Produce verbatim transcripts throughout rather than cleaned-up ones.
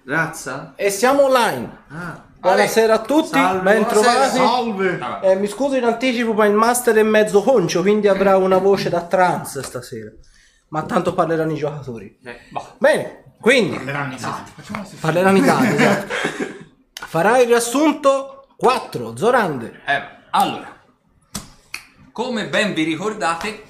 Razza? E siamo online. Ah. Buonasera a tutti, Salve. bentrovati. Salve. Eh, mi scuso in anticipo, ma il master è mezzo concio, quindi avrà una voce da trance stasera. Ma tanto parleranno i giocatori. Eh, Bene, quindi Parleranno i dati. parleranno i dati, esatto. Farà il riassunto quattro, Zorander. Eh, allora, come ben vi ricordate,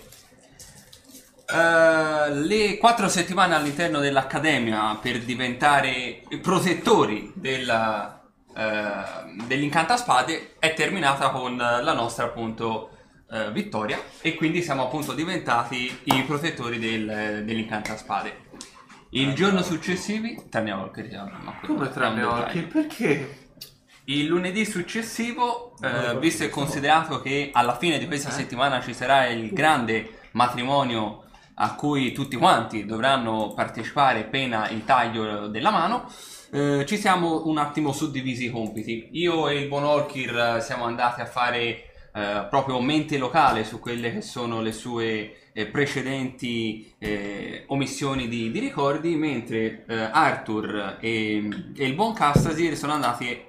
eh, le quattro settimane all'interno dell'Accademia per diventare protettori della, eh, dell'Incantaspade è terminata con la nostra appunto eh, vittoria, e quindi siamo appunto diventati i protettori del, dell'Incantaspade. Il giorno successivo, tranne Orchid, no, Come tranne Orchid? Perché? Il lunedì successivo, eh, visto e considerato che alla fine di questa settimana ci sarà il grande matrimonio a cui tutti quanti dovranno partecipare pena il taglio della mano, eh, ci siamo un attimo suddivisi i compiti. Io e il buon Orkir siamo andati a fare eh, proprio mente locale su quelle che sono le sue eh, precedenti eh, omissioni di, di ricordi, mentre eh, Arthur e, e il buon Castasir sono andati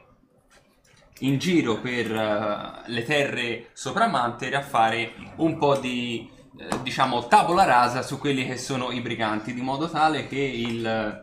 in giro per uh, le terre sopra Mantere a fare un po' di eh, diciamo tabula rasa su quelli che sono i briganti, di modo tale che il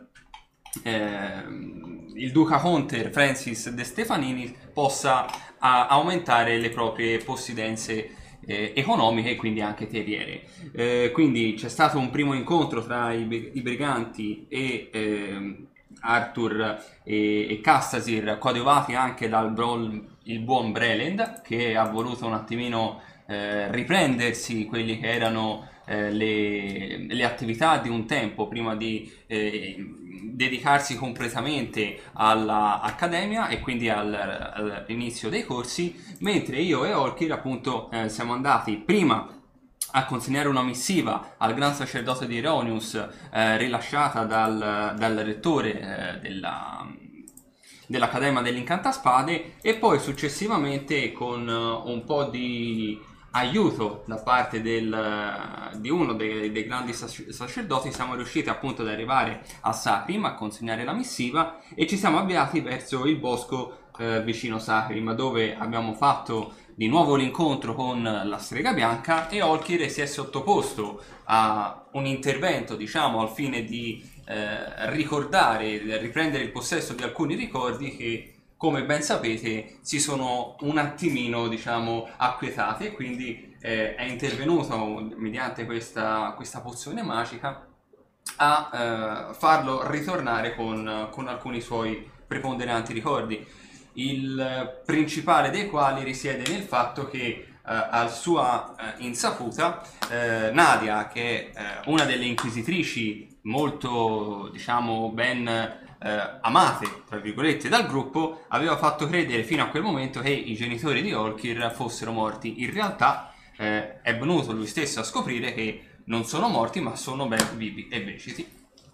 eh, il duca Hunter Francis De Stefanini possa a, aumentare le proprie possidenze eh, economiche e quindi anche terriere. Eh, quindi c'è stato un primo incontro tra i, i briganti e eh, Arthur e, e Castasir, coadiuvati anche dal bron, il buon Breland, che ha voluto un attimino eh, riprendersi quelli che erano eh, le, le attività di un tempo prima di eh, dedicarsi completamente all'Accademia e quindi al, all'inizio dei corsi, mentre io e Orkir appunto eh, siamo andati prima a consegnare una missiva al gran sacerdote di Eronius eh, rilasciata dal, dal rettore eh, della, dell'Accademia dell'Incantaspade, e poi successivamente con uh, un po' di aiuto da parte del, di uno dei, dei grandi sacerdoti siamo riusciti appunto ad arrivare a Sacrim a consegnare la missiva, e ci siamo avviati verso il bosco eh, vicino Sacrim, dove abbiamo fatto di nuovo l'incontro con la strega bianca, e Orkir si è sottoposto a un intervento, diciamo, al fine di eh, ricordare, riprendere il possesso di alcuni ricordi che, come ben sapete, si sono un attimino, diciamo, acquietati, e quindi eh, è intervenuto mediante questa, questa pozione magica a eh, farlo ritornare con, con alcuni suoi preponderanti ricordi. Il principale dei quali risiede nel fatto che eh, a sua eh, insaputa eh, Nadia, che è eh, una delle inquisitrici molto, diciamo, ben eh, amate, tra virgolette, dal gruppo, aveva fatto credere fino a quel momento che i genitori di Orkir fossero morti. In realtà eh, è venuto lui stesso a scoprire che non sono morti, ma sono ben vivi e veciti.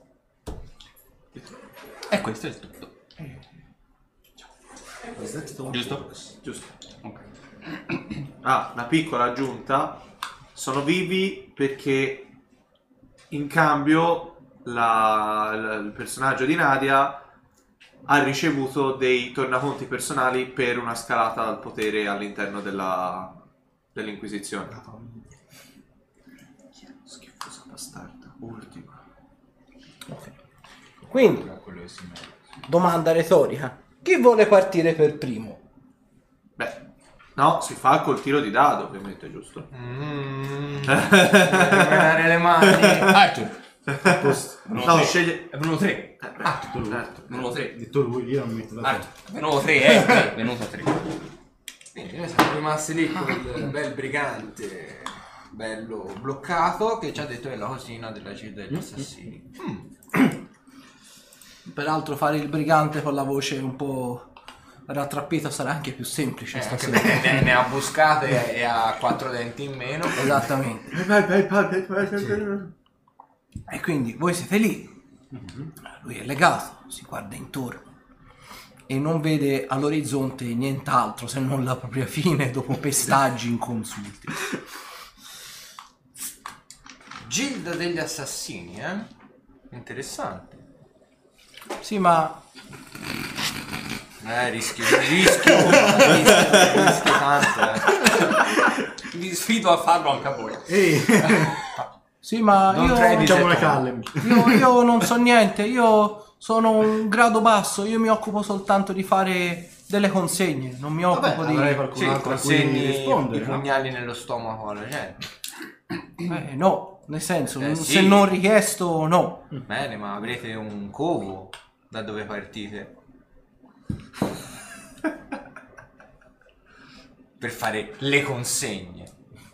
E questo è tutto. Giusto? Giusto. Okay. Ah, una piccola aggiunta. Sono vivi perché in cambio la, la, il personaggio di Nadia ha ricevuto dei tornaconti personali per una scalata al potere all'interno della, dell'Inquisizione. Schifosa bastarda. Ultima. Okay. Quindi, domanda retorica. Chi vuole partire per primo? Beh, no, si fa col tiro di dado, ovviamente, giusto? Mmm. Menare le mani. Arthur. No, sceglie... È venuto tre. Arthur, Arthur. È venuto tre. Detto lui, io non metto la Arthur. È venuto tre, eh. È venuto tre. Quindi noi siamo rimasti lì con il bel brigante bello bloccato che ci ha detto che è la cosina della città degli assassini. Mm. Peraltro fare il brigante con la voce un po' rattrappita sarà anche più semplice Eh, stasera. ne, ne ha buscate e ha quattro denti in meno. Esattamente. E quindi voi siete lì, lui è legato, si guarda intorno e non vede all'orizzonte nient'altro se non la propria fine dopo pestaggi inconsulti. Gilda degli assassini, eh? Interessante. Sì, ma Eh, rischio, rischio, rischio, rischio tanto, eh. Vi sfido a farlo anche a voi. Ehi, Sì, ma Non io, tredi facciamo una secondi. Callem. io, io non so niente, io sono un grado basso, io mi occupo soltanto di fare delle consegne, non mi occupo Vabbè, di... avrai qualcun Sì, altro a cui consegni i rispondere, no? pugnali nello stomaco alla gente. Eh, no, nel senso, Eh, se sì. non richiesto, no. Bene, ma avrete un covo da dove partite? Per fare le consegne.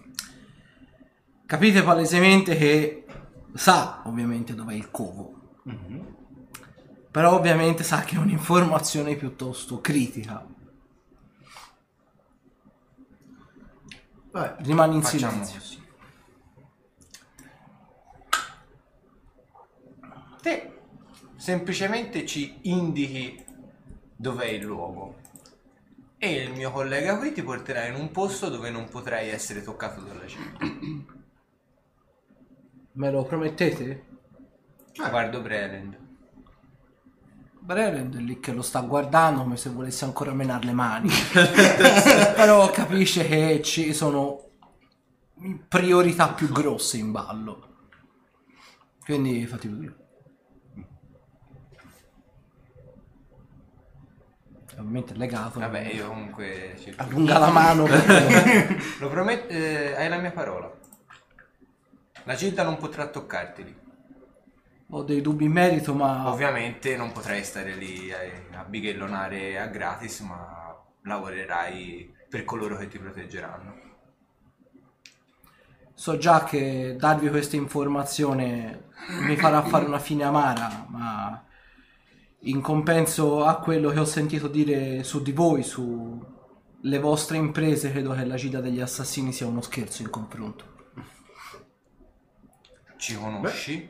Capite palesemente che sa ovviamente dov'è il covo, però ovviamente sa che è un'informazione piuttosto critica. Vabbè, Rimane in Facciamo silenzio. così. Te semplicemente ci indichi dov'è il luogo e il mio collega qui ti porterà in un posto dove non potrai essere toccato dalla città. Me lo promettete? Guardo Breland. Brelend è lì che lo sta guardando come se volesse ancora menare le mani. Però capisce che ci sono priorità più grosse in ballo. Quindi fate più. Ovviamente è legato. Vabbè, io comunque cerco- Allunga la mano. perché- Lo prometto, eh, hai la mia parola. La Gilda non potrà toccarti lì. Ho dei dubbi in merito, ma Ovviamente non potrai stare lì a, a bighellonare a gratis, ma lavorerai per coloro che ti proteggeranno. so già che darvi questa informazione mi farà fare una fine amara, ma in compenso a quello che ho sentito dire su di voi, sulle vostre imprese, credo che la Gilda degli Assassini sia uno scherzo in confronto. Ci conosci?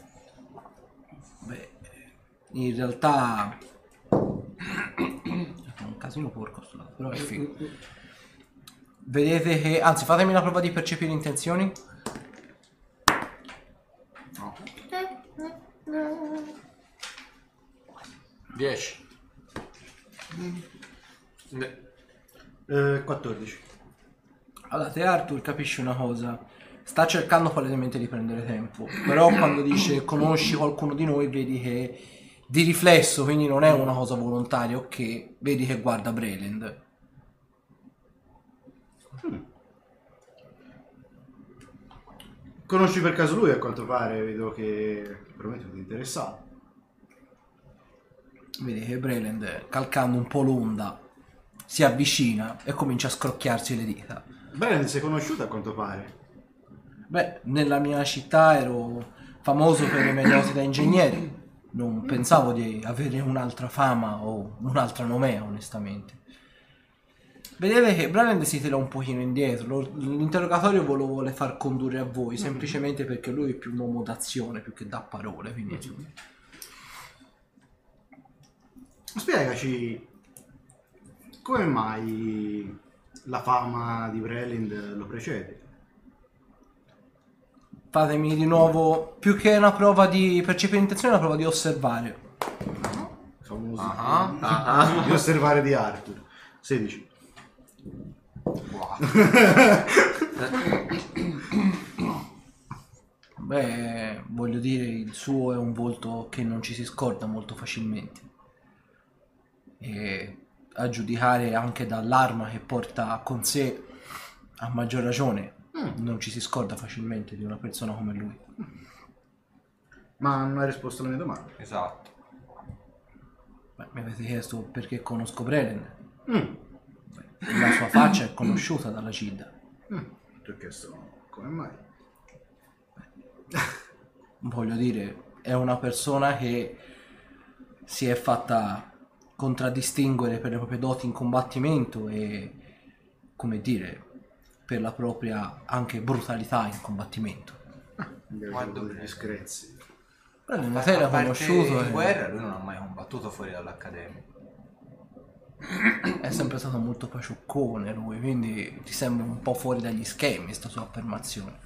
Beh, in realtà è un casino porco sto lato, però è figo. Vedete che, anzi, fatemi una prova di percepire intenzioni. dieci. eh, quattordici. Allora, te Arthur capisci una cosa, sta cercando palesemente di prendere tempo, però quando dice conosci qualcuno di noi vedi che di riflesso, quindi non è una cosa volontaria, ok, vedi che guarda Breland. Conosci per caso lui, a quanto pare, vedo che probabilmente ti interessato. Vedi che Breland, calcando un po' l'onda, si avvicina e comincia a scrocchiarsi le dita. Bene, sei conosciuto a quanto pare. Beh, nella mia città ero famoso per le mie doti da ingegnere. Non pensavo di avere un'altra fama o un'altra nomea, onestamente. Vedete che Breland si tira un pochino indietro. Lo- L'interrogatorio ve lo vuole far condurre a voi, semplicemente perché lui è più un uomo d'azione più che da parole. Quindi, insomma. Spiegaci come mai la fama di Breland lo precede. Fatemi di nuovo, più che una prova di percepire intenzione, una prova di osservare. Famoso Ah, di osservare di Arthur. sedici. Beh, voglio dire, il suo è un volto che non ci si scorda molto facilmente. E a giudicare anche dall'arma che porta con sé, a maggior ragione, non ci si scorda facilmente di una persona come lui. Ma non hai risposto alla mia domanda. esatto. Beh, mi avete chiesto perché conosco Breland. Mm. La sua faccia è conosciuta dalla Gilda. Mm. Ti ho chiesto come mai. Voglio dire, è una persona che si è fatta contraddistinguere per le proprie doti in combattimento e, come dire, per la propria anche brutalità in combattimento. Abbiamo Quando delle prego. discrezie. Però in materia A parte conosciuto in e- guerra lui non ha mai combattuto fuori dall'accademia. è sempre stato molto paciuccone lui, quindi ti sembra un po' fuori dagli schemi sta sua affermazione.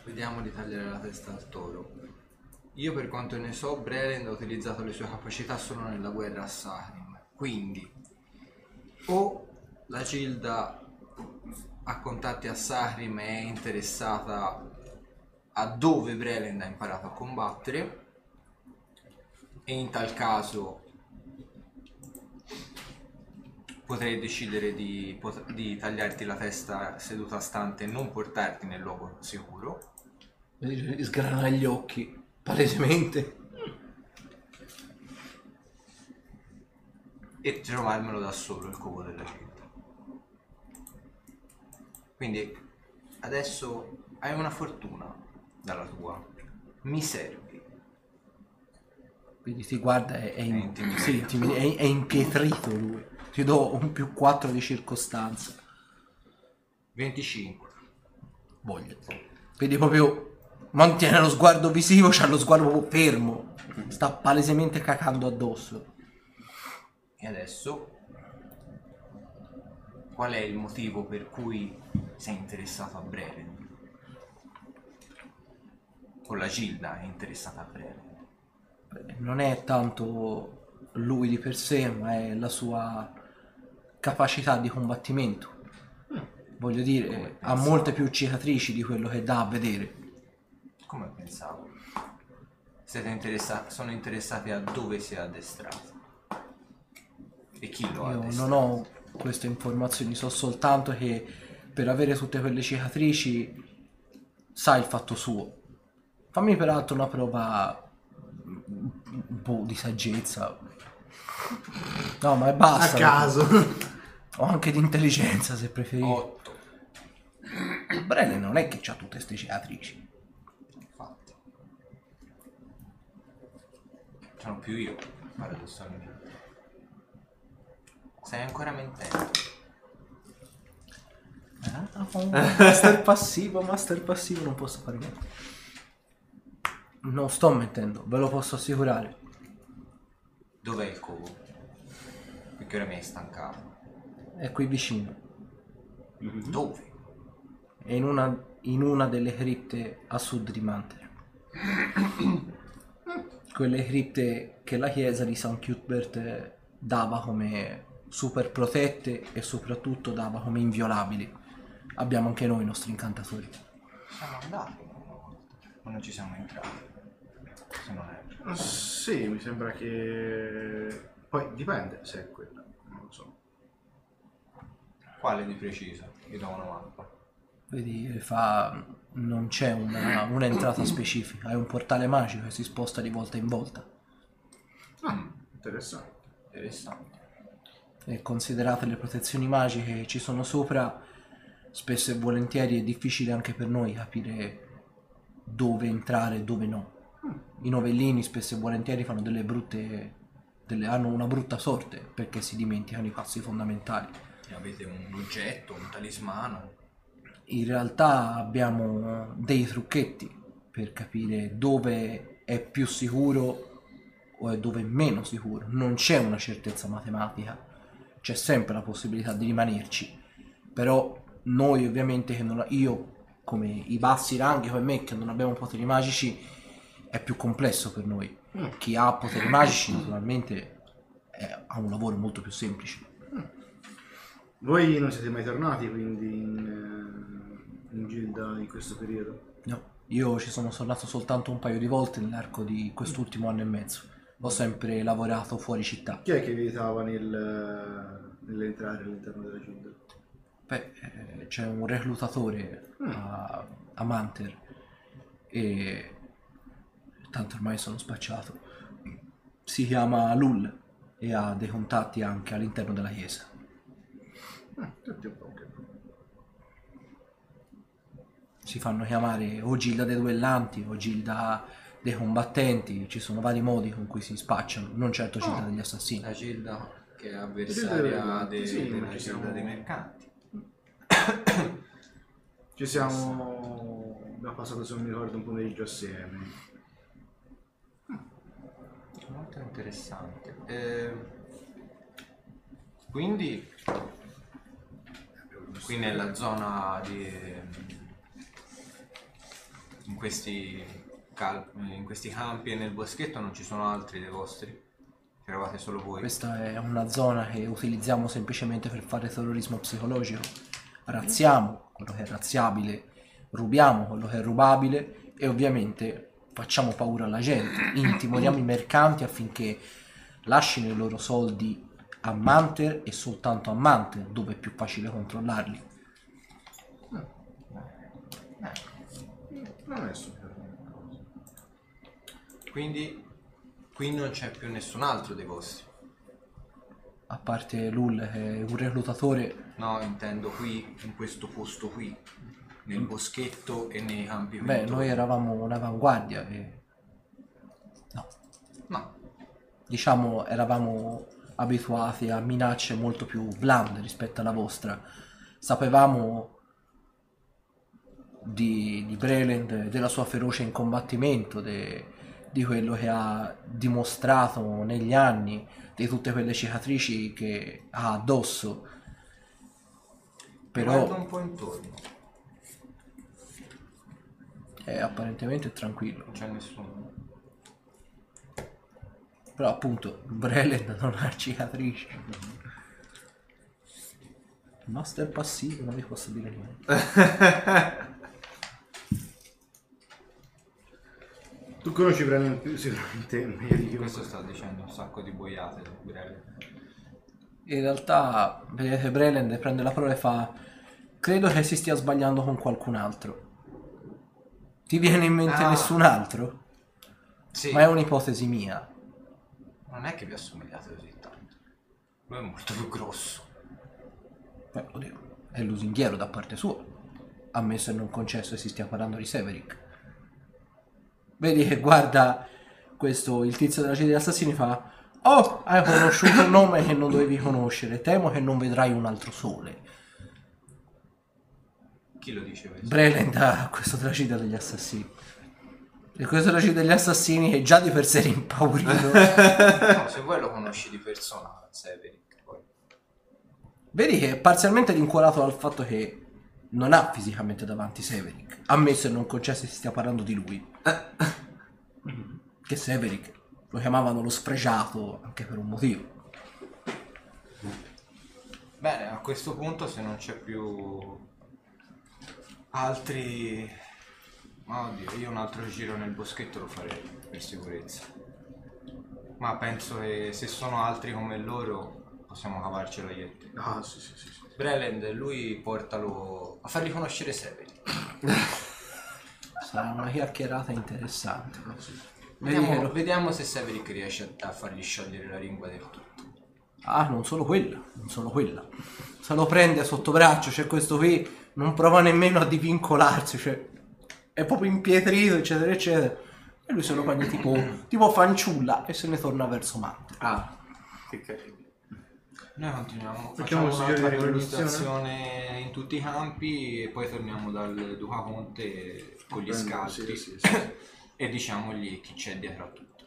Vediamo di tagliare la testa al toro. Io per quanto ne so, Brelend ha utilizzato le sue capacità solo nella guerra a Sahrim. Quindi o la Gilda ha contatti a Sahrim e è interessata a dove Brelend ha imparato a combattere, e in tal caso potrei decidere di, pot- di tagliarti la testa seduta stante e non portarti nel luogo sicuro. Vedi, sgrana gli occhi, palesemente. E trovarmelo da solo il covo della città. Quindi adesso hai una fortuna dalla tua. Mi servi. Quindi ti guarda, è, è, in- È intimidato. sì, intimi- è- è impietrito lui. Ti do un più quattro di circostanza. venticinque. Voglia. Vedi proprio, mantiene lo sguardo visivo, c'ha lo sguardo proprio fermo. Sta palesemente cacando addosso. E adesso qual è il motivo per cui sei interessato a Brelend? O la Gilda è interessata a Brelend? Non è tanto lui di per sé, ma è la sua capacità di combattimento. Voglio dire, ha molte più cicatrici di quello che dà a vedere. Come pensavo? Siete interessati, sono interessati a dove si è addestrato e chi lo ha Io addestrato. non ho queste informazioni, so soltanto che per avere tutte quelle cicatrici sa il fatto suo. Fammi peraltro una prova un po' di saggezza. No, ma A basta. caso. O anche di intelligenza, se preferisci. otto. Brele non è che c'ha tutte queste cicatrici. Infatti. Sono più io, paradossalmente. Stai ancora mentendo. Master passivo, master passivo, non posso fare niente. Non sto mentendo, ve lo posso assicurare. Dov'è il covo? Perché ora mi hai stancato. È qui vicino. Dove? È in una, in una delle cripte a sud di Manter. Quelle cripte che la chiesa di San Cuthbert dava come super protette e soprattutto dava come inviolabili. Abbiamo anche noi i nostri incantatori. Siamo andati una volta. O non ci siamo entrati? Se non è. Sì, mi sembra che... Poi dipende se è quella, non lo so. Quale di preciso? Vi do una mappa. Vedi, fa... non c'è una, un'entrata specifica, è un portale magico che si sposta di volta in volta. Ah, interessante. Interessante. E considerate le protezioni magiche che ci sono sopra, spesso e volentieri è difficile anche per noi capire dove entrare e dove no. I novellini spesso e volentieri fanno delle brutte... Delle, hanno una brutta sorte perché si dimenticano i passi fondamentali. E avete un oggetto, un talismano? In realtà abbiamo dei trucchetti per capire dove è più sicuro o è dove è meno sicuro. Non c'è una certezza matematica, c'è sempre la possibilità di rimanerci. Però noi ovviamente, che non, io come i bassi ranghi come me che non abbiamo poteri magici, è più complesso per noi. Chi ha poteri magici naturalmente è, ha un lavoro molto più semplice. Voi non siete mai tornati quindi in, eh, in Gilda in questo periodo? No, io ci sono tornato soltanto un paio di volte nell'arco di quest'ultimo anno e mezzo. Ho sempre lavorato fuori città. Chi è che vi aiutava nel, nell'entrare all'interno della Gilda? Beh, eh, c'è un reclutatore a, a Manter e tanto ormai sono spacciato. Si chiama Lull e ha dei contatti anche all'interno della chiesa. Ah, tutti un po' che... Si fanno chiamare o Gilda dei duellanti o Gilda dei combattenti, ci sono vari modi con cui si spacciano, non certo Gilda degli assassini. La Gilda che è avversaria de- Sì, della ma ci Gilda siamo- dei mercanti. Ci siamo... abbiamo passato, se non mi ricordo, un pomeriggio assieme. Molto interessante. Eh, quindi qui nella zona di in questi, cal- in questi campi e nel boschetto non ci sono altri dei vostri? Eravate solo voi? Questa è una zona che utilizziamo semplicemente per fare terrorismo psicologico. Razziamo quello che è razziabile, rubiamo quello che è rubabile e ovviamente facciamo paura alla gente, intimoriamo i mercanti affinché lasciano i loro soldi a Manter e soltanto a Manter, dove è più facile controllarli. Non è super. Quindi qui non c'è più nessun altro dei vostri? A parte Lul che è un reclutatore. No, intendo qui, in questo posto qui, nel boschetto e nei campi. Beh, noi eravamo un'avanguardia e... no, No, diciamo eravamo abituati a minacce molto più blande rispetto alla vostra. Sapevamo di, di Breland, della sua ferocia in combattimento, de- di quello che ha dimostrato negli anni, di tutte quelle cicatrici che ha addosso. guardo Però un po' intorno, è apparentemente tranquillo. non c'è nessuno. Però appunto Breland non ha cicatrici. Master passivo, non vi posso dire niente. Tu conosci Breland sicuramente meglio di Questo chiunque. sta dicendo un sacco di boiate, Brele. In realtà vedete Breland prende la parola e fa: credo che si stia sbagliando con qualcun altro. Ti viene in mente Ah. nessun altro? Sì, Ma è un'ipotesi mia. non è che vi assomigliate così tanto. Lui è molto più grosso. Beh, oddio, è lusinghiero da parte sua. Ammesso e non concesso che si stia parlando di Severick. Vedi che guarda questo, il tizio della Gilda degli Assassini, fa: oh, hai conosciuto un nome che non dovevi conoscere. Temo che non vedrai un altro sole. Chi lo dice questo? Breland ha questo della Gilda degli Assassini. E questo della Gilda degli Assassini è già di per sé impaurito. No, se vuoi lo conosci di persona, Severick, poi. Vedi che è parzialmente vincolato dal fatto che non ha fisicamente davanti Severick, ammesso e non concesso che si stia parlando di lui. Che Severick lo chiamavano lo sfregiato anche per un motivo. Bene, a questo punto se non c'è più altri... Oddio, io un altro giro nel boschetto lo farei per sicurezza. Ma penso che se sono altri come loro possiamo cavarcelo io e te. Ah, sì, sì, sì. sì. Breland, lui portalo a fargli conoscere Severick. Sarà una chiacchierata interessante. Vediamo, Vero. vediamo se Severick riesce a, a fargli sciogliere la lingua del tutto. Ah, non solo quella, non solo quella. Se lo prende sotto braccio, c'è questo qui, non prova nemmeno a divincolarsi, cioè è proprio impietrito, eccetera, eccetera. E lui se lo prende tipo, tipo fanciulla e se ne torna verso Mante. Ah, che carino. Noi continuiamo, Facciamo facciamo un un'altra sigillo di perlustrazione in tutti i campi e poi torniamo dal Duca Conte con gli Prendo, scalpi sì, sì, sì. e diciamogli chi c'è dietro a tutto.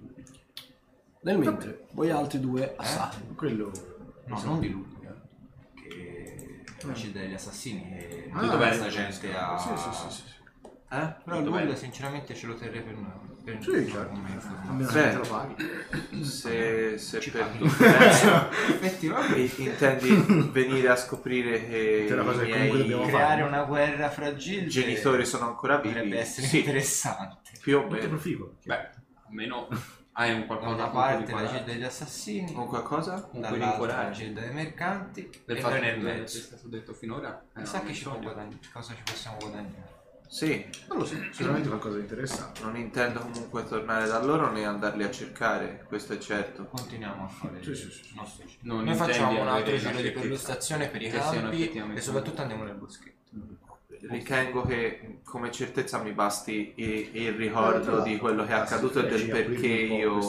Nel mentre, voi altri due assai. Quello... No, non di lui, eh, che la città degli assassini che Ah, tutta questa sì, gente ha... Sì, sì, sì, sì. Eh? Però lui sinceramente ce lo terrei per noi. Per Sì, noi certo. come informazione. Almeno Beh. se te lo paghi. Se, se Ci per paghi. differenza Effettivamente. intendi venire a scoprire che Che è una cosa i che comunque miei dobbiamo Creare una guerra fra gilde genitori sono ancora potrebbe vivi, essere sì, interessante. più o Molto meno. proficuo. Beh, almeno hai un Da qualcosa una con cui parte la rincuorare. gilda degli assassini, Con qualcosa? Con cui dall'altra la rincuorare. gilda dei mercanti Del e fatto noi che nel tu hai mezzo. stato detto finora. eh, Chissà no, che ci può sogno. guadagnare, cosa ci possiamo guadagnare. Sì, Non lo so, sicuramente qualcosa di interessante. non intendo comunque tornare da loro né andarli a cercare, questo è certo. Continuiamo a fare Sì, il sì, sì. nostro giro. Non Noi intendi facciamo un altro avere giro una di certezza perlustrazione per i che siano campi effettivamente e soprattutto andiamo nel boschetto. Ritengo che come certezza mi basti il, il ricordo di quello che è accaduto e del perché io,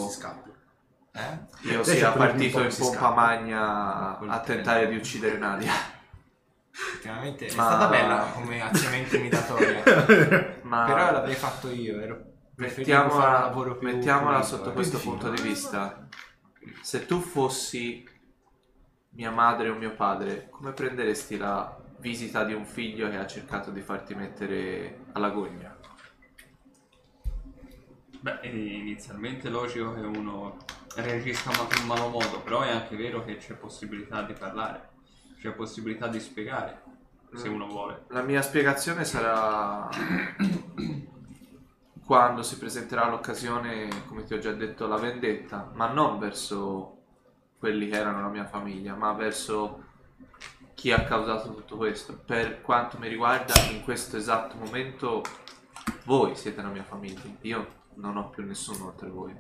Eh? io Lei ci sia ha pulito un po' partito in questi pompa scampi. magna a tentare di uccidere Nadia. Effettivamente è Ma- stata bella come azione intimidatoria. Ma Però l'avrei fatto io, ero preferivo fare un mettiamola, lavoro più mettiamola pulito, sotto eh. questo Quindi punto sì. di vista. Se tu fossi mia madre o mio padre, come prenderesti la visita di un figlio che ha cercato di farti mettere alla gogna? Beh, inizialmente logico che uno reagisca ma- in malo modo, però è anche vero che c'è possibilità di parlare, c'è possibilità di spiegare, se uno vuole. La mia spiegazione sarà quando si presenterà l'occasione, come ti ho già detto, la vendetta, ma non verso quelli che erano la mia famiglia, ma verso chi ha causato tutto questo. Per quanto mi riguarda, in questo esatto momento, voi siete la mia famiglia. Io non ho più nessuno oltre voi.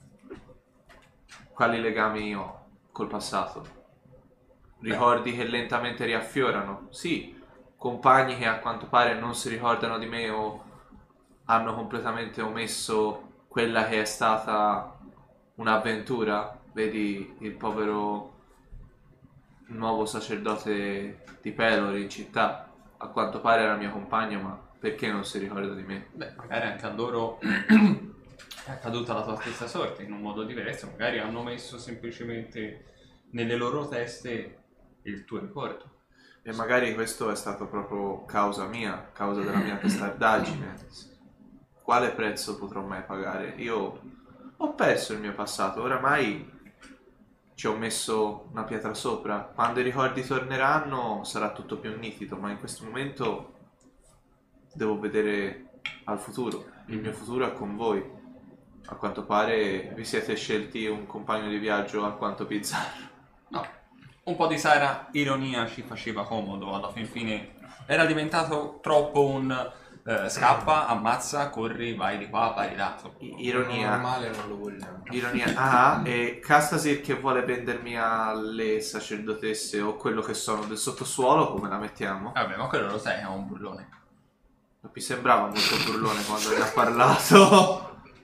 Quali legami ho col passato? Ricordi che lentamente riaffiorano? Sì. Compagni che a quanto pare non si ricordano di me o hanno completamente omesso quella che è stata un'avventura. Vedi il povero nuovo sacerdote di Pelor in città. A quanto pare era mio compagno, ma perché non si ricorda di me? Beh, magari anche a loro è accaduta la tua stessa sorte in un modo diverso, magari hanno messo semplicemente nelle loro teste il tuo ricordo. E magari questo è stato proprio causa mia, causa della mia testardaggine. Quale prezzo potrò mai pagare? Io ho perso il mio passato, oramai ci ho messo una pietra sopra. Quando i ricordi torneranno sarà tutto più nitido, ma in questo momento devo vedere al futuro. Il mio futuro è con voi. A quanto pare vi siete scelti un compagno di viaggio alquanto bizzarro. No, un po' di sana ironia ci faceva comodo, alla fin fine era diventato troppo un eh, scappa, ammazza, corri, vai di qua, vai di là. I- Ironia. Normale non lo vogliamo. Ironia. Ah, e Castasir che vuole vendermi alle sacerdotesse o quello che sono del sottosuolo, come la mettiamo? Vabbè, ma quello lo sai che è un burlone. Mi sembrava molto burlone quando ne ha parlato.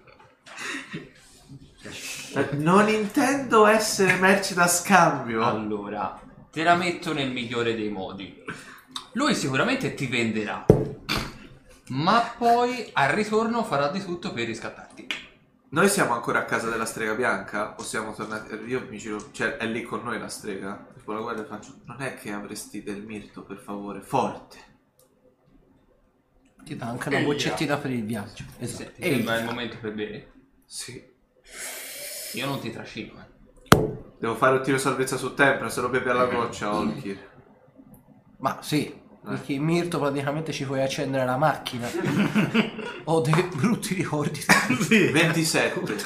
Non intendo essere merce da scambio. Allora, te la metto nel migliore dei modi. Lui sicuramente ti venderà, ma poi al ritorno farà di tutto per riscattarti. Noi siamo ancora a casa della strega bianca? O siamo tornati? Io mi giro, cioè è lì con noi la strega? Tipo la guarda e faccio, non è che avresti del mirto, per favore, forte. Ti dà anche una boccettina per il viaggio. Esatto. Se ti sembra il momento per bere? Sì. Io non ti trascino, eh. Devo fare un tiro salvezza su tempra, se lo bevi alla goccia, Olkir. Ma sì, perché in Mirto praticamente ci puoi accendere la macchina. Ho dei brutti ricordi. ventisette.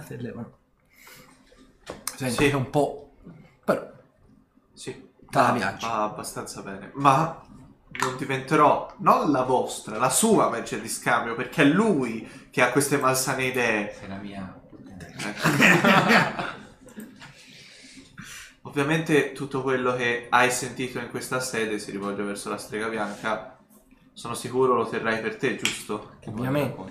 Senti, Sì. è un po'... però... Sì. Te la Va- piace. va abbastanza bene. Ma non diventerò, non la vostra, la sua merce di scambio, perché è lui che ha queste malsane idee. Sei la mia. Ovviamente tutto quello che hai sentito in questa sede si rivolge verso la strega bianca. Sono sicuro lo terrai per te, giusto? Ovviamente.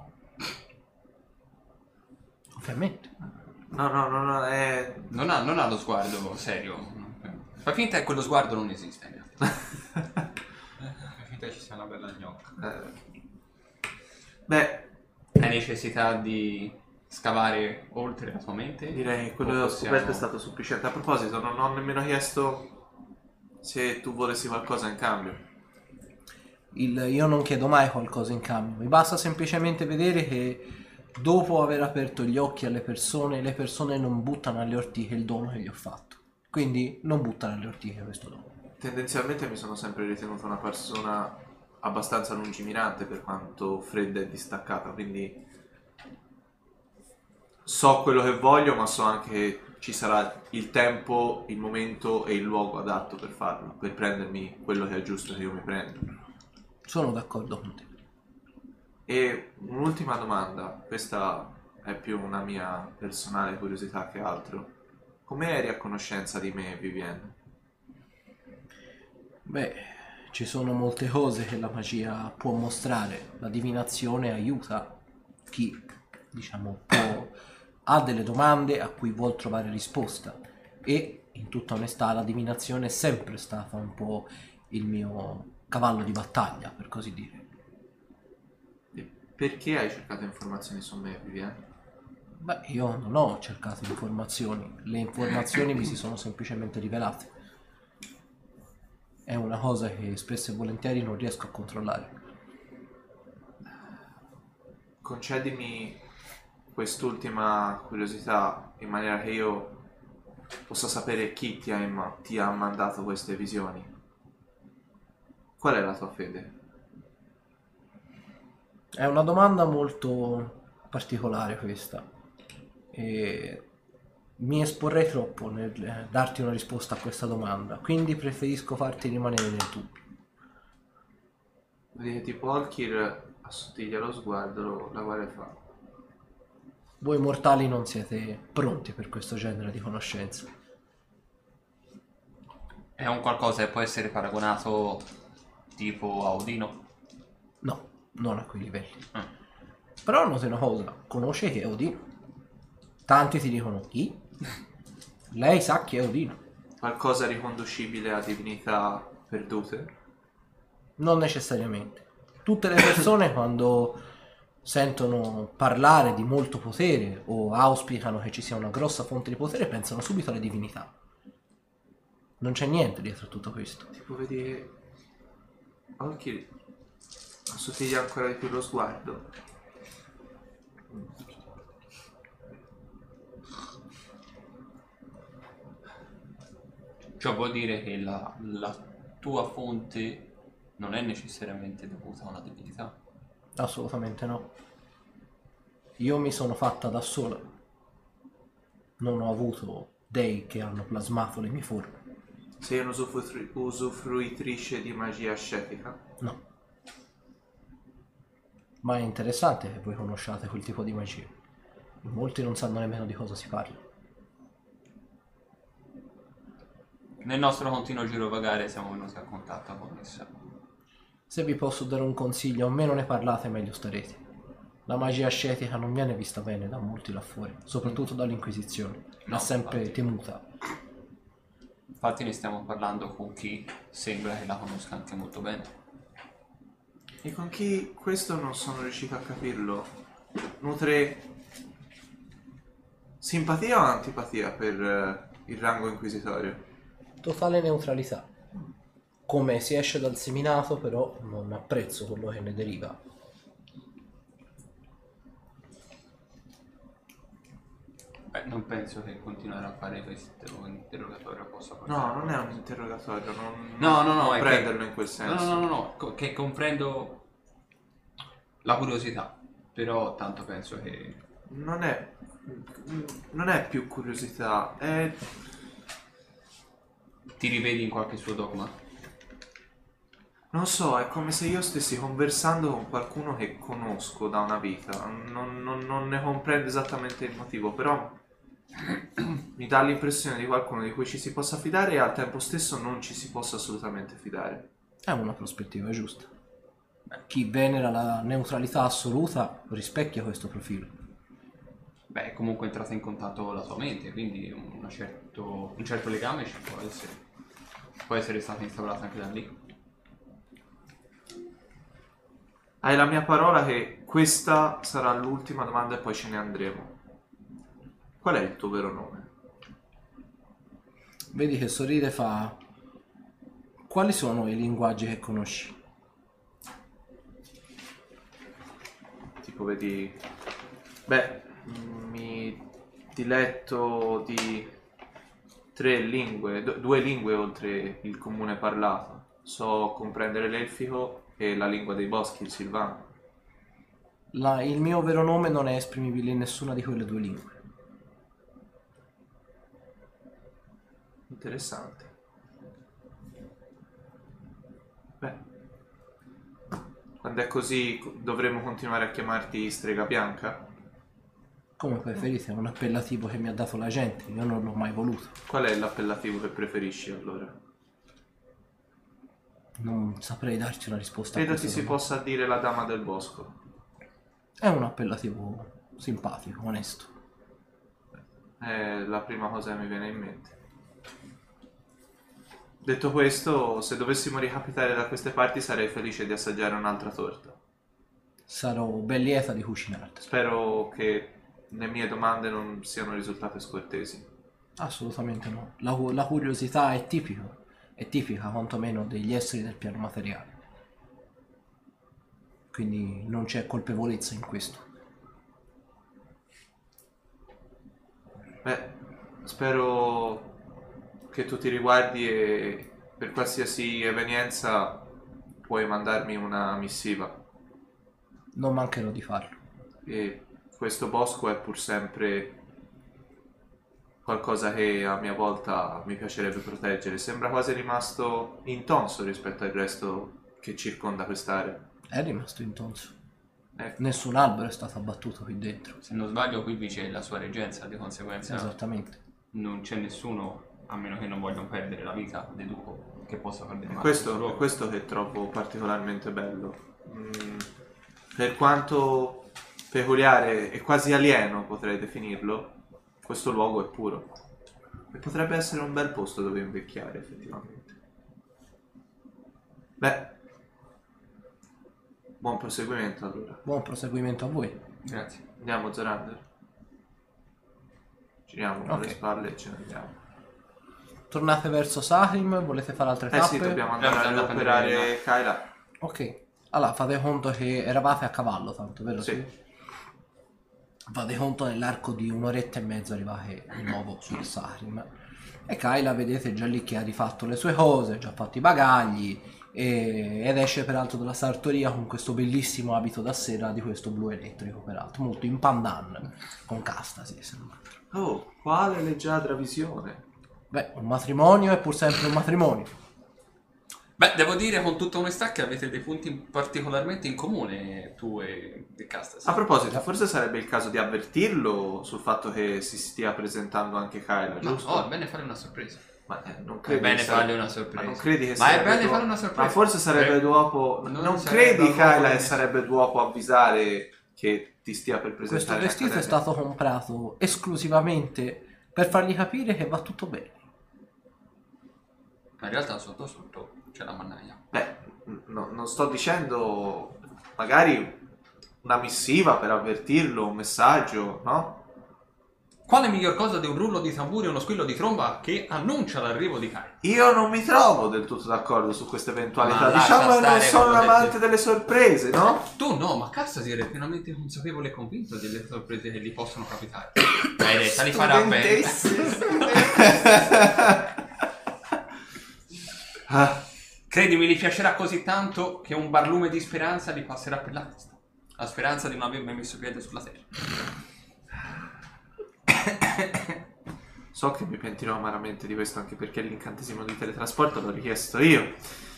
Ovviamente. No, no, no, no, è... Non ha, non ha lo sguardo serio. Fa finta che quello sguardo non esiste. in realtà. Finta ci sia una bella gnocca. eh, Beh, Hai necessità di scavare oltre la tua mente? direi che quello O che ho possiamo- scoperto è stato sufficiente. A proposito, non ho nemmeno chiesto se tu volessi qualcosa in cambio. Il, io non chiedo mai qualcosa in cambio, mi basta semplicemente vedere che dopo aver aperto gli occhi alle persone, le persone non buttano alle ortiche il dono che gli ho fatto. Quindi non buttano alle ortiche questo dono. Tendenzialmente mi sono sempre ritenuto una persona abbastanza lungimirante per quanto fredda e distaccata, quindi so quello che voglio, ma so anche che ci sarà il tempo, il momento e il luogo adatto per farlo, per prendermi quello che è giusto che io mi prendo. Sono d'accordo con te. E un'ultima domanda, questa è più una mia personale curiosità che altro. Come eri a conoscenza di me, Vivienne? Beh, ci sono molte cose che la magia può mostrare. La divinazione aiuta chi, diciamo, può, ha delle domande a cui vuol trovare risposta. E, in tutta onestà, la divinazione è sempre stata un po' il mio cavallo di battaglia, per così dire. E perché hai cercato informazioni su me, Vivienne? Beh, io non ho cercato informazioni, le informazioni mi si sono semplicemente rivelate. È una cosa che spesso e volentieri non riesco a controllare. Concedimi quest'ultima curiosità, in maniera che io possa sapere chi ti ha, imma- ti ha mandato queste visioni. Qual è la tua fede? È una domanda molto particolare questa e mi esporrei troppo nel eh, darti una risposta a questa domanda, quindi preferisco farti rimanere nel dubbio. Vedi che tipo Olkir assottiglia lo sguardo, lo- la quale fa. Voi mortali non siete pronti per questo genere di conoscenza. È un qualcosa che può essere paragonato tipo a Odino? No, non a quei livelli. Ah. Però noti una cosa, conosce che è Odino. Tanti ti dicono chi? Lei sa chi è Odino. Qualcosa riconducibile a divinità perdute? Non necessariamente. Tutte le persone quando sentono parlare di molto potere o auspicano che ci sia una grossa fonte di potere pensano subito alle divinità. Non c'è niente dietro a tutto questo. Tipo vedi Olkir assottiglia ancora di più lo sguardo. Ciò vuol dire che la, la tua fonte non è necessariamente dovuta a una divinità. Assolutamente no. Io mi sono fatta da sola. Non ho avuto dei che hanno plasmato le mie forme. Sei un'usufrui- usufruitrice di magia ascetica? No. Ma è interessante che voi conosciate quel tipo di magia. Molti non sanno nemmeno di cosa si parla. Nel nostro continuo girovagare siamo venuti a contatto con essa. Se vi posso dare un consiglio, o meno ne parlate meglio starete. La magia ascetica non viene vista bene da molti là fuori, soprattutto dall'Inquisizione. L'ha No, sempre infatti. temuta. Infatti ne stiamo parlando con chi sembra che la conosca anche molto bene. E con chi questo non sono riuscito a capirlo. Nutre simpatia o antipatia per eh, il rango inquisitorio? Totale neutralità. Come si esce dal seminato, però non apprezzo quello che ne deriva. Beh, non penso che continuare a fare questo interrogatorio possa No, portare. non è un interrogatorio, non, No, no, no, non è che- prenderlo in quel No, senso. no, no, no, no, co- che comprendo la curiosità, però tanto penso che... Non è non è più curiosità, è Ti rivedi in qualche suo dogma? non so, è come se io stessi conversando con qualcuno che conosco da una vita. Non, non- non ne comprendo esattamente il motivo, però mi dà l'impressione di qualcuno di cui ci si possa fidare e al tempo stesso non ci si possa assolutamente fidare. È una prospettiva giusta. Chi venera la neutralità assoluta rispecchia questo profilo. Beh, è comunque entrata in contatto con la tua mente, quindi una certo- un certo legame ci può essere. Può essere stato instaurato anche da lì. Hai la mia parola che questa sarà l'ultima domanda e poi ce ne andremo. Qual è il tuo vero nome? Vedi che sorride fa... Quali sono i linguaggi che conosci? Tipo vedi... Beh, mi diletto di tre lingue, d- due lingue oltre il comune parlato. So comprendere l'elfico e la lingua dei boschi, il silvano. La- il mio vero nome non è esprimibile in nessuna di quelle due lingue. Interessante. Beh, quando è così co- dovremmo continuare a chiamarti Strega Bianca? Come preferite, è un appellativo che mi ha dato la gente, io non l'ho mai voluto. Qual è l'appellativo che preferisci allora? Non saprei darti una risposta a Credo ti questa si domanda. possa dire la Dama del Bosco. È un appellativo simpatico, onesto. È la prima cosa che mi viene in mente. Detto questo, se dovessimo ricapitare da queste parti sarei felice di assaggiare un'altra torta. Sarò ben lieta di cucinarti. Spero che le mie domande non siano risultate scortesi. Assolutamente no. La, cu- la curiosità è tipica, è tipica quantomeno degli esseri del piano materiale. Quindi non c'è colpevolezza in questo. Beh, spero che tu ti riguardi e per qualsiasi evenienza puoi mandarmi una missiva. Non mancherò di farlo. E questo bosco è pur sempre qualcosa che a mia volta mi piacerebbe proteggere. Sembra quasi rimasto intonso rispetto al resto che circonda quest'area. È rimasto intonso. Ecco. Nessun albero è stato abbattuto qui dentro. Se non sbaglio qui c'è la sua reggenza, di conseguenza Esattamente. non c'è nessuno, a meno che non vogliano perdere la vita, deduco, che possa perdere È male. questo, è questo che trovo particolarmente bello. Mm, per quanto peculiare e quasi alieno potrei definirlo, questo luogo è puro. E potrebbe essere un bel posto dove invecchiare, effettivamente. Beh, buon proseguimento allora. Buon proseguimento a voi. Grazie. Andiamo, Zorander. Giriamo con Ok. le spalle e ce ne andiamo. Tornate verso Sahrim, volete fare altre Eh tappe? sì, dobbiamo andare a Andiamo a recuperare prendere Kyla. Ok. Allora, fate conto che eravate a cavallo, tanto, vero? Sì. Fate conto nell'arco di un'oretta e mezzo arrivate di nuovo sul Sahrim. E Kyla vedete già lì che ha rifatto le sue cose, ha già fatto i bagagli e- ed esce peraltro dalla sartoria con questo bellissimo abito da sera di questo blu elettrico, peraltro, molto in pandan, con casta, sì, se non altro. Oh, quale leggiadra visione. Beh, un matrimonio è pur sempre un matrimonio. Beh, devo dire con tutta onestà che avete dei punti particolarmente in comune, tu e, e Castas. A proposito, forse sarebbe il caso di avvertirlo sul fatto che si stia presentando anche Kyla, Ma giusto? oh, è bene fare una sorpresa. Ma eh, non È credi bene che sare- fargli una sorpresa. Ma non credi che Ma è sarebbe bene duo- fare una sorpresa. Ma forse sarebbe Eh, dopo. non Non, sarebbe credi, dopo Kyla, che nessuno. sarebbe dopo avvisare che ti stia per Questo presentare vestito è all'Accademia? stato comprato esclusivamente per fargli capire che va tutto bene. Ma in realtà sotto sotto c'è la mannaia. Beh, no- non sto dicendo magari una missiva per avvertirlo, un messaggio, no? Quale miglior cosa di un rullo di tamburi e uno squillo di tromba che annuncia l'arrivo di Kai? Io non mi trovo del tutto d'accordo su queste eventualità. Ma lascia Diciamo che non stare sono un quando amante metti- delle sorprese, no? Tu no, ma Castas era pienamente consapevole e convinto delle sorprese che gli possono capitare. Hai detto, li farà bene. Ah, Credimi, gli piacerà così tanto che un barlume di speranza gli passerà per la testa. La speranza di non aver mai messo piede sulla terra. so che mi pentirò amaramente di questo, anche perché l'incantesimo di teletrasporto l'ho richiesto io.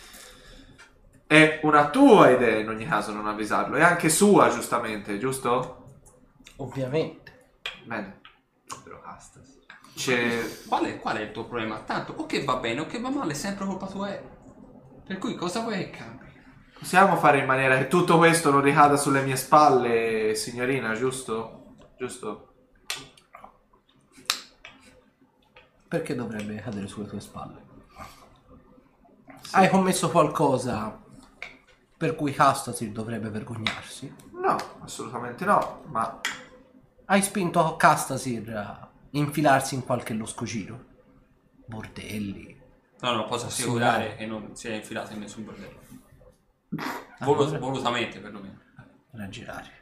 È una tua idea in ogni caso non avvisarlo, è anche sua, giustamente, giusto? Ovviamente. Bene. Però Castas. C'è... Qual è, qual è il tuo problema? Tanto o che va bene o che va male è sempre colpa tua. È. Per cui cosa vuoi che cambi? Possiamo fare in maniera che tutto questo non ricada sulle mie spalle, signorina, giusto? Giusto? Perché dovrebbe cadere sulle tue spalle? Hai commesso qualcosa per cui Castasir dovrebbe vergognarsi? No, assolutamente no, ma... Hai spinto Castasir a infilarsi in qualche losco giro? Bordelli? No, no, posso assicurare che non si è infilato in nessun bordello. Volu- Allora? volutamente, perlomeno. Raggirare.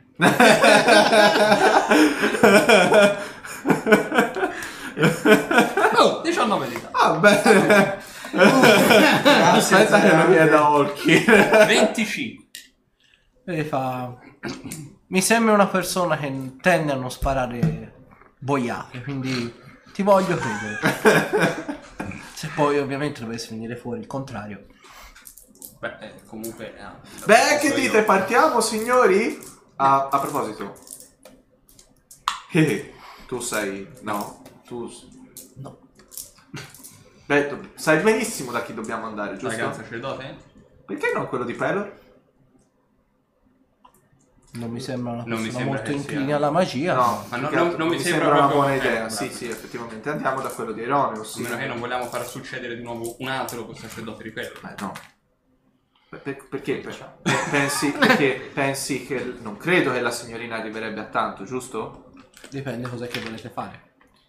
Oh, diciannove di età. Ah, bene. Aspetta che lo chieda a Orchi. venticinque. E fa... Mi sembra una persona che tende a non sparare boiate, quindi ti voglio credere. Se poi ovviamente dovesse venire fuori il contrario. Beh, eh, comunque... eh, Beh, che so dite? io. Partiamo, signori? A, a proposito. Eh, tu sai... No? Tu... No. Beh, do- sai benissimo da chi dobbiamo andare, giusto? Ragazza sacerdote? Perché non quello di Pelor? Non mi sembra una Non mi persona sembra molto che incline sia- alla magia. No, Ma più non- che non- altro non mi mi sembra sembra una proprio- buona eh, idea. bravo. Sì, sì, effettivamente. Andiamo da quello di Eronius. A Sì. meno che non vogliamo far succedere di nuovo un altro con sacerdote di quello. Beh, no. Per- per- perché? Per- pensi, perché pensi che... Non credo che la signorina arriverebbe a tanto, giusto? Dipende cos'è che volete fare.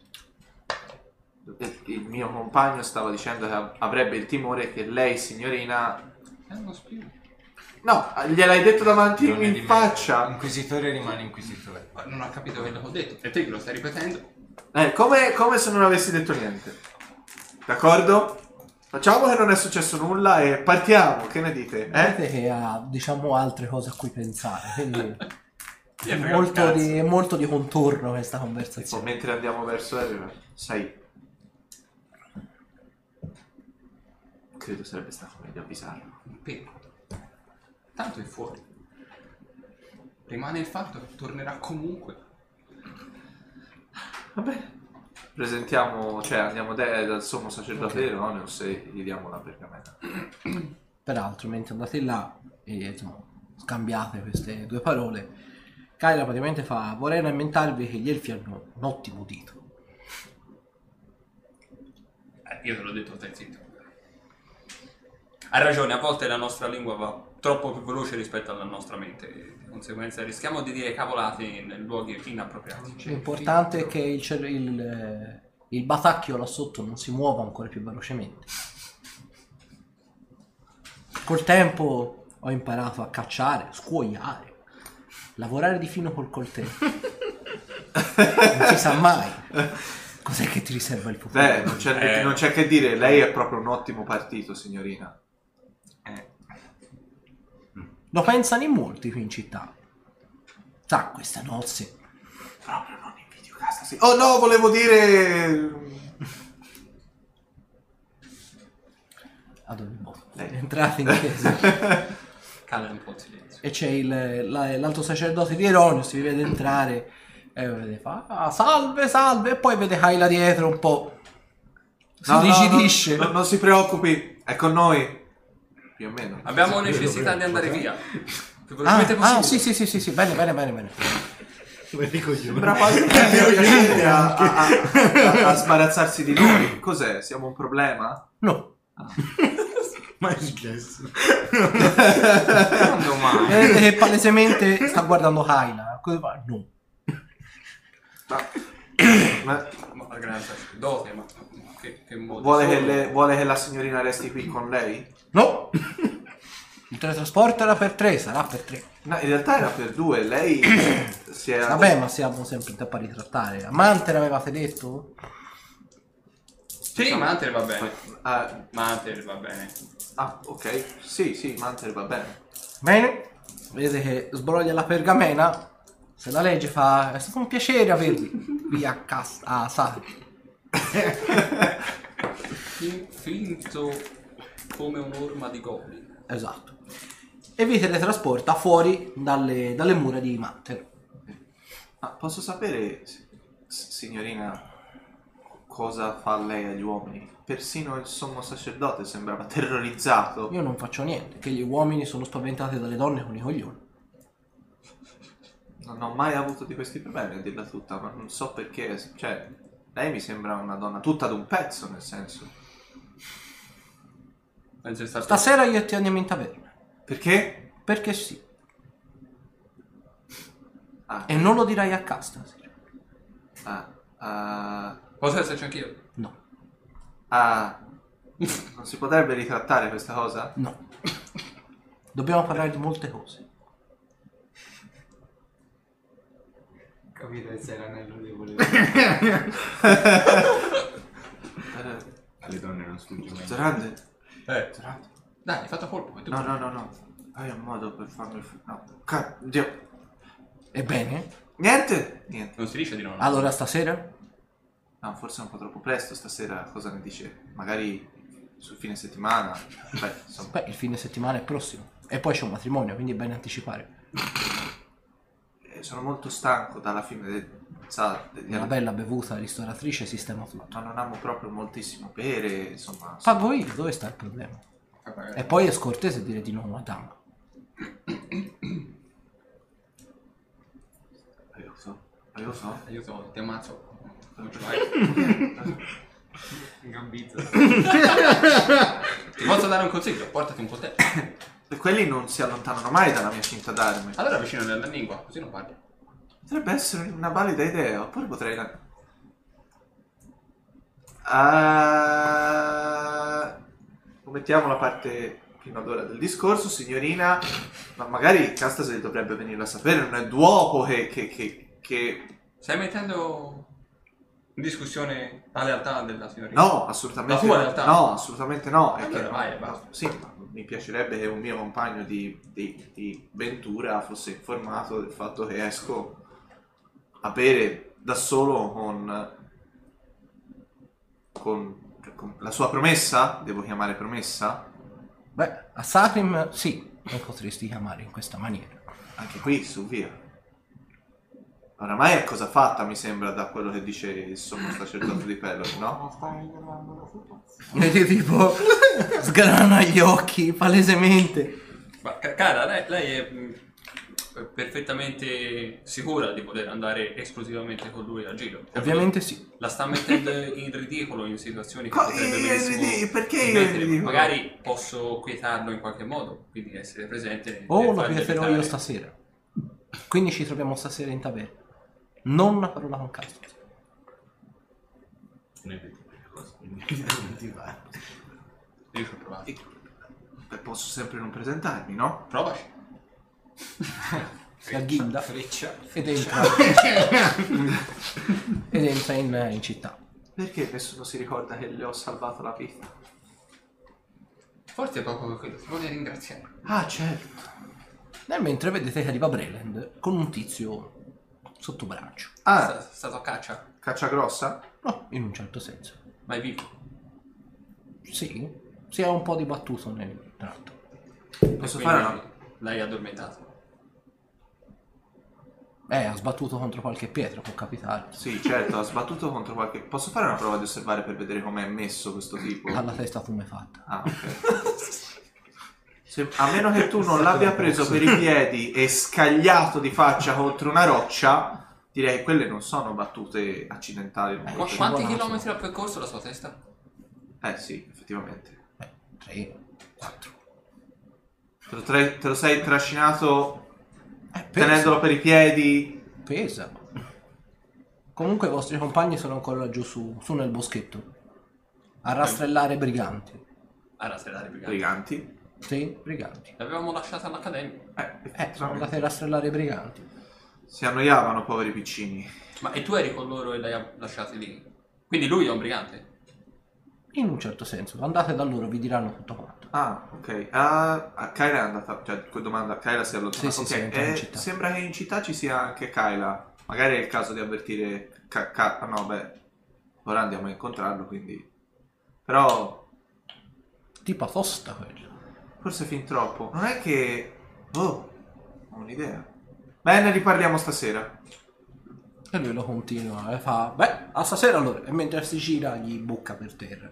Il mio compagno stava dicendo che avrebbe il timore che lei, signorina... È uno spirito. No, gliel'hai detto davanti Non è in di me. faccia. Inquisitore rimane inquisitore. Ma non ho capito quello che ho detto. E te che lo stai ripetendo? Eh, come, come se non avessi detto niente. D'accordo? Facciamo che non è successo nulla e partiamo, che ne dite? Eh? Vedete che ha, diciamo, altre cose a cui pensare, quindi Gli è frega un molto cazzo. di, è molto di contorno questa Tipo, conversazione. mentre andiamo verso Erevar, sai, credo sarebbe stato meglio avvisarlo. Però, tanto è fuori. Rimane il fatto che tornerà comunque. Va bene. Presentiamo, cioè andiamo de- dal sommo sacerdote di Ronius e gli diamo la pergamena. Peraltro, mentre andate là e insomma, scambiate queste due parole, Kyla praticamente fa: vorrei rammentarvi che gli elfi hanno un ottimo udito. Eh, io te l'ho detto, stai zitto. Hai ragione, a volte la nostra lingua va troppo più veloce rispetto alla nostra mente. Di conseguenza rischiamo di dire cavolate in luoghi inappropriati. L'importante è che il, cer- il, il batacchio là sotto non si muova ancora più velocemente. Col tempo ho imparato a cacciare, scuoiare, lavorare di fino col coltello. Non si sa mai cos'è che ti riserva il futuro. Beh, non c'è, Eh. non c'è che dire, lei è proprio un ottimo partito, signorina. Eh, Lo pensano in molti qui in città. Sa, queste nozze. Proprio non in videocast. Sì. Oh no, volevo dire... Ad ogni modo. Lei. Entrate in chiesa. cala un po' il silenzio. E c'è il, la- l'alto sacerdote di Eronius, vi vede entrare e vede fa "Ah, salve, salve", e poi vede Kyla dietro un po'. Si No, no, rigidisce. no, no, non si preoccupi, è con noi. Più o meno. Abbiamo necessità di andare via. Più Ah, velocemente possibile. ah, sì, sì, sì, sì, sì, bene, bene, bene, bene. Vedi coglione. Sembra quasi che abbia piacere a, a, a, a- a sbarazzarsi di noi. Cos'è? Siamo un problema? No. Ma è successo. Quando mai? Vedete che palesemente sta guardando Kyla. Cosa fa? No. Ma, ma Ma la grande sacerdote, ma che, che modo vuole, che sono? le- vuole che la signorina resti qui con lei? No. Il teletrasporto era per tre, sarà per tre. No, in realtà era per due. Lei si è... Vabbè, ma siamo sempre in tempo a ritrattare. Amante l'avevate detto? Sì, Manter va bene. Ah, Manter va bene. ah, ok. Sì, sì, Manter va bene. Bene. Vedete che sbroglia la pergamena. Se la legge fa: è stato un piacere avervi qui a casa. Ah, sa. Fin- Finto come un'orma di goblin. Esatto. E vi teletrasporta fuori dalle, dalle mura di Manter. Ma posso sapere, s- signorina, cosa fa lei agli uomini? Persino il sommo sacerdote sembrava terrorizzato. Io non faccio niente, che gli uomini sono spaventati dalle donne con i coglioni. Non ho mai avuto di questi problemi, a dirla tutta, ma non so perché. Cioè, lei mi sembra una donna tutta ad un pezzo, nel senso. Penso sia stato... Stasera io e te andiamo in taverna. Perché? Perché sì. Ah, E non lo dirai a Castasir. ah, ah, Posso esserci anch'io? No. ah. Non si potrebbe ritrattare questa cosa? No. Dobbiamo parlare di molte cose. Capite che sei l'anello di voler. Eh, Alle donne non sfugge mai. Zorande, Eh. Zorande. Dai, hai fatto colpo. e tu- No, no, no, no. Hai un modo per farmi... fu- No, Ca- Dio. Ebbene? Niente? Niente. Non si dice di no. no. Allora stasera? No, forse è un po' troppo presto stasera, cosa ne dice? Magari sul fine settimana? Beh, insomma. Beh, il fine settimana è prossimo. E poi c'è un matrimonio, quindi è bene anticipare. Eh, sono molto stanco dalla fine del... Sa, degli Una bella bevuta ristoratrice sistema tutto. Ma non amo proprio moltissimo bere, insomma... Pago io, dove sta il problema? Fai pagare. E poi è scortese dire di no a una dama. Aiuto, aiuto. Aiuto, ti ammazzo. Non ce l'hai. Gambizzo. Ti posso dare un consiglio? Portati un coltello. E quelli non si allontanano mai dalla mia cinta d'armi. Allora vicino nella lingua, così non parli. Potrebbe essere una valida idea, oppure potrei... Uh, mettiamo la parte prima d'ora del discorso, signorina, ma magari Castasir dovrebbe venirlo a sapere, non è d'uopo che... che, che, che... Stai mettendo in discussione la lealtà della signorina? No, assolutamente La tua no. lealtà? No, assolutamente no. È Allora che- vai e basta. Sì, ma mi piacerebbe che un mio compagno di, di, di Ventura fosse informato del fatto che esco a bere da solo con, con, con la sua promessa, devo chiamare promessa, Beh, a Sacrim sì, lo potresti chiamare in questa maniera. anche qui su via. Oramai è cosa fatta, mi sembra, da quello che dice il sommo sacerdote di Pelor, no? Vedi tipo sgrana gli occhi palesemente. Ma ca- cara, lei, lei è mh, perfettamente sicura di poter andare esclusivamente con lui a giro? Cioè, Ovviamente sì. la sta mettendo in ridicolo in situazioni che Co- potrebbe io benissimo in ridicolo? Perché io in mettere. ridicolo? Magari posso quietarlo in qualche modo, quindi essere presente O e lo fargli pieterò evitare- io stasera. Quindi ci troviamo stasera in taverna. Non una parola con Castro. Io ci ho provato. Beh, posso sempre non presentarmi, no? Provaci. Si agghinda Freccia. ed entra, ed entra in, in città. Perché nessuno si ricorda che le ho salvato la vita? Forse è proprio quello, ti vuole ringraziare. Ah, certo. Nel mentre vedete che arriva Breland con un tizio sotto braccio. È Ah, stato a caccia, caccia grossa? No, in un certo senso. ma è vivo. Sì, si è un po' dibattuto nel tratto. Posso E fare quindi una... l'hai addormentato. Eh, ha sbattuto contro qualche pietra, può capitare. Sì, certo, ha sbattuto contro qualche... Posso fare una prova di osservare per vedere com'è messo questo tipo? Ha la testa tumefatta. Ah, ok. Se- a meno che tu non l'abbia preso per i piedi e scagliato di faccia contro una roccia, direi che quelle non sono battute accidentali. non Qu- colpe- quanti buona chilometri ha percorso la sua testa? Eh sì, effettivamente. Eh, tre, quattro. Te lo, tra- te lo sei trascinato Eh, pesa, tenendolo per i piedi? pesa. Comunque i vostri compagni sono ancora laggiù su, su nel boschetto. A rastrellare briganti. A rastrellare i briganti. Briganti? Sì, briganti. L'avevamo lasciata all'accademia. Eh, Eh, sono effettivamente. andate a rastrellare i briganti. Si annoiavano, poveri piccini. Ma e tu eri con loro e li hai lasciati lì? Quindi lui è un brigante? In un certo senso. Andate da loro, vi diranno tutto quanto. Ah, ok. Ah, a Kyla è andata, cioè, domanda, Kyla si è allontanata. Sì, sì, Ok, sì, entra in eh, città. sembra che in città ci sia anche Kyla. Magari è il caso di avvertire... Ca- Ca- ah, no, beh, ora andiamo a incontrarlo, quindi... Però, Tipo tosta quello. forse fin troppo. Non è che... Oh, ho un'idea. Bene, riparliamo stasera. E lui lo continua e fa, beh, a stasera allora. E mentre si gira gli bucca per terra.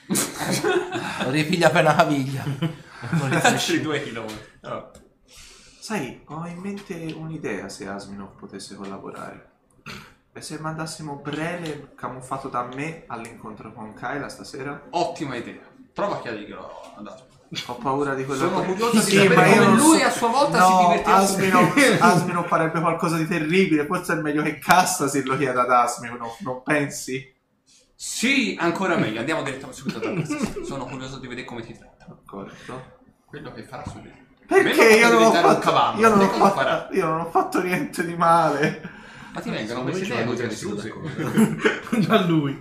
Lo ripiglia per una caviglia. Non Altri riesce. due chilometri. Oh. Sai, ho in mente un'idea se Asminov potesse collaborare. E se mandassimo Brele camuffato da me all'incontro con Kyla stasera? Ottima idea. Prova a chiarirglielo ad Asmo. Ho paura di quello Sono che... curioso di Sì, sapere ma io come non lui so- a sua volta no, si divertirà su Asminov, Asminov farebbe qualcosa di terribile. Forse è meglio che Castasir lo chieda ad Asminov, non pensi? Sì, ancora meglio. Andiamo direttamente subito da questo. Sono curioso di vedere come ti tratta. Corretto. Quello che farà subito. Perché Almeno io non, ho diventare un fatto, cavallo. io, non ho Vedi cosa fatto, farà. io non ho fatto niente di male. Ma ti vengono Secondo queste me idee ci così vanno astruse. Da lui.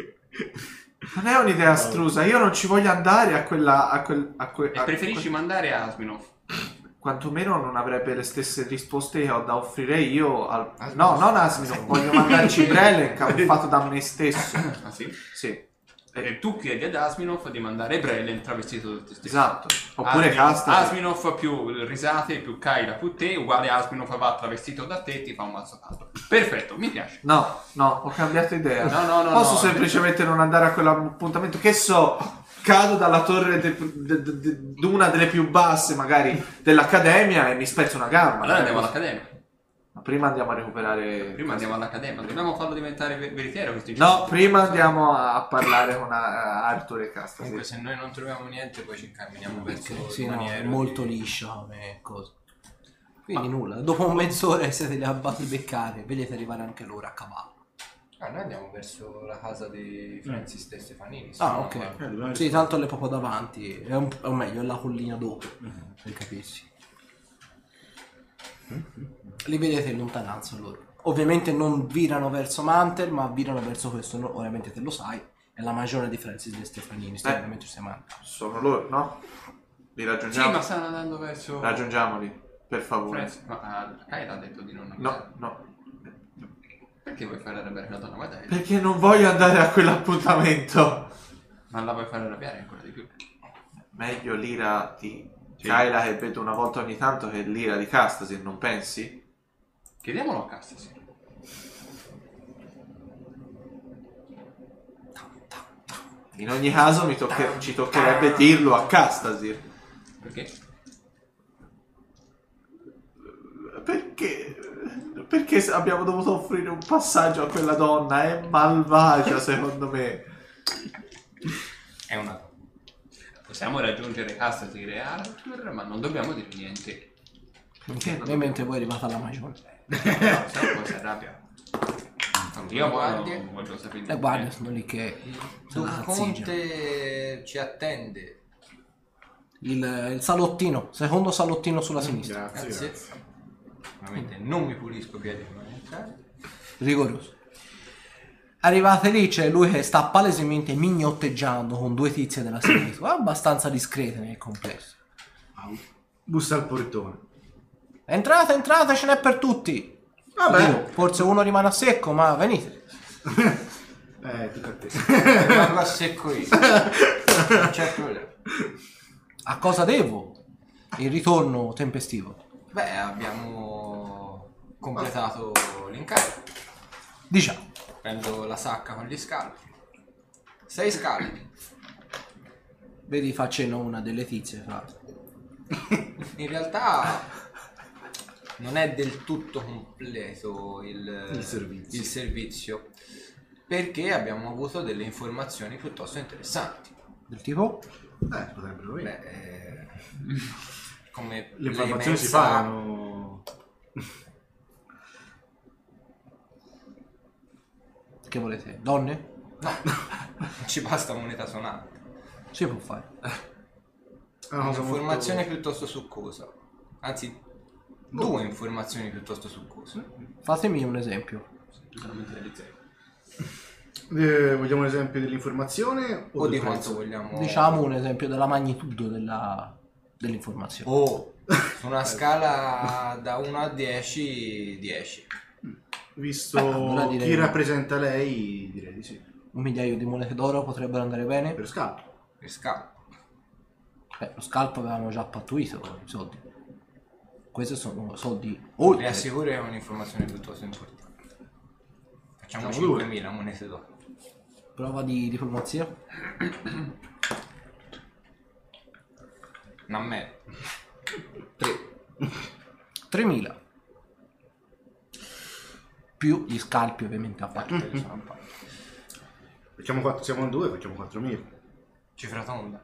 Non è un'idea astrusa, io non ci voglio andare a quella... A quel, a que- E a preferisci mandare Asminov? quantomeno non avrebbe le stesse risposte che ho da offrire io al... Asminov. No, non Asminov, voglio mandarci Brele camuffato da me stesso. Ah sì? Sì, E tu chiedi ad Asminov di mandare Brelen travestito da te stesso. esatto. Oppure Asminov, Casta. Asminov più risate più Kyla più te uguale Asminov va travestito da te e ti fa un mazzo caldo. Perfetto, mi piace. No, no, ho cambiato idea. No, no, no, Posso no. semplicemente non andare a quell'appuntamento? Che so, cado dalla torre de- de- de- de- di una delle più basse magari dell'accademia e mi spezzo una gamba. Allora andiamo Eh, all'accademia. Ma prima andiamo a recuperare... Prima andiamo all'accademia, dobbiamo farlo diventare ver- veritiero questo No, prima andiamo a parlare con a- Arthur e Casta. Comunque Sì. se noi non troviamo niente poi ci incamminiamo verso Sì, il no, maniero è molto di- liscio come cosa. Quindi nulla, dopo mezz'ora che siete lì a battere beccare, vedete arrivare anche loro a cavallo. Ah, noi andiamo verso la casa di Francis De Stefanini. Ah, no? ok. Eh, dobbiamo Sì, tanto è proprio davanti. È un, o meglio, è la collina dopo, per capirsi. Li vedete in lontananza loro. Ovviamente non virano verso Mantel, ma virano verso questo. No, ovviamente te lo sai. È la magione di Francis De Stefanini. Stai Eh. mentre sei Mantel. Sono loro, no? Li Sì, raggiungiamo? ma stanno andando verso... Raggiungiamoli, per favore. Francis, ma ah, Kyle ha detto di non No, no. Perché vuoi fare arrabbiare la donna Matilda? Perché non voglio andare a quell'appuntamento. Ma la vuoi fare arrabbiare ancora di più? Meglio l'ira di Sì. Kyla che vedo una volta ogni tanto che l'ira di Castasir, non pensi? Chiediamolo a cassa, sì. In ogni caso mi tocche- ci toccherebbe dirlo a Castasir. Perché? Perché? Perché se abbiamo dovuto offrire un passaggio a quella donna? È malvagia, secondo me. È una... Possiamo raggiungere Castasir e Arthur, ma non dobbiamo dire niente. Perché non E mentre voi arrivate alla magione. No, se no poi si arrabbia. Io poi guardie. non voglio sapere Le guardie sono lì che se la Duca cazzeggiano. Conte ci attende. Il, il salottino, secondo salottino sulla sinistra. Grazie, Grazie. grazie. Ovviamente non mi pulisco i piedi prima di entrare. Rigoroso. Arrivate lì, c'è lui che sta palesemente mignotteggiando con due tizie della sinistra, abbastanza discrete nel complesso. Bussa al portone. Entrate, entrate, ce n'è per tutti. Vabbè. Oddio, forse uno rimane a secco, ma venite. Eh, tutta a te. Rimango a secco io. Non c'è problema. A cosa devo il ritorno tempestivo? Beh, abbiamo completato l'incarico. Diciamo. Prendo la sacca con gli scalpi. Sei scalpi. Vedi, fa cenno una delle tizie, fa. In realtà non è del tutto completo il, Il servizio. il servizio, perché abbiamo avuto delle informazioni piuttosto interessanti. Del tipo? Eh, potrebbero avere. Beh, eh, come Le lei informazioni ben si sa, pagano. Che volete? Donne? No, non ci basta moneta sonante. Si può fare. È una cosa Un'informazione molto- piuttosto succosa. Anzi, due informazioni piuttosto succose. Fatemi un esempio. Solamente delle zero. Eh, vogliamo un esempio dell'informazione o, O di del quanto prezzo? vogliamo. Diciamo un esempio della magnitudo della, dell'informazione. Oh, su una scala da uno a dieci, dieci. Visto Beh, allora direi- chi rappresenta lei, direi di sì. Un migliaio di monete d'oro potrebbero andare bene. Per scalpo. Per scala. Beh, lo scalpo avevamo già pattuito i soldi. Questi sono soldi oltre. Vi assicuro è un'informazione piuttosto importante. Facciamo Facciamo due. cinquemila monete d'oro. Prova di diplomazia. Non a me. tre. tremila. Più gli scalpi ovviamente a parte. Che sono a parte. Facciamo quattro, siamo a due, facciamo quattromila. Cifra tonda.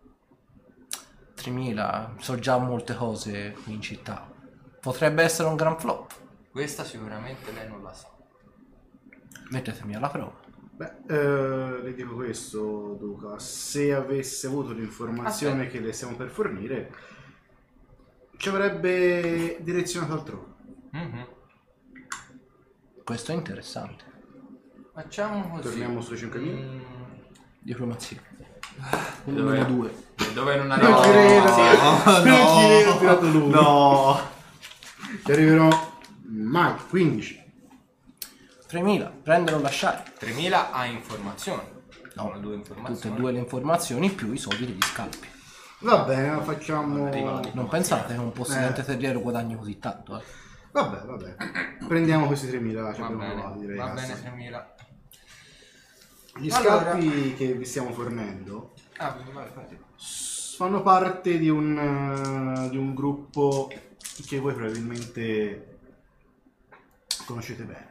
tremila, so già molte cose qui in città. Potrebbe essere un gran flop. Questa sicuramente lei non la sa. Mettetemi alla prova. Beh, eh, le dico questo, Duca. Se avesse avuto l'informazione Aspetta. che le stiamo per fornire, ci avrebbe direzionato altrove. Mhm. Questo è interessante. Facciamo così. Torniamo sui cinquemila? Mm, Diplomazia. Un Dove? numero due. Dove non Non arriva... ci credo, no, non ci credo, ho tirato lui. No. Ci arriverò mai, quindici. tremila, prendere o lasciare. tremila a informazioni. No, Sono due Tutte informazioni. e due le informazioni più i soldi degli scalpi. Va bene, facciamo... Non pensate che un possidente Eh. terriero guadagni così tanto, eh? Vabbè, vabbè. Prendiamo questi tremila, ci Va abbiamo bene, provato, direi. va cazzo. bene tremila. Gli Allora- scalpi che vi stiamo fornendo Ah, vai, fate. fanno parte di un, eh, di un gruppo che voi probabilmente conoscete bene.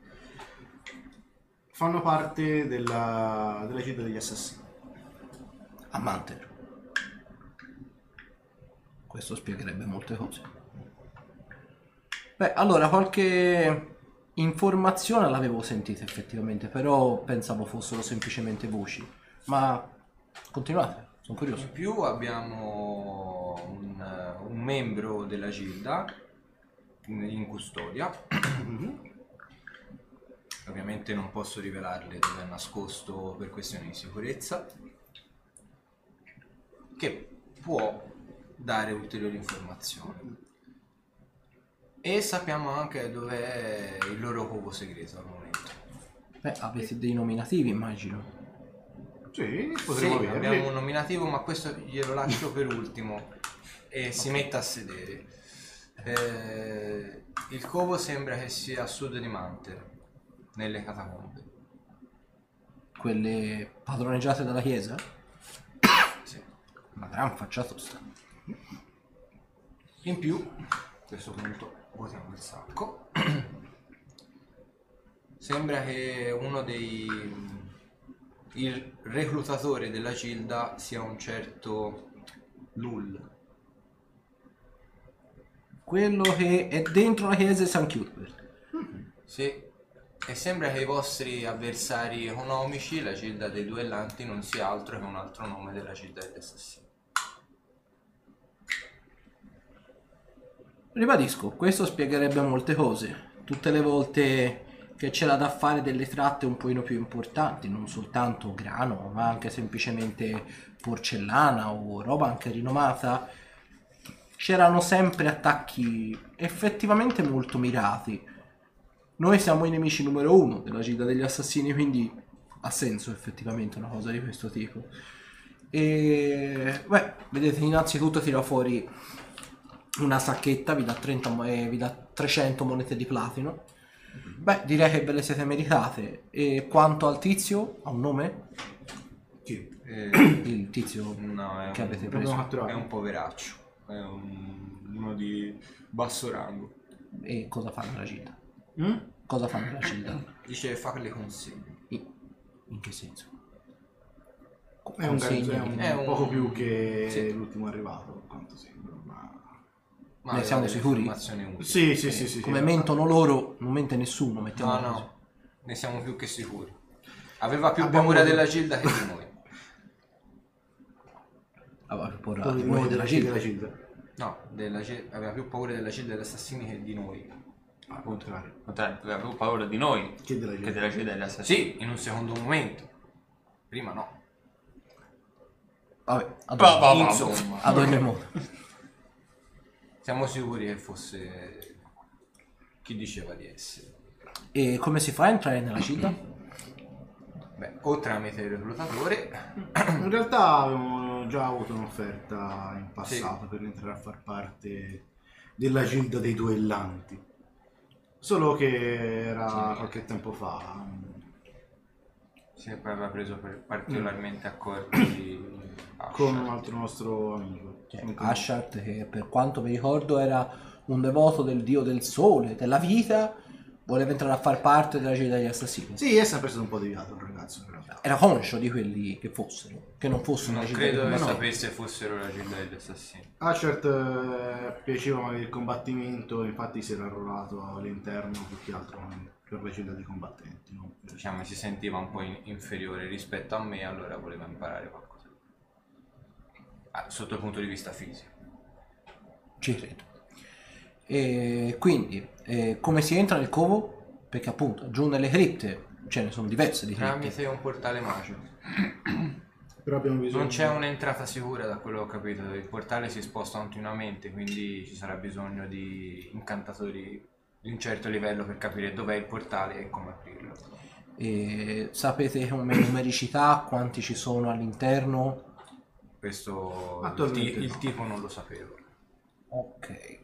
Fanno parte della, della Gilda degli Assassini. A Manter. Questo spiegherebbe molte cose. Beh, allora qualche informazione l'avevo sentita effettivamente, però pensavo fossero semplicemente voci. Ma continuate, sono curioso. In più abbiamo un, un membro della Gilda in, in custodia. Ovviamente non posso rivelarle dove è nascosto per questioni di sicurezza, che può dare ulteriori informazioni. E sappiamo anche dov'è il loro covo segreto al momento. Beh, avete dei nominativi, immagino. Sì, Sì, potremmo averli. abbiamo un nominativo, ma questo glielo lascio per ultimo e si metta a sedere. Eh, il covo sembra che sia a sud di Manter, nelle catacombe. Quelle padroneggiate dalla chiesa? Sì. Una gran faccia tosta. In più, a questo punto votiamo il sacco. Sembra che uno dei il reclutatore della Gilda sia un certo Lull. Quello che è dentro la chiesa di San Cuthbert. Sì. E sembra che i vostri avversari economici, la Gilda dei Duellanti, non sia altro che un altro nome della Gilda degli Assassini. Ribadisco, questo spiegherebbe molte cose. Tutte le volte che c'era da fare delle tratte un pochino più importanti, non soltanto grano, ma anche semplicemente porcellana o roba anche rinomata, c'erano sempre attacchi effettivamente molto mirati. Noi siamo i nemici numero uno della Gilda degli Assassini, quindi ha senso effettivamente una cosa di questo tipo. E beh, vedete, innanzitutto tira fuori una sacchetta, vi dà, trenta, eh, vi dà trecento monete di platino. Beh, direi che ve le siete meritate. E quanto al tizio, ha un nome? Chi? Eh, Il tizio no, è che un, avete Dobbiamo preso. catturare. è un poveraccio, è un- uno di basso rango. E cosa fa nella Gilda? Mm? Cosa fa nella Gilda? Dice fa le consigli. In, in che senso? Co- È un, consigli? è un, È un- poco più che sì. l'ultimo arrivato, quanto sembra. Ma... Ma Ne aveva siamo delle sicuri? informazioni utili. Sì, sì, sì, sì. Come sì, mentono loro, non mente nessuno, mettiamo No, così. no, ne siamo più che sicuri. Aveva più Abbiamo- paura della Gilda che di noi. Allora, più paura Noi di voi della Gilda. della Gilda. No, della Gilda, aveva più paura della Gilda degli Assassini che di noi. Al contrario. Aveva più paura di noi Che della Gilda. che della Gilda degli Assassini. Sì, in un secondo momento. Prima no. Vabbè, ad Va, ogni, va, va. Insomma, ad ogni modo. siamo sicuri che fosse chi diceva di essere. E come si fa a entrare nella Gilda? Beh, o tramite il reclutatore, In realtà avevamo già avuto un'offerta in passato per entrare a far parte della Gilda dei Duellanti. Solo che era qualche tempo fa. si poi aveva preso per particolarmente accordi di Con un altro nostro amico. Cioè, Non conosco. Ashart, che per quanto mi ricordo era un devoto del dio del sole, della vita, voleva entrare a far parte della Gilda degli Assassini. Sì, è sempre stato un po' deviato il ragazzo in realtà. Era conscio di quelli che fossero, che non fossero Non la Gilda credo degli che Assassini. sapesse fossero la Gilda degli Assassini. Ashert eh, piaceva magari il combattimento, infatti si era arruolato all'interno più che altro per la Gilda dei combattenti. No? Diciamo si sentiva un po' in- inferiore rispetto a me, allora voleva imparare qualcosa. Ah, sotto il punto di vista fisico. Ci credo. E quindi, eh, come si entra nel covo? Perché appunto, giù nelle cripte ce ne sono diverse di cripte. Tramite un portale magico. Però abbiamo bisogno. Non c'è un'entrata sicura da quello che ho capito, il portale si sposta continuamente, quindi ci sarà bisogno di incantatori di un certo livello per capire dov'è il portale e come aprirlo. E sapete come numericità, quanti ci sono all'interno? Questo il, Attualmente ti- il no. tipo non lo sapevo. Ok.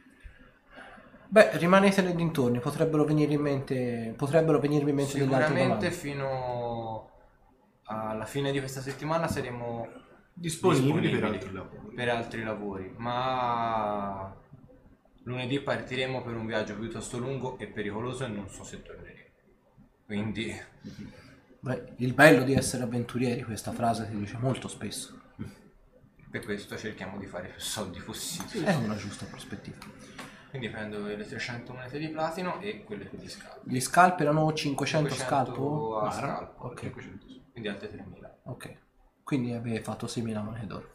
Beh, rimanete nei dintorni, potrebbero venire in mente, potrebbero venirmi in mente delle altre Sicuramente domande. fino alla fine di questa settimana saremo disponibili, per disponibili altri lavori. per altri lavori, ma lunedì partiremo per un viaggio piuttosto lungo e pericoloso e non so se torneremo. Quindi Beh, il bello di essere avventurieri, questa frase si dice molto spesso. per questo cerchiamo di fare più soldi possibili. È una giusta prospettiva. Quindi prendo le trecento monete di platino e quelle più di scalpo. Gli scalpi erano cinquecento cinquecento scalpo? a scalpo. Ok. cinquecento. Quindi altre tremila. Ok. Quindi avevi fatto seimila monete d'oro.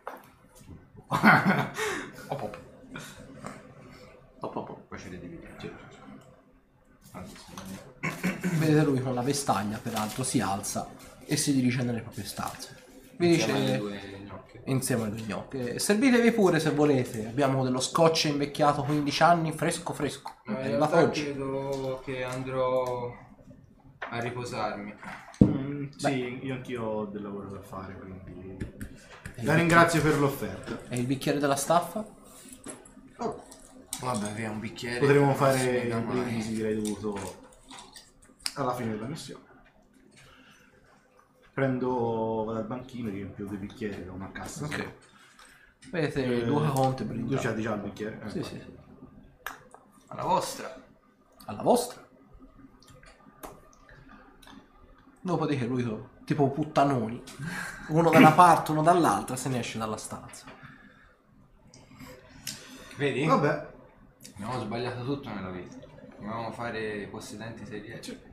Op, op. Op, op, op. Poi ce le dividiamo. Sì, sì, sì. Anzi, Vedete lui con la vestaglia, peraltro, si alza e si dirige nelle proprie stanze. Vi insieme alle dice due gnocche. insieme alle due gnocche: servitevi pure se volete. Abbiamo dello scotch invecchiato quindici anni, fresco fresco. Ma È in arrivato realtà oggi. credo che andrò a riposarmi. Mm, sì, io anch'io ho del lavoro da fare, quindi il la ringrazio per l'offerta. E il bicchiere della staffa? Oh, Vabbè, via un bicchiere. potremo non fare si i veda mai. brindisi, direi dovuto alla fine della missione. Prendo, vado al banchino, riempio due bicchieri da una cassa. Ok. solo. Vedete Eh, due conte Tu brindati. c'hai già il bicchiere? Eh, Sì, vai. sì, sì. Alla vostra. Alla vostra. Dopodiché lui, tipo puttanoni, uno da una parte, uno dall'altra, se ne esce dalla stanza. Vedi? Vabbè, Abbiamo sbagliato tutto nella vita. Dovevamo fare i possedenti serieti.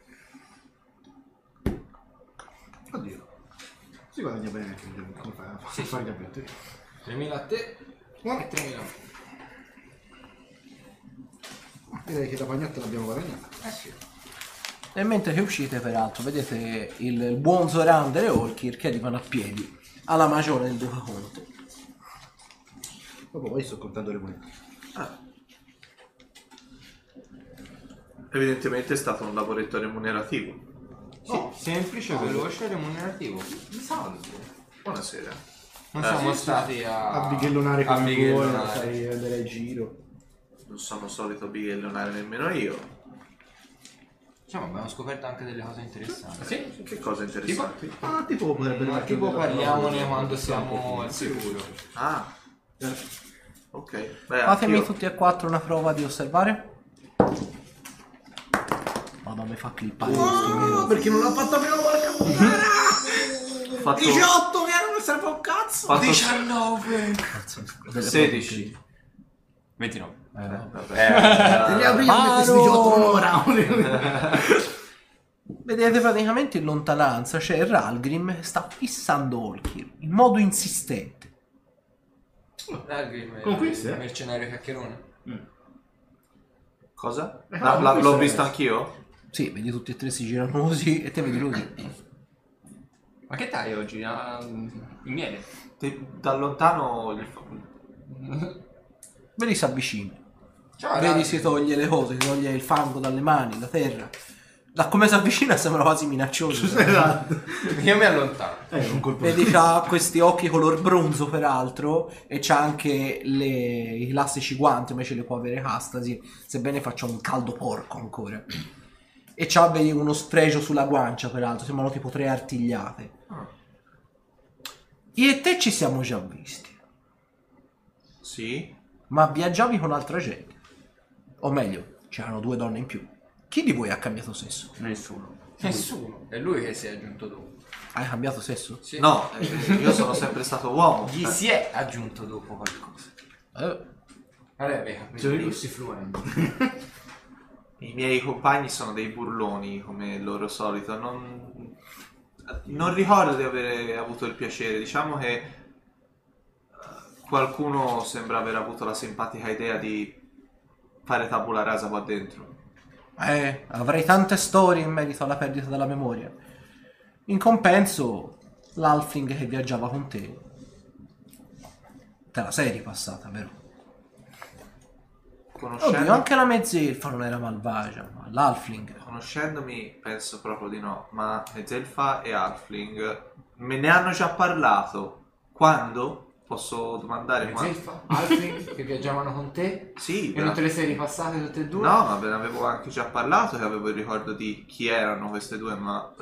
oddio. Si guadagna bene anche in gioco, come fai a Sì. fare gli avventori? tremila a te e tremila a me. Direi che la pagnotta l'abbiamo guadagnata. Eh sì. E mentre che uscite, peraltro, vedete il, il buon Zorander e Olkir che arrivano a piedi alla magione del Duca Conte. Dopo poi sto contando le monete. Ah. Evidentemente è stato un lavoretto remunerativo. Sì, semplice, veloce e remunerativo. Salve. Buonasera. Non Eh, siamo sì, sì. stati a... A bighellonare a come vuoi, bighellonare. sai, andare in giro. Non sono solito bighellonare nemmeno io. Diciamo, abbiamo scoperto anche delle cose interessanti. Sì? Che cose interessanti. Ah, tipo potrebbe Ma tipo parliamone quando siamo al sicuro. Ah, ok. Beh, Fatemi anch'io tutti e quattro una prova di osservare. Madonna, mi fa clippare No, perché non l'ha fatta prima volta? ho fatto diciotto, che non serve un cazzo! fatto diciannove. sedici. ventinove. Eh, vabbè. Eh, Devi aprire questi diciotto un'ora. Vedete praticamente in lontananza c'è il Ralgrim che sta fissando Olkir in modo insistente. Ralgrim, Con questo, eh? mercenario caccherone. cosa? Eh, La- no, la- questo l'ho è- visto anch'io? Sì, vedi tutti e tre si girano così e te vedi lui. Ma che tai oggi? Ah, il miele? Te- da lontano gli fa- Vedi si avvicina. Ciao, Vedi Ralgrim. si toglie le cose, si toglie il fango dalle mani, la terra. Da come si avvicina sembra quasi minaccioso. Esatto. Io mi allontano. Eh, un colpo Vedi c'ha questi occhi color bronzo peraltro e c'ha anche le, i classici guanti, invece le può avere Castasi, sebbene faccia un caldo porco ancora. E c'ha vedi uno spregio sulla guancia peraltro, sembrano tipo tre artigliate. Io e te ci siamo già visti, Sì? ma viaggiavi con altra gente. O meglio, c'erano due donne in più. Chi di voi ha cambiato sesso? Nessuno. Nessuno. È lui che si è aggiunto dopo. Hai cambiato sesso? Sì. No, eh, io sono sempre stato uomo. Gli Eh, si è aggiunto dopo qualcosa. Eh, Guarda, i capelli Cioè, io- rossi fluenti. I miei compagni sono dei burloni, come il loro solito. Non, non ricordo di aver avuto il piacere. Diciamo che eh, qualcuno sembra aver avuto la simpatica idea di fare tabula rasa qua dentro. Eh, avrei tante storie in merito alla perdita della memoria. In compenso, l'Halfling che viaggiava con te te la sei ripassata, vero? Conoscendo- Oddio, anche la mezzelfa non era malvagia, ma l'Halfling... Conoscendomi penso proprio di no, ma Zelfa e Halfling me ne hanno già parlato. Quando? Posso domandare quando? Zelfa, Alfring che viaggiavano con te Sì, e però- non te le sei ripassate tutte e due? No, ma ve ne avevo anche già parlato che avevo il ricordo di chi erano queste due, ma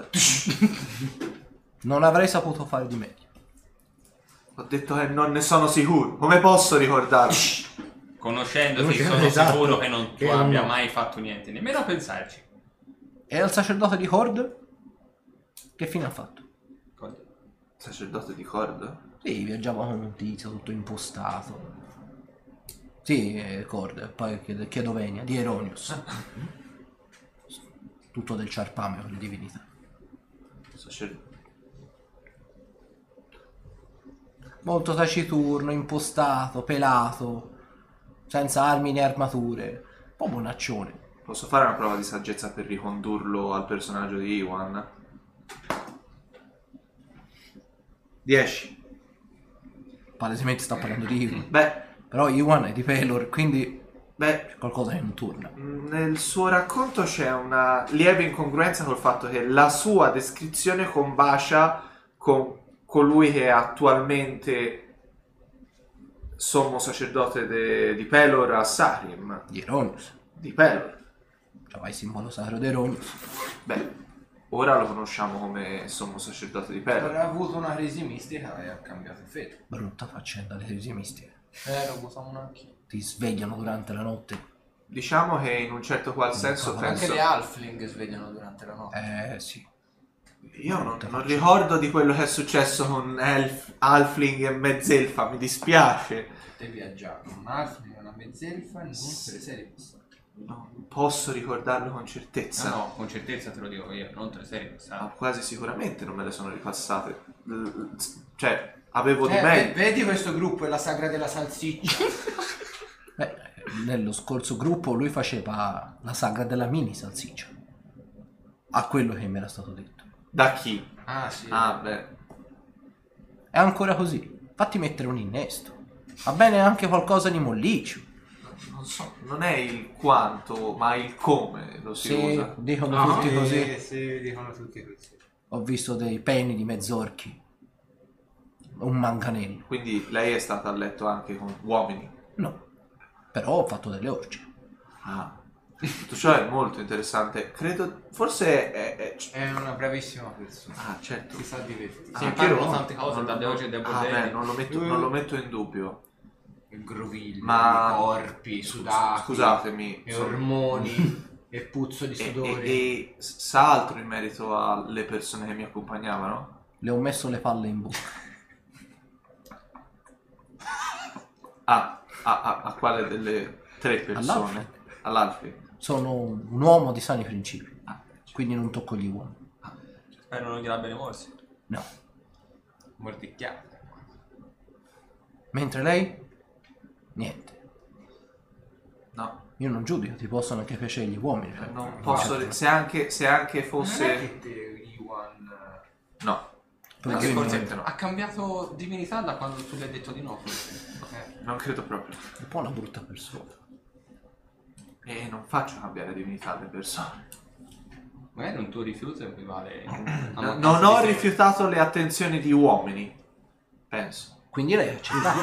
Non avrei saputo fare di meglio. ho detto che non ne sono sicuro. Come posso ricordarmi? Conoscendoti Conoscendo- sono esatto. sicuro che non tu Che abbia no. mai fatto niente, nemmeno a pensarci. E al sacerdote di Horde? Che fine ha fatto? Sacerdote di Cord? Sì, viaggiava con un tizio tutto impostato. Sì, eh, Cord, poi chiedo, chiedo venia, di Eronius. Tutto del ciarpame con le divinità. Sacerdote. Molto taciturno, impostato, pelato, senza armi né armature. Un po' bonaccione. Posso fare una prova di saggezza per ricondurlo al personaggio di Iwan? dieci. Palesemente sta parlando di Iwan. Beh, Però Iwan è di Pelor, quindi beh, c'è qualcosa che non torna. nel suo racconto c'è una lieve incongruenza col fatto che la sua descrizione combacia con colui che è attualmente sommo sacerdote de- di Pelor a Sarim. Di Eronius. Di Pelor. Cioè, vai simbolo sacro di Eronius. Beh, ora lo conosciamo come sommo sacerdote di Pelor. Avrà avuto una crisi mistica e ha cambiato fede. Brutta faccenda le crisi mistiche. Eh, lo usavamo anche. Ti svegliano durante la notte. Diciamo che in un certo qual senso Anche Anche penso... le halfling svegliano durante la notte. Eh sì. Io non, non ricordo di quello che è successo con Elf, Halfling e Mezzelfa, mi dispiace. Te viaggiare con un halfling, una mezzelfa e non per le serie passate. Non posso ricordarlo con certezza. No, no, con certezza te lo dico io, non te le serie Ma passate. quasi sicuramente non me le sono ripassate. L- Cioè, avevo di Eh, meglio. vedi questo gruppo, è la sagra della salsiccia. Beh, nello scorso gruppo lui faceva la sagra della mini salsiccia. A quello che mi era stato detto. Da chi? Ah, sì. Ah, beh. È ancora così. Fatti mettere un innesto. Va bene anche qualcosa di molliccio. Non so, non è il quanto, ma il come lo si Sì, usa. dicono No, tutti sì, così. sì, dicono tutti così. Ho visto dei peni di mezzorchi. Un manganello. Quindi lei è stata a letto anche con uomini. No. Però ho fatto delle orge. Ah. Tutto ciò è molto interessante. Credo, forse è... è- È una bravissima persona. Ah, certo. Si sa divertire. Ah, Si anche imparano no. tante cose Non- dalle non- oggi e dai ah, bordelli. beh, non lo metto, non lo metto in dubbio. Il groviglio, Ma- i corpi, sudati, Scusatemi. e sono- ormoni, e puzzo di E, sudore. e- e sa altro in merito alle persone che mi accompagnavano? Le ho messo le palle in bocca. Ah, a, a- a quale delle tre persone? All'Alfred. Sono un uomo di sani principi. Ah, Quindi non tocco gli uomini. Spero non gliel'abbia le morsi. No. Mordicchiate. Mentre lei? Niente. no, Io non giudico, ti possono anche piacere gli uomini. cioè, non non posso. certo. Se anche, se anche Non è fosse. che te, Iwan, No, Perché Probabilmente forse no. ha cambiato divinità da quando tu gli hai detto di no, forse. eh, non credo proprio. è un po' una brutta persona. E non faccio cambiare divinità alle persone. Magari un tuo rifiuto equivale a No- mancanza non di ho te. rifiutato le attenzioni di uomini. Penso. Quindi lei accetta.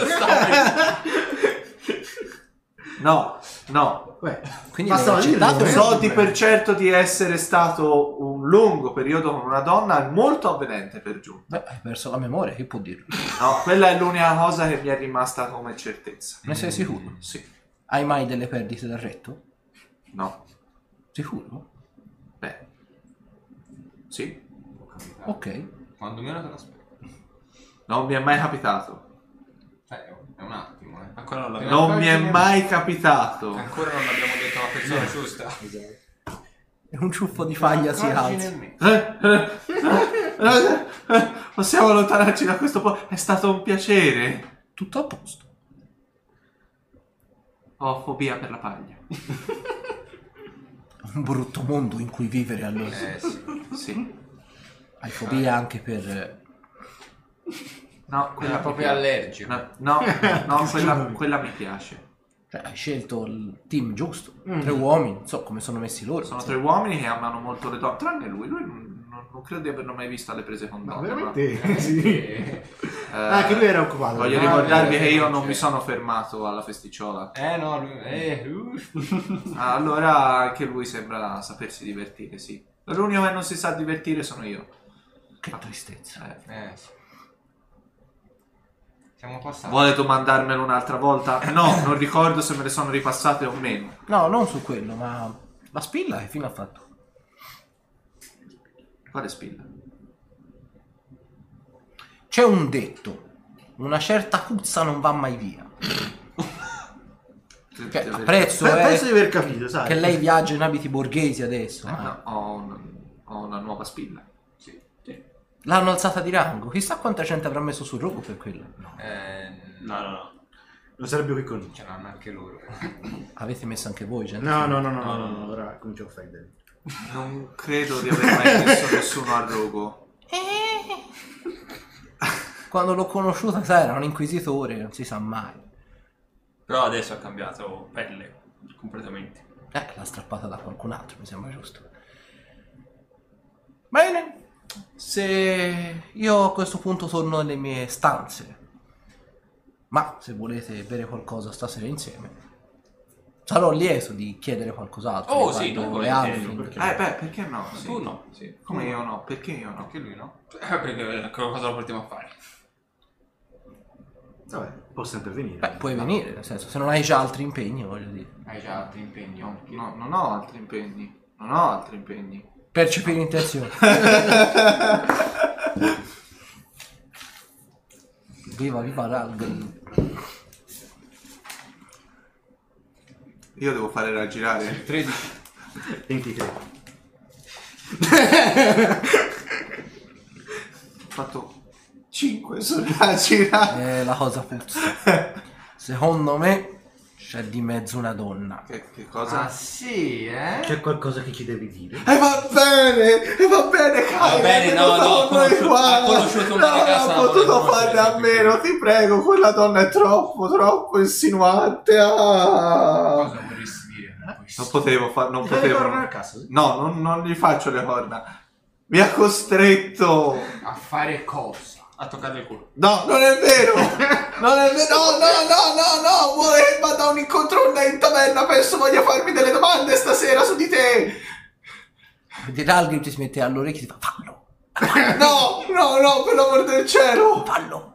No, no. Beh, Quindi lei ha bastava dirlo, accettato. eh. So di per certo di essere stato un lungo periodo con una donna molto avvenente per giunta. Beh, hai perso la memoria, che può dirlo? No, quella è l'unica cosa che mi è rimasta come certezza. Ne sei sicuro? Sì. Hai mai delle perdite dal retto? No. Sicuro? Beh. Sì. Ok. Quando meno te l'aspetto. Non mi è mai capitato. eh, è un attimo, eh. Ancora non l'abbiamo Non mi è mai capitato. Ancora non l'abbiamo detto alla persona giusta. E un ciuffo di faglia si Accorgi alza. nel me. Eh, eh, eh, eh, Possiamo allontanarci da questo po'. È stato un piacere. Tutto a posto. Ho fobia per la paglia. Un brutto mondo in cui vivere allora. Eh sì. Sì. Hai fobia anche per... No, quella Era mi proprio piace. allergico. No, no, no, quella, quella mi piace. Cioè, hai scelto il team giusto. Tre uomini, non so come sono messi loro. Sono insomma. tre uomini che amano molto le donne. Tranne lui. Lui non, non- non credo di averlo mai visto alle prese con Ma donne. veramente? Sì. Eh, Ah, che lui era occupato. Voglio Ah, ricordarvi beh, che io non non c'è. mi sono fermato alla festicciola. Eh no, lui... Eh, uh. Ah, allora anche lui sembra sapersi divertire, sì. L'unico che non si sa divertire sono io. Che tristezza. Eh. Eh sì. Siamo passati. Vuole domandarmelo un'altra volta? No, non ricordo se me le sono ripassate o meno. No, non su quello, ma la spilla che fine ha fatto? Quale spilla? C'è un detto, una certa puzza non va mai via. Che apprezzo Beh, è penso di aver capito, sai. che lei viaggia in abiti borghesi adesso. Eh, ma no, ho, un- ho una nuova spilla. Sì. Sì. L'hanno alzata di rango. Chissà quanta gente avrà messo sul rogo per quello. Eh, No, no, no. Non sarebbe qui con noi. ce l'hanno anche loro. Avete messo anche voi, gente? No, no, no, no, no, no, no, ora comincio a fare dentro. Non credo di aver mai messo nessuno al rogo. Quando l'ho conosciuta, sai, era un inquisitore, non si sa mai. Però adesso ha cambiato pelle completamente. Eh, l'ha strappata da qualcun altro, mi sembra giusto. Bene, se io a questo punto torno nelle mie stanze, ma se volete bere qualcosa stasera insieme, sarò lieto di chiedere qualcos'altro. Oh, sì, riguardo noi le volentieri, Halfling. perché- Eh beh, perché no? Sì. Tu no. Sì. Come io no? Perché io no? Anche lui no? Eh, perché cosa lo portiamo a fare? Vabbè, può sempre venire. Beh, puoi venire, nel senso, se non hai già altri impegni, voglio dire. Hai già altri impegni? No, no, non ho altri impegni. Non ho altri impegni. Percepire intenzioni. Viva, viva Ralgrim. Io devo fare raggirare. tredici. ventitré. Ho fatto cinque sul raggirare. Eh, la cosa puzza. Secondo me c'è di mezzo una donna. Che, che cosa? Ah sì, eh? C'è qualcosa che ci devi dire? E va bene, e va bene, Kyle, bene, no, no, ho conosciuto- ho conosciuto una no, ragazza, non ma ho potuto volevo farne conoscere a meno, ti prego, quella donna è troppo, troppo insinuante. Ah. Cosa vorresti dire con questo? Non potevo fare, non Ti fai potevo. corna a casa? No, non, non gli faccio le corna. Mi ha costretto. A fare cosa? A toccare il culo. No, non è vero. Non è vero. No, no, no, no, no. Vuole che vada a un incontro in taverna. Penso voglia farmi delle domande stasera su di te. Di Ralgrim ti si mette all'orecchio e ti fa fallo, No, no, no, per l'amor del cielo. fallo.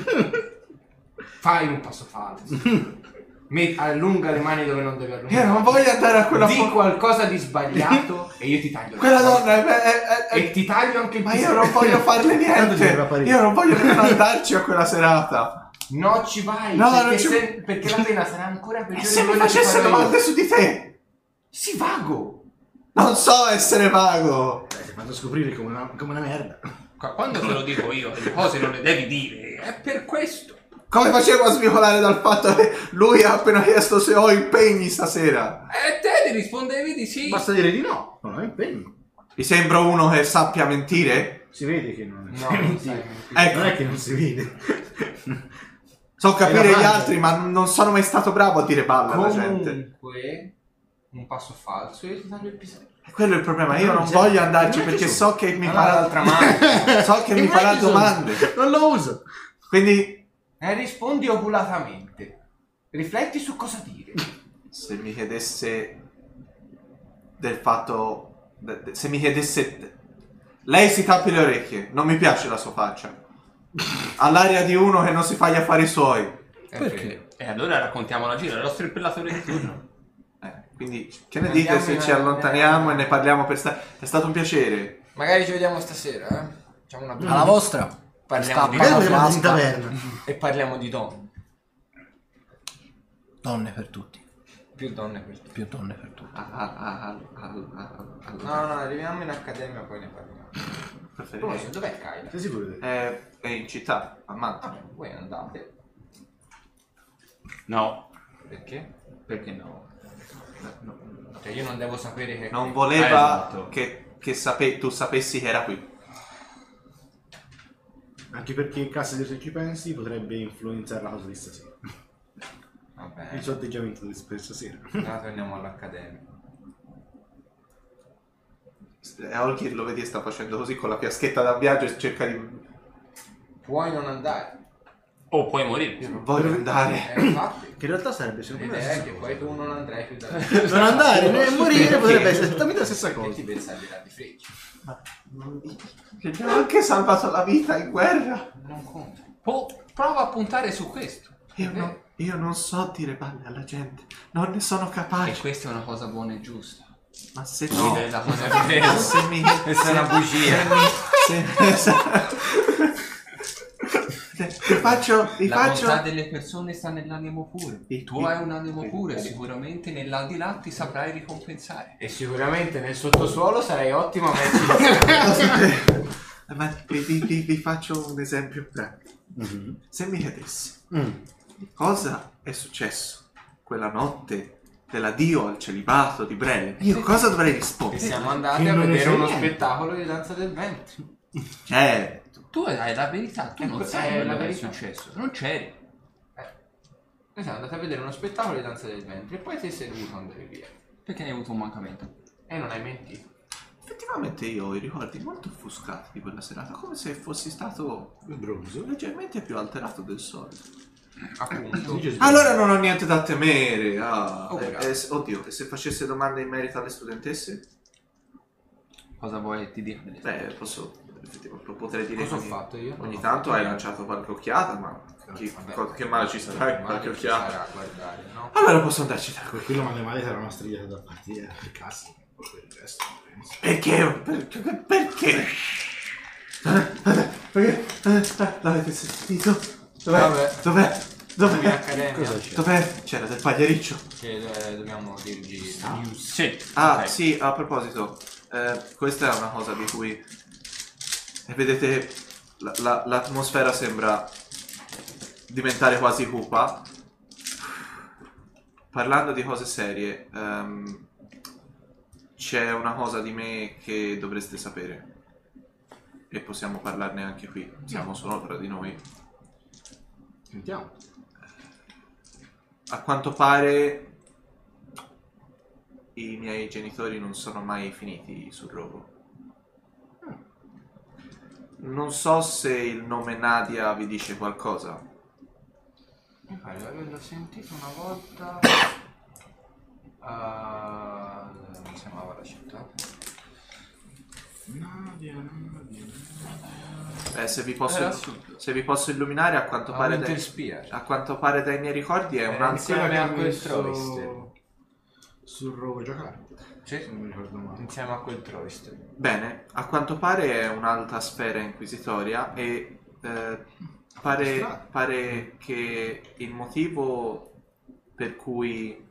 Fai un passo falso. Met- allunga le mani dove non devi Io allungare. non voglio andare a quella Di fo- qualcosa di sbagliato e io ti taglio. la Quella testa. donna è, è- è- E ti taglio anche il Ma io pisello. non voglio farle Tanto ci deve niente. apparire. Io non voglio nemmeno andarci a quella serata. No, ci vai. No, perché, non ci- se- perché la pena sarà ancora peggiore. E se di mi quella che facesse farò io. domande su di te? Si vago. Non so essere vago. Dai, ti fanno scoprire come una, come una merda. Qua- Quando te lo dico io, le cose non le devi dire. È per questo. Come facevo a svicolare dal fatto che lui ha appena chiesto se ho impegni stasera? E te ti rispondevi di sì. Basta dire di no, non ho impegno. Vi sembra uno che sappia mentire? Si vede che non è No, non sai mentire. mentire. Ecco. Non è che non si vede. So capire È la gli base. altri, ma non sono mai stato bravo a dire balle alla gente. Comunque, un passo falso e io ti taglio il pisello. E quello è il problema. Io non Sì. voglio andarci Non è perché che so che mi Non farà l'altra mano. So che E mi non è farà che sono- domande. Non lo uso. Quindi E rispondi oculatamente. Rifletti su cosa dire. se mi chiedesse del fatto de- de- se mi chiedesse lei si tappi le orecchie, non mi piace la sua faccia. Ha l'aria di uno che non si fa gli affari suoi. È Perché? vero. E allora raccontiamo la gira, il nostro impellatore di turno. Eh, quindi che ne dite Andiamo se in- ci allontaniamo e ne parliamo per sta- è stato un piacere. Magari ci vediamo stasera, eh? Facciamo una Alla vostra. Parliamo di Scappa Magari la potremmo in flasca. taverna. E parliamo di donne. Donne per tutti. Più donne per tutti. Più donne per tutti. Ah, ah, ah, ah, ah, ah, ah, No, no, arriviamo in accademia poi ne parliamo. preferirei. Proposito, dov'è Kyla? Sei sicuro di te? È, è in città, a Mantova. Vabbè, voi andate. No. Perché? Perché no? Cioè io non devo sapere che... Non Ah, voleva esatto. che, che sape- tu sapessi che era qui. Anche perché Cassidy, se ci pensi, potrebbe influenzare la cosa di stasera. Vabbè, Il suo atteggiamento di per stasera. allora torniamo all'accademia. E Olkir lo vedi sta facendo così con la piaschetta da viaggio e cerca di... Puoi non andare. O puoi morire. Io non voglio andare. Eh, infatti. Che in realtà sarebbe secondo me la L'idea è stessa che cosa. poi tu non andrai più da... Non andare né morire potrebbe essere esattamente la stessa Che ti cosa. pensavi di frecce? Che ti ho anche salvato la vita in guerra. Non conta. Po- prova a puntare su questo. Io, no- io non so dire balle alla gente. Non ne sono E capace. questa è una cosa buona e giusta. Ma se No. no... È la cosa Ma diversa. se mi... Questa è una bugia. Se mi... Se, se, faccio, vi La faccio... bontà delle persone sta nell'animo puro. Sì, Tu sì. hai un animo puro e sicuramente nell'aldilà ti saprai ricompensare. E sicuramente nel sottosuolo sarai ottimo a mettere. Ma vi, vi- vi- vi faccio un esempio pratico. Mhm. Se mi chiedessi Mm. cosa è successo quella notte dell'addio al celibato di Brele, io cosa dovrei E rispondere? siamo andati Che a non ne vedere sai uno niente. spettacolo di danza del ventre. Certo. Tu hai la verità, tu Ecco, non è sai la quello che è verità. successo. Non c'eri. Eh. Noi siamo andati a vedere uno spettacolo di danza del ventre e poi sei seduto andare via. Perché hai avuto un mancamento? E non hai mentito. Effettivamente io ho i ricordi molto offuscati di quella serata, come se fossi stato Bronzo. leggermente più alterato del solito. Appunto. Dice- Allora non ho niente da temere. Ah, Oh, eh, grazie. eh, s- oddio, e se facesse domande in merito alle studentesse? Cosa vuoi ti dire? Beh, posso effettivamente potrei dire Cosa ho che fatto io? ogni Non ho tanto fatto hai niente. lanciato qualche occhiata, ma chi- Vabbè. co- che male ci sarà in Male qualche ci occhiata? sarà a guardare, no? Allora posso andarci da qui. Per quello male male sarà una strigliata da partire per cazzo. Poi per il resto non penso. Perché? Perché? Perché? Perché? Eh, L'avete sentito? Dov'è? Vabbè. Dov'è? Qui in Dov'è? accademia Cosa c'è? Dov'è? C'era del pagliariccio. che eh, dobbiamo dirgli news. Sì. Ah, ok. sì, a proposito, eh, questa è una cosa di cui e vedete la- la- l'atmosfera sembra diventare quasi cupa. Parlando di cose serie, ehm, c'è una cosa di me che dovreste sapere e possiamo parlarne anche qui, siamo solo tra di noi. Sentiamo. A quanto pare i miei genitori non sono mai finiti sul rogo. Non so se il nome Nadia vi dice qualcosa. Mi pare di averlo sentito una volta. Uh, come si chiamava la città? Nadia, Nadia. Eh, se, vi posso, Era sud. se vi posso illuminare, a quanto, Ah, pare dai, Winterspire. a quanto pare dai miei ricordi è Era un'anziana. insieme a Quella che quel ha messo Troister. sul rogo giocare. Sì. Se non mi ricordo male. Insieme a quel Troister. Bene, a quanto pare è un'alta sfera inquisitoria e eh, pare, pare che il motivo per cui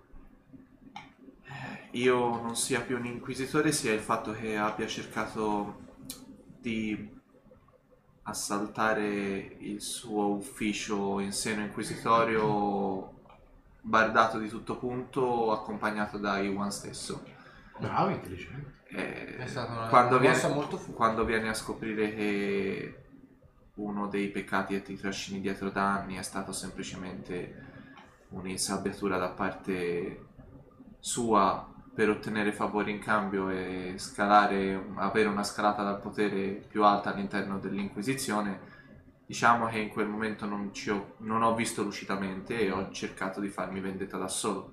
io non sia più un inquisitore sia il fatto che abbia cercato di assaltare il suo ufficio in seno inquisitorio bardato di tutto punto, accompagnato da Iwan stesso. Bravo, intelligente. Eh, È stata una quando, mossa viene, molto furba. quando viene a scoprire che uno dei peccati che ti trascini dietro da anni è stato semplicemente un'insabbiatura da parte sua per ottenere favori in cambio e scalare, avere una scalata dal potere più alta all'interno dell'Inquisizione, diciamo che in quel momento non, ci ho, non ho visto lucidamente e ho cercato di farmi vendetta da solo.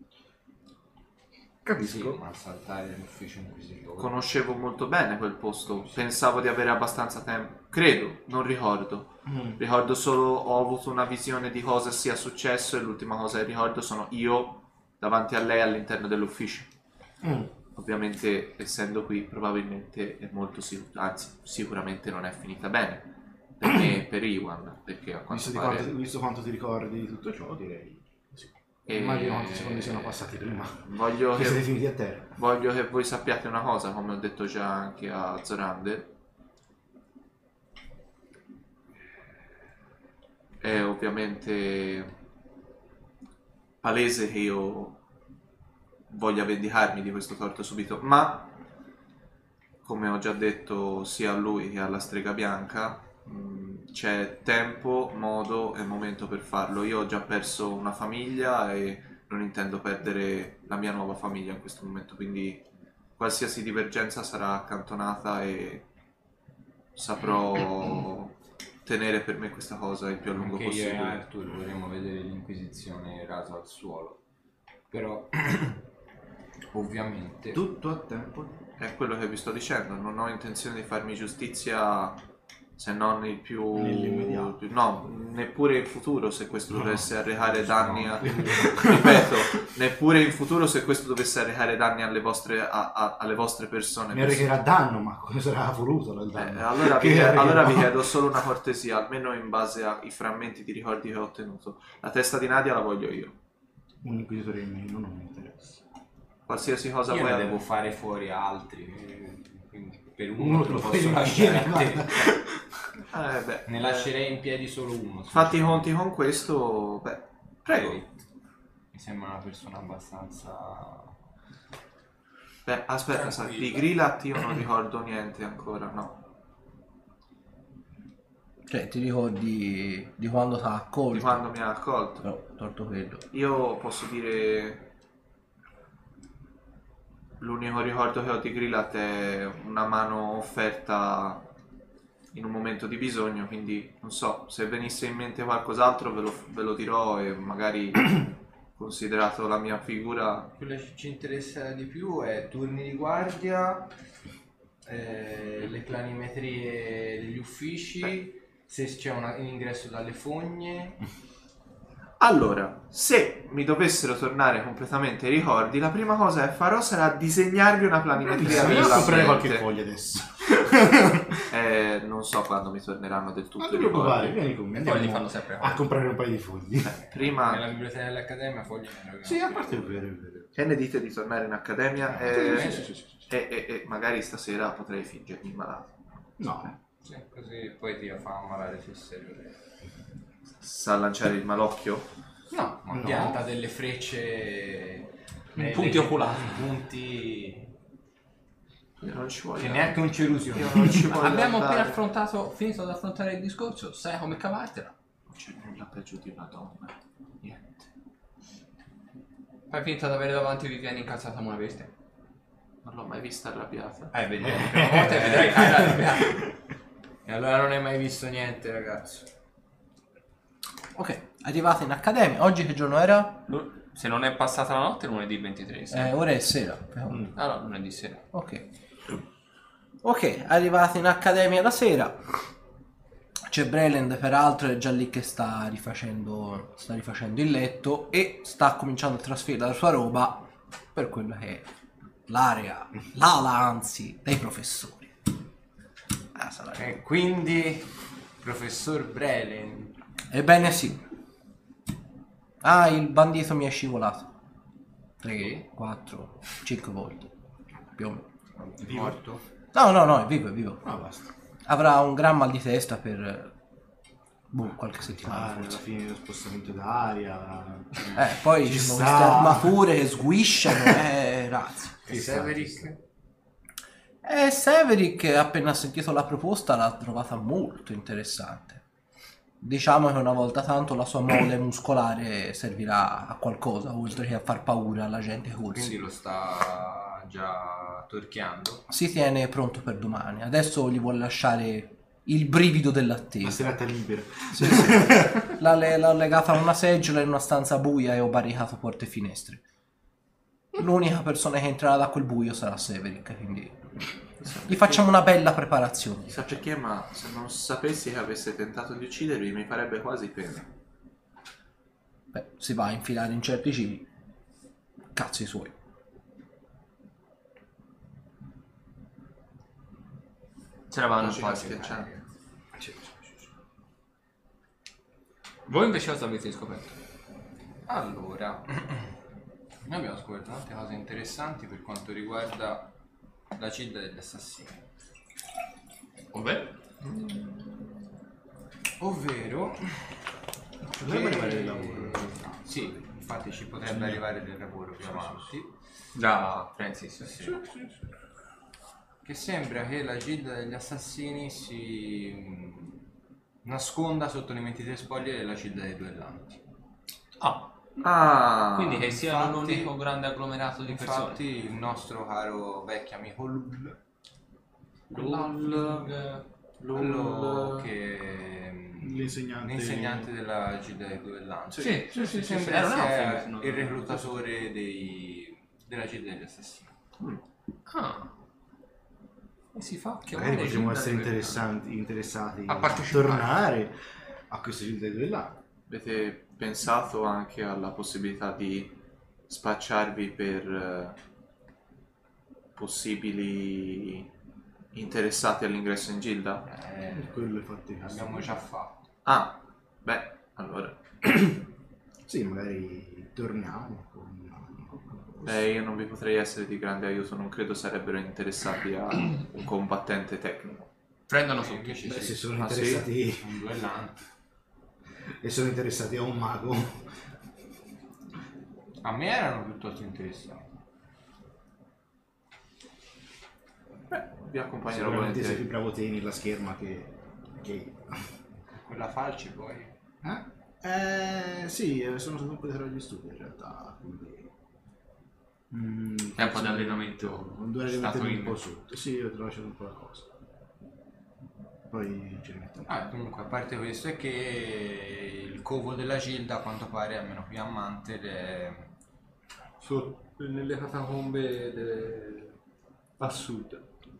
Capisco. Sì, ma saltare l'ufficio inquisitore. Conoscevo molto bene quel posto, pensavo di avere abbastanza tempo, credo, non ricordo. Mm. Ricordo solo, ho avuto una visione di cosa sia successo e l'ultima cosa che ricordo sono io davanti a lei all'interno dell'ufficio. Mm. Ovviamente, essendo qui, probabilmente è molto sicuro, anzi, sicuramente non è finita bene. Per me e per Iwan, perché a quanto Visto, di pare... quanto, visto quanto ti ricordi di tutto ciò, direi sì. E- Immagino quanti secondi siano passati prima. Voglio Che siete che, finiti a terra. voglio che voi sappiate una cosa, come ho detto già anche a Zorander. È ovviamente palese che io voglia vendicarmi di questo torto subito, ma come ho già detto sia a lui che alla strega bianca, mh, c'è tempo, modo e momento per farlo. Io ho già perso una famiglia e non intendo perdere la mia nuova famiglia in questo momento, quindi qualsiasi divergenza sarà accantonata e saprò tenere per me questa cosa il più a lungo Anche io e possibile. Arthur vorremmo vedere l'Inquisizione rasa al suolo. Però, ovviamente... Tutto a tempo. È quello che vi sto dicendo, non ho intenzione di farmi giustizia se non il più, Nell'immediato. più- no, neppure in futuro se questo dovesse arrecare danni a, ripeto, neppure in futuro se questo dovesse arrecare danni alle vostre, a- a- alle vostre persone. Mi arrecherà danno, ma come sarà voluto il Eh, danno? allora, vi, Che chiedo- allora vi arrecherà? chiedo solo una cortesia, almeno in base ai frammenti di ricordi che ho ottenuto. La testa di Nadia la voglio io. Un inquisitore in meno non mi interessa. Qualsiasi cosa Io vuoi. ne devo fare fuori altri. eh, Quindi per uno, Uno te lo te lo posso puoi lasciare a rimanere, te. Eh, beh, Ne lascerei in piedi solo uno. fatti i sinceramente. conti con questo, beh, prego. Mi sembra una persona abbastanza... Beh, aspetta, sa- Tranquilla. di Grillat io non ricordo niente ancora, no. Cioè, ti ricordi di quando ti ha accolto? Di quando mi ha accolto. Però, tolto quello. Io posso dire... L'unico ricordo che ho di Grillat è una mano offerta in un momento di bisogno, quindi non so, se venisse in mente qualcos'altro ve lo, ve lo dirò e magari considerato la mia figura... Quello che ci interessa di più è turni di guardia, eh, le planimetrie degli uffici, se c'è una- un ingresso dalle fogne. Allora, se mi dovessero tornare completamente i ricordi, la prima cosa che farò sarà disegnarvi una planimetria Andiamo a comprare qualche dell'ambiente. foglia adesso. Eh, non so quando mi torneranno del tutto Non i ti preoccupare, ricordi. vieni con me. Poi li Andiamo fanno sempre a comprare un paio di fogli. Prima, Nella biblioteca dell'Accademia foglie ne erogano. Sì, a parte è vero, è vero. che ne dite di tornare in accademia? E, Sì, sì, sì, sì, sì. e- e- e magari stasera potrei fingermi malato. No, Sì, così poi ti fa ammalare sul serio. Sa lanciare il malocchio? No, ma No. pianta delle frecce... In punti oculari. in punti... Io non ci voglio. Che neanche un cerusio. Io non ci voglio Abbiamo andare. appena affrontato, finito di affrontare il discorso, sai come cavartela? Non c'è nulla peggio di una donna. Niente. Fai finta di avere davanti Viviane incazzata come una bestia. Non l'ho mai vista arrabbiata. Eh, vedi, la prima volta vedrai che hai arrabbiato. E allora non hai mai visto niente, ragazzo. Ok, arrivate in accademia. Oggi che giorno era? Lu- Se non è passata la notte, lunedì ventitré. sì. Eh, ora è sera. Ah no, lunedì sera. Ok. Ok, arrivati in accademia la sera. C'è Breland, peraltro, è già lì che sta rifacendo, sta rifacendo il letto e sta cominciando a trasferire la sua roba per quella che è l'area, l'ala anzi, dei professori. Ah, sarà- E quindi, professor Brelen, Ebbene sì. Ah, il bandito mi è scivolato. tre, quattro, cinque volte. Più o meno. morto? No, no, no, è vivo, è vivo. no, basta. Avrà un gran mal di testa per boh, qualche settimana Ah, alla forse. fine dello spostamento d'aria. Eh, poi Ci ci sono sta. queste armature che sguisciano, eh, razzi. E Severick? E Severick, appena sentito la proposta, l'ha trovata molto interessante. Diciamo che una volta tanto la sua mole muscolare servirà a qualcosa, oltre che a far paura alla gente corsi. Quindi lo sta già torchiando? Si tiene pronto per domani. Adesso gli vuole lasciare il brivido La dell'attesa. serata libera. L'ha, le- l'ha legata a una seggiola in una stanza buia e ho barricato porte e finestre. L'unica persona che entrerà da quel buio sarà Severick, quindi gli facciamo una bella preparazione. Sa perché, ma se non sapessi che avesse tentato di uccidervi mi farebbe quasi pena. Beh, si va a infilare in certi cibi. Cazzi suoi. Ce ne vanno Ci poi. sta schiacciando. Voi invece cosa avete scoperto? Allora, noi abbiamo scoperto tante cose interessanti per quanto riguarda la Gilda degli Assassini. Ovvero? Ovvero... Dovrebbe arrivare del lavoro. Sì, infatti ci potrebbe arrivare del lavoro più avanti. Già, Francis. Sì. Che sembra che la Gilda degli Assassini si mh, nasconda sotto le mentite spoglie della Gilda dei Duellanti. Ah, Ah, quindi che sia infatti- l'unico grande agglomerato di persone. Infatti il nostro caro vecchio amico Lul, Lul, quello Lul, che mh, L'insegnante. l'insegnante della Gilda dei Duellanti, Sì, sì, sì, sì, sembra sì, era un sia affare, se non- il reclutatore dei, della Gilda degli Assassini. Ah, E si fa chiamare Magari potremmo Gilda essere di Verona. interessanti, interessati A a partecipare. tornare a questa gilda di duellanti. Avete pensato anche alla possibilità di spacciarvi per eh, possibili interessati all'ingresso in gilda? Eh, Quello infatti l'abbiamo già fatto. Ah, beh, allora. Sì, magari torniamo con... Beh, io non vi potrei essere di grande aiuto, non credo sarebbero interessati a un combattente tecnico. Prendono Sì, su. invece Beh, sì, se sono Ah, sì? interessati un duellante. e sono interessati a un mago, A me erano piuttosto interessati. Beh, vi accompagnerò sicuramente sei più volentieri. bravo te nella scherma che... che... Quella falce poi. Eh? Eh, sì, eh, sono stato un po' dietro agli studi in realtà, quindi... Mm, È un po' di allenamento dovrei stato mettermi in- un po' sotto. Sì, io ti ho lasciato un po' la cosa. Poi ce ne mettiamo. Ah, comunque, a parte questo, è che il covo della Gilda, a quanto pare, almeno qui a Mantel, è Su- nelle catacombe de- a sud.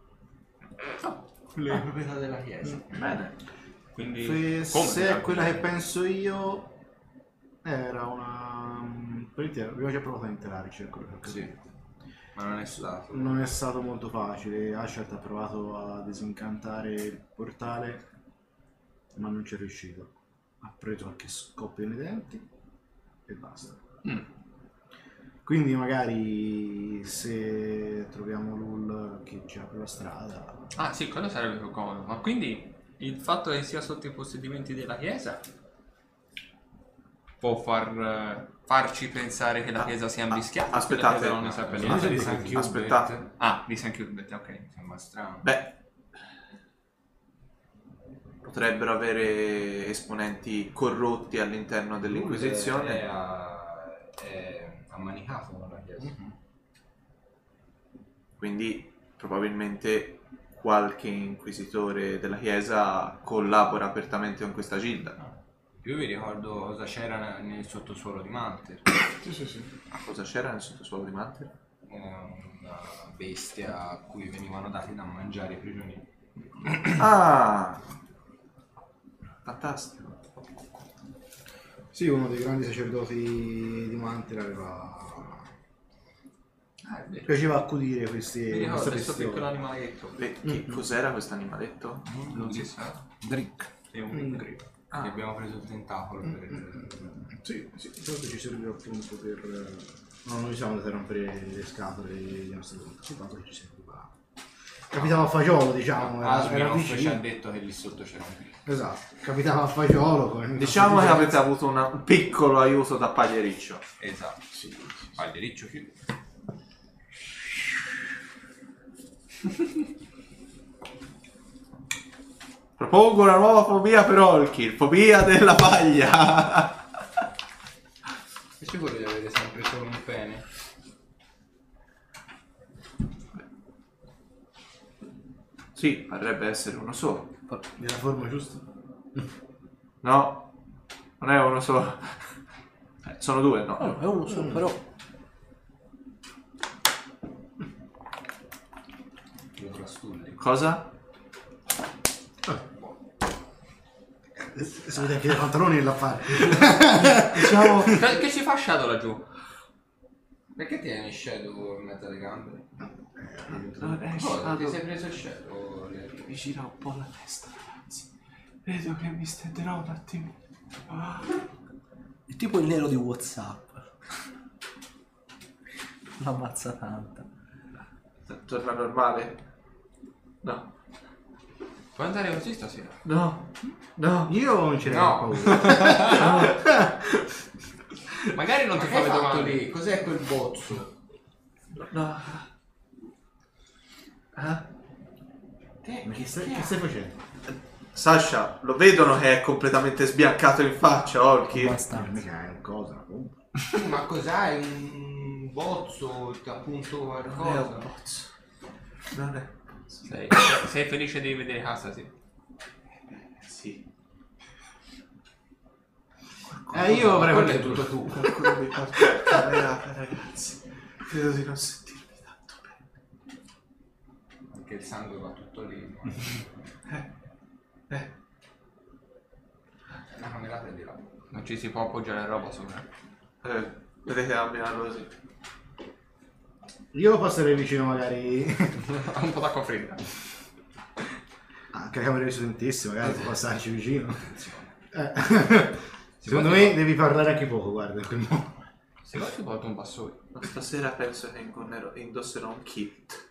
la proprietà della chiesa. Bene. Quindi Se, come? se è quella che penso io, era una... Abbiamo già provato a entrarci, è quello che ho capito. Sì. Ma non è stato. Non è stato molto facile. Ashat ha provato a disincantare il portale, ma non ci è riuscito. Ha preso qualche scoppio nei denti e basta. Mm. Quindi magari se troviamo Lul che ci apre la strada. Ah sì, quello sarebbe più comodo. Ma quindi il fatto che sia sotto i possedimenti della chiesa può far, farci pensare che la chiesa sia ammischiata? Ah, aspettate. La chiesa non ne sappia Ah, niente. di San Hubert. Aspettate. Ah, di San Hubert, ok. Sembra strano. Beh, potrebbero avere esponenti corrotti all'interno È, dell'Inquisizione. a- è ammanicato con la chiesa. Quindi probabilmente qualche inquisitore della Chiesa collabora apertamente con questa gilda. Io vi ricordo cosa c'era nel, nel sottosuolo di Manter. Sì, sì, sì. Cosa c'era nel sottosuolo di Manter? Eh, Una bestia a cui venivano dati da mangiare i prigionieri. Ah! Fantastico. Sì, uno dei grandi sacerdoti di Manter aveva... Ah, è vero. piaceva accudire questi... Mi ricordo questa il suo bestiole. piccolo animaletto. Beh, che cos'era questo animaletto? Non si sa. Drick. È un Mm. grip. Ah. Che abbiamo preso il tentacolo per... Sì, sì, di solito ci serve appunto per... eh, No, non diciamo andati a rompere le scatole dei nostri conti, soltanto che ci serviva... Capitava a fagiolo, diciamo, era, era Asminov ci ha vicino. detto che lì sotto c'era un grip. Esatto, capitava a fagiolo. Con Diciamo che avete avuto una- un piccolo aiuto da Pagliericcio. Esatto. Sì, sì, sì. Pagliericcio chiuso. Propongo una nuova fobia per Olkir, fobia della paglia. È sicuro di avere sempre solo un pene? Sì, parrebbe essere uno solo. Nella forma giusta? No, non è uno solo. Eh, Sono due, no. Oh, è uno solo, però. Lo trastulli. Cosa? Si vede anche dei pantaloni nell'affare. Diciamo... Che che ci fa Shadow laggiù? Perché tieni Shadow in mezzo alle gambe? Non è Cosa? Ti Shadow. sei preso il Shadow? Mi gira un po' la testa, ragazzi. Vedo che mi stenderò un attimo. Ah. È tipo il nero di WhatsApp. L'ammazza tanta. Torna normale? No. Puoi andare così stasera? No. No. Io non ce n'ho No. paura. Magari non ti fa le domande. lì? Cos'è quel bozzo? No. Ah? Ma che stai, che stai facendo? Sasha, lo vedono che è completamente sbiancato in faccia, Olkir? Abbastanza. Mica è una cosa, una bomba. Ma cos'hai? Un bozzo? Appunto Non è un qualcosa? pozzo. Non è. Sei, sei felice di vedere casa, sì. Sì. Eh, io avrei Quello è fatto tutto tu. Qualcuno mi porta in camerata, ragazzi. Credo di non sentirmi tanto bene. Perché il sangue va tutto lì. Eh. Eh. La camerata è di là. Non ci si può appoggiare roba sopra. Eh, vedete camminare così. Io passerei vicino magari Un po' d'acqua fredda. anche alla camera dei studentessi, magari può passarci vicino. Eh. Si Secondo può me dire- devi parlare anche poco, guarda, in quel modo. Se vuoi ti porto un vassone. Ma stasera penso che inconnerò- indosserò un kilt.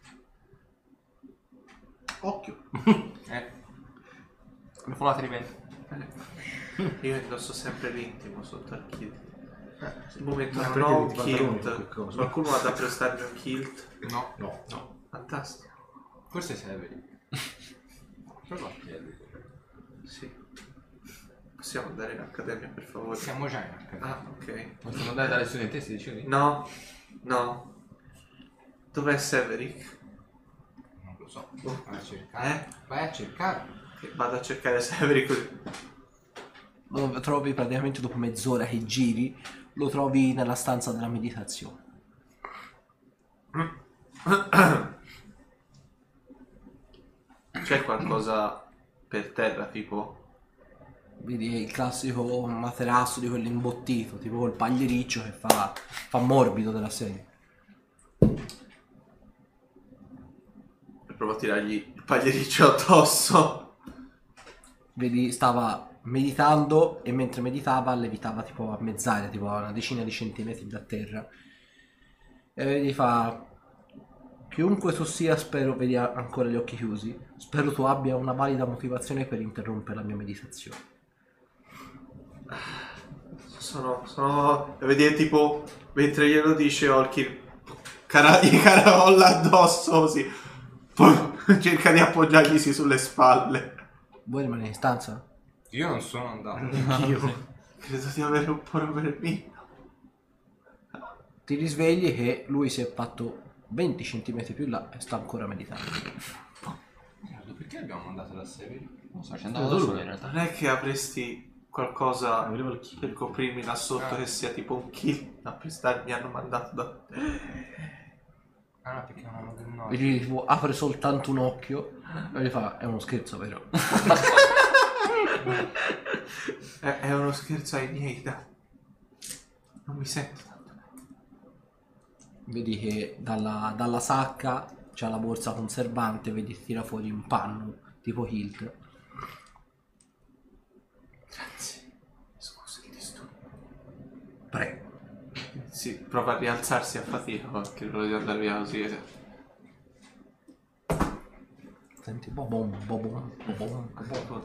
Occhio. Eh. Come folate di vento. Eh. Io indosso sempre l'intimo sotto al kilt. Al momento Ma non perché ho un ti pantaloni o kilt. qualcosa? Qualcuno ha da prestarmi un kilt? No, No. no. Fantastico. Forse Severi. Prova a chiedergli. Sì. Possiamo andare in accademia, per favore? Siamo già in accademia. Ah, ok. Possiamo andare dalle studentesse, dicevi? No, no. Dov'è Severick? Non lo so. Oh. Vai a cercare. Eh? Vai a cercare. Che vado a cercare Severick così. Lo trovi praticamente dopo mezz'ora che giri, lo trovi nella stanza della meditazione. C'è qualcosa per terra, tipo? Vedi il classico materasso di quello imbottito, tipo col pagliericcio che fa, fa morbido della serie. Provo a tirargli il pagliericcio addosso. Vedi, stava meditando e mentre meditava levitava tipo a mezz'aria, tipo a una decina di centimetri da terra. E vedi, fa... Chiunque tu sia, spero, vedi ha ancora gli occhi chiusi, spero tu abbia una valida motivazione per interrompere la mia meditazione. Sono, sono... Vedi, tipo, mentre glielo dice, ho il kill... Cara... gli caracolla addosso così. Poi cerca di appoggiarglisi sulle spalle. Vuoi rimanere in stanza? Io non sono andato. Anch'io. Credo di avere un po' per me. Ti risvegli che lui si è fatto venti centimetri più là e sta ancora meditando. Perché abbiamo mandato da Severi? Non so, ci andavo da solo in realtà. Non è che avresti qualcosa Volevo il kill. per coprirmi là sotto Ah. che sia tipo un kill da prestare? Mi hanno mandato da... Ah no, perché non avevo del no. Vedi, tipo, apre soltanto un occhio e gli fa, è uno scherzo, vero? È, è uno scherzo ai miei, da... Non mi sento tanto. Vedi che dalla, dalla sacca c'ha la borsa conservante, vedi che tira fuori un panno tipo Hilt. Grazie. Scusa il disturbo. Prego. Sì, prova a rialzarsi a fatica perché quello di andare via così. Senti, bobom, bobom, bobom, bobom.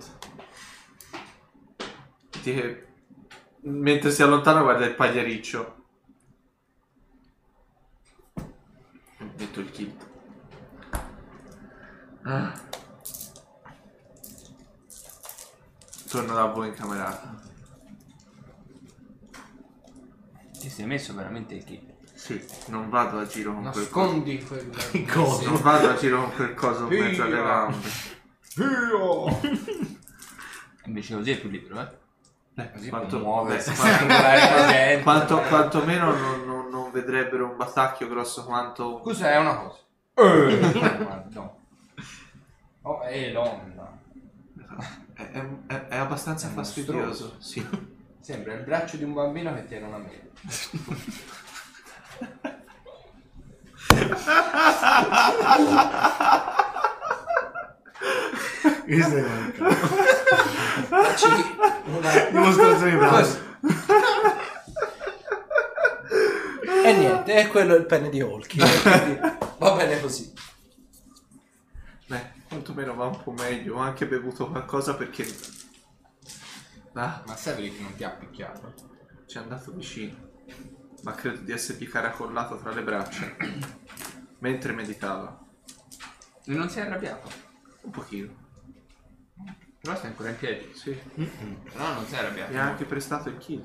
Vedi che mentre si allontana guarda il pagliericcio. Metto il kit. Ah. Torno da voi in camerata. Ti sei messo veramente il kit. Sì, non vado a giro con quel coso. Nascondi quel... Che cosa? Non vado a giro con quel coso in mezzo alle Via. gambe. Invece così è più libero, eh? Eh, Così quanto, può muoversi, beh, quanto- singolare la gente. quanto, quantomeno non, non, non vedrebbero un battacchio grosso quanto... Scusa, è una cosa. Eh, guarda. Oh, è l'onda. È, è, è- è abbastanza È fastidioso. Sì. Sembra il braccio di un bambino che tiene una mela. Questo è mancato. Facci una... Dimostrazione pratica. E niente, è quello il pene di Holky. Quindi va bene così. Beh, quantomeno va un po' meglio. Ho anche bevuto qualcosa perché... Ah, Ma Severi che non ti ha picchiato? ci è andato vicino. Ma credo di essergli caracollato tra le braccia. Mentre meditava. E non si è arrabbiato. Un pochino. Però stai ancora in piedi. Sì. Però non si è arrabbiato. Mi ha anche prestato il kill.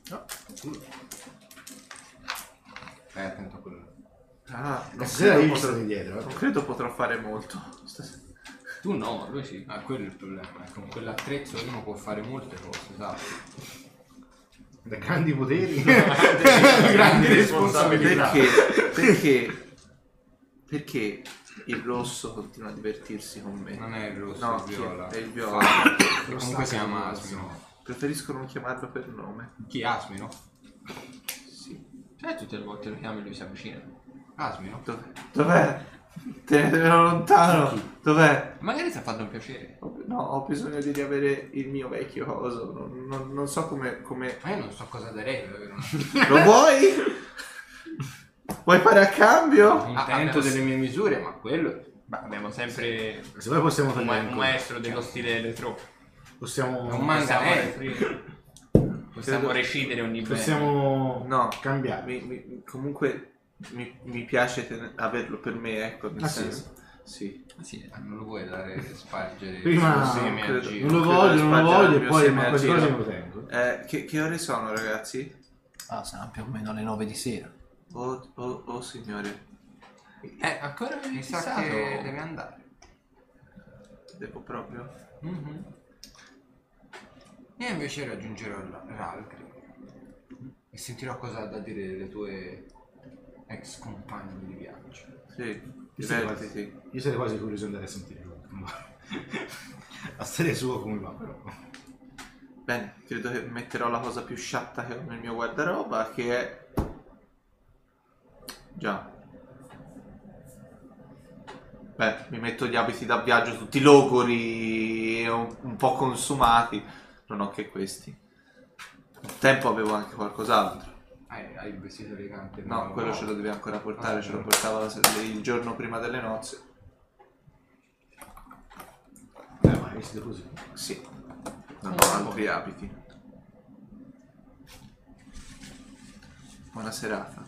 Stai attento a quello. Ah, non Stasera credo, io potrò, sto di dietro. non eh. credo potrò fare molto. Stasera. Tu no, ma lui sì. Ah, quello è il problema. eh. Con quell'attrezzo uno può fare molte cose, esatto. Da grandi poteri. Grandi responsabilità. Perché? Perché? Perché il rosso continua a divertirsi con me. Non è il rosso, No, è il chi è? viola. È il viola. Comunque si chiama Asmino. Preferisco non chiamarlo per nome. Chi? Asmino? Sì. Cioè tutte le volte lo chiami lui si avvicina. Asmino? Dov'è? Dov'è? Tenetevelo lontano. Dov'è? Magari ti ha fatto un piacere. Ho- No, ho bisogno di riavere il mio vecchio coso. Non, non- non so come, come... Ma io non so cosa darei. davvero. Lo vuoi? Vuoi fare a cambio? Intento delle mie misure, ma quello... Beh, abbiamo sempre Se poi possiamo un, ma- tagliare un ancora. maestro dello stile retro. Possiamo... È un manga Possiamo, eh. re- possiamo Credo- recidere ogni bene. Possiamo No. cambiare. Mi- mi- comunque mi, mi piace ten- averlo per me, ecco, nel Ah, sì? senso. Sì. Sì, Non lo vuoi dare spargere Prima- il seme credo- a Non giro? lo credo voglio, di non lo spargere voglio il e mio poi seme ma a queste giro. cose me lo tengo. Eh, che, che ore sono, ragazzi? Ah, saranno più o meno le nove di sera. Oh, oh, oh signore, Eh, ancora Mi sa che deve andare. devo proprio... Mhm. Io invece raggiungerò la- Ralgrim e sentirò cosa ha da dire le tue ex compagni di viaggio. Sì, Io sarei divertiti. quasi- Io sarei quasi curioso di andare a sentire come va. La storia sua come va però. Bene, credo che metterò la cosa più sciatta che ho nel mio guardaroba, che è... Già. Beh, mi metto gli abiti da viaggio tutti logori e un, un po' consumati. Non ho che questi. Un tempo avevo anche qualcos'altro. Hai, hai il vestito elegante? No, quello ce lo devi ancora portare, ce lo portava la- il giorno prima delle nozze. Eh, ma hai vestito così. Sì, non ho altri abiti. Buona serata.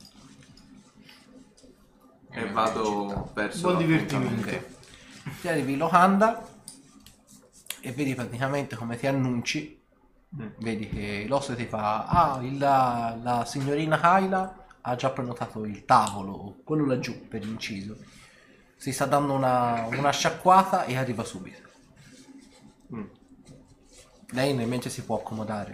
E vado verso Buon l'appuntamento. divertimento. Ti arrivi in locanda e vedi praticamente come ti annunci. Mm. Vedi che l'oste ti fa: ah, il- la, la signorina Kaila ha già prenotato il tavolo, quello laggiù per inciso. Si sta dando una, una sciacquata e arriva subito. Mm. Lei mentre si può accomodare.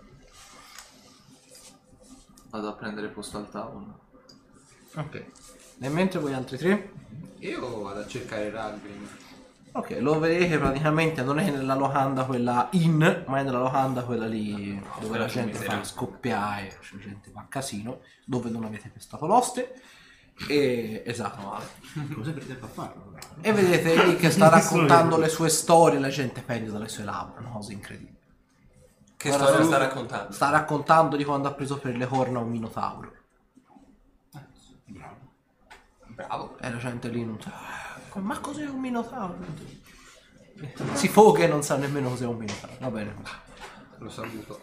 Vado a prendere posto al tavolo. Ok. E mentre voi altri tre? Io vado a cercare Ralgrim. Ok, lo vedete praticamente non è nella locanda quella in, ma è nella locanda quella lì dove quella la gente misera. fa scoppiare, cioè la gente fa a casino, dove non avete pestato l'oste. E esatto. Come sempre tempo a farlo. E vedete lì che sta raccontando le sue storie, la gente pende dalle sue labbra, una cosa incredibile. che Guarda, storia tu- sta raccontando? Sta raccontando di quando ha preso per le corna un minotauro. Bravo. E la gente lì non sa. Ma cos'è un minotauro? Si foga e non sa nemmeno cos'è un minotauro. Va bene. Lo saluto.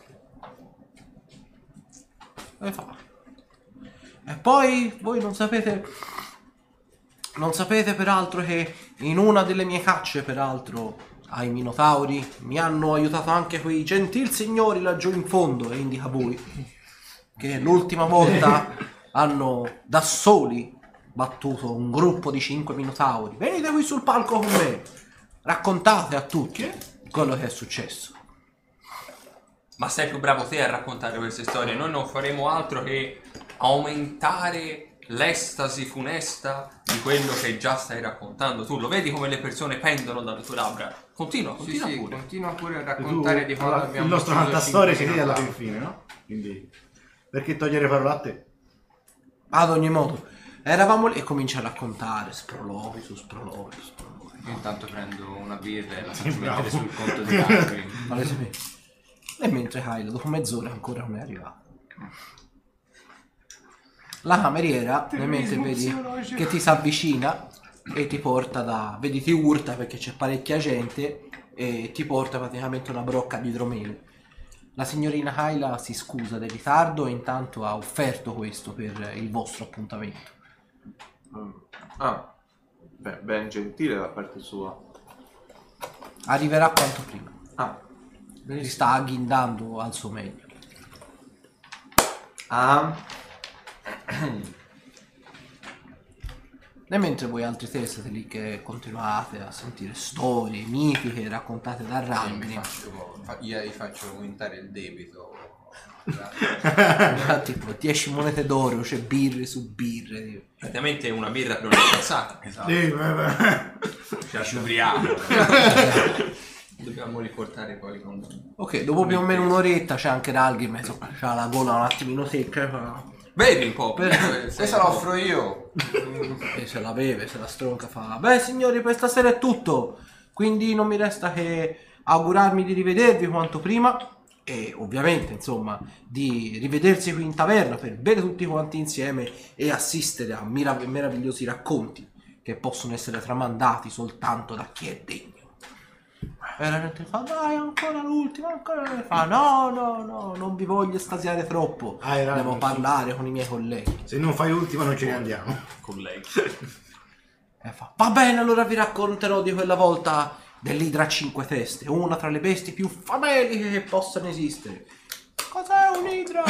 E fa. E poi voi non sapete. Non sapete peraltro che in una delle mie cacce, peraltro, ai minotauri, mi hanno aiutato anche quei gentil signori laggiù in fondo, e indica voi, che l'ultima volta hanno da soli battuto un gruppo di cinque minotauri. Venite qui sul palco con me, raccontate a tutti quello che è successo. Ma sei più bravo te a raccontare queste storie. Noi non faremo altro che aumentare l'estasi funesta di quello che già stai raccontando. Tu lo vedi come le persone pendono dalle tue labbra? Continua, Sì, continua sì, pure. continua pure a Tu- raccontare di quando allora, abbiamo il nostro ucciso cantastorie si cinque vede alla fin minotauri. fine, no? Quindi perché togliere parole a te? Ad ogni modo, eravamo lì e comincia a raccontare sproloqui su sproloqui su sproloqui. Io intanto prendo una birra e la faccio bravo. mettere sul conto di Ralgrim. Palesemente. E mentre Kyle dopo mezz'ora ancora non è arrivato. La cameriera, nel mentre vedi che ti si avvicina e ti porta da... Vedi, ti urta perché c'è parecchia gente e ti porta praticamente una brocca di idromele. La signorina Kyla si scusa del ritardo e intanto ha offerto questo per il vostro appuntamento. Mm. Ah, beh, ben gentile da parte sua. Arriverà quanto prima. Ah, Si sta agghindando al suo meglio. ah, E mentre voi altri tre siete lì che continuate a sentire storie mitiche raccontate da Io mi Ralgrim, faccio, fa- io gli faccio aumentare il debito tipo dieci monete d'oro, c'è birre su birre. Tipo. Praticamente una birra per una cazzata. Esatto. Sì, beh, beh. Ci ubriamo. Dobbiamo riportare poi con... Ok, dopo più o meno un'oretta c'è anche Dalgrim, insomma, c'ha la gola un attimino secca. Fa... Bevi un po'. Per- eh, Questa la offro io. E se la beve, se la stronca fa. Beh signori, per stasera è tutto. Quindi non mi resta che augurarmi di rivedervi quanto prima. E ovviamente, insomma, di rivedersi qui in taverna per bere tutti quanti insieme e assistere a mirav- meravigliosi racconti che possono essere tramandati soltanto da chi è degno. E la gente fa, dai, ancora l'ultima, ancora ne fa, no, no, no, non vi voglio estasiare troppo, Hai ragione, devo sì. parlare con i miei colleghi. Se non fai ultima non ce ne andiamo. Colleghi. E fa, va bene, allora vi racconterò di quella volta dell'idra a cinque teste, una tra le bestie più fameliche che possano esistere. Cos'è un'idra?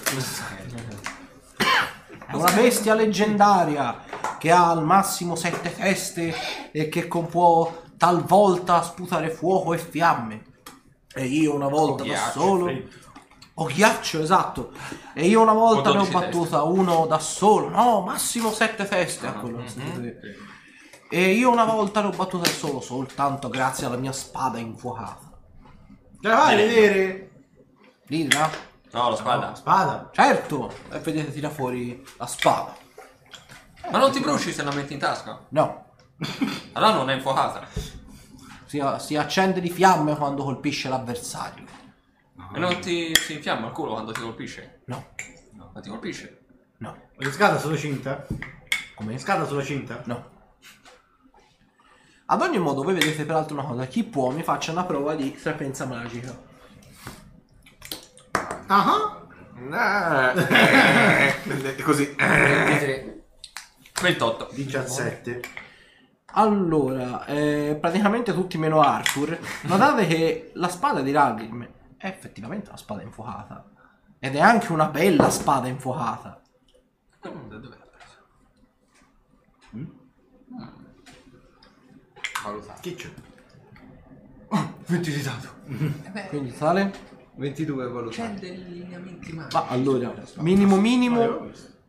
È una bestia leggendaria che ha al massimo sette teste e che con- può talvolta sputare fuoco e fiamme. E io una volta da ghiaccio, solo... O ghiaccio, esatto. E io una volta O ne ho dodici battuta uno da solo. No, massimo sette teste. Ecco, lo sapete. E io una volta ne ho battuta da solo, soltanto grazie alla mia spada infuocata. Ce la fai a vedere? L'idra? No, la spada. Spada. Certo! E vedete, tira fuori la spada. Ma non ti bruci se la metti in tasca? No, Allora non è infuocata. si, si accende di fiamme quando colpisce l'avversario. E non ti si infiamma il culo quando ti colpisce? No, Ma ti colpisce? no. È scada sulla cinta? Come? È scada sulla cinta? No. Ad ogni modo, voi vedete peraltro una cosa. Chi può mi faccia una prova di sapienza magica. Ah, Eh, così. ventitré. ventotto. diciassette. Allora, eh, praticamente tutti meno Arthur. Notate che la spada di Ragrim è effettivamente una spada infuocata. Ed è anche una bella spada infuocata. Da dove l'ha preso? Valutare. Che c'è? venti di dato. Quindi sale. ventidue C'è valutare. dei lineamenti magici. Ma allora, minimo minimo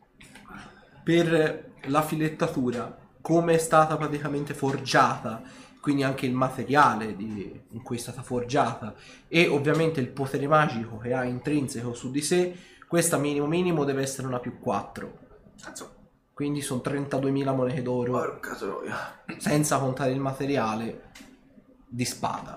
per la filettatura, come è stata praticamente forgiata, quindi anche il materiale di, in cui è stata forgiata e ovviamente il potere magico che ha intrinseco su di sé, questa minimo minimo deve essere una più quattro. Cazzo. Quindi sono trentaduemila monete d'oro, Porca troia. senza contare il materiale di spada.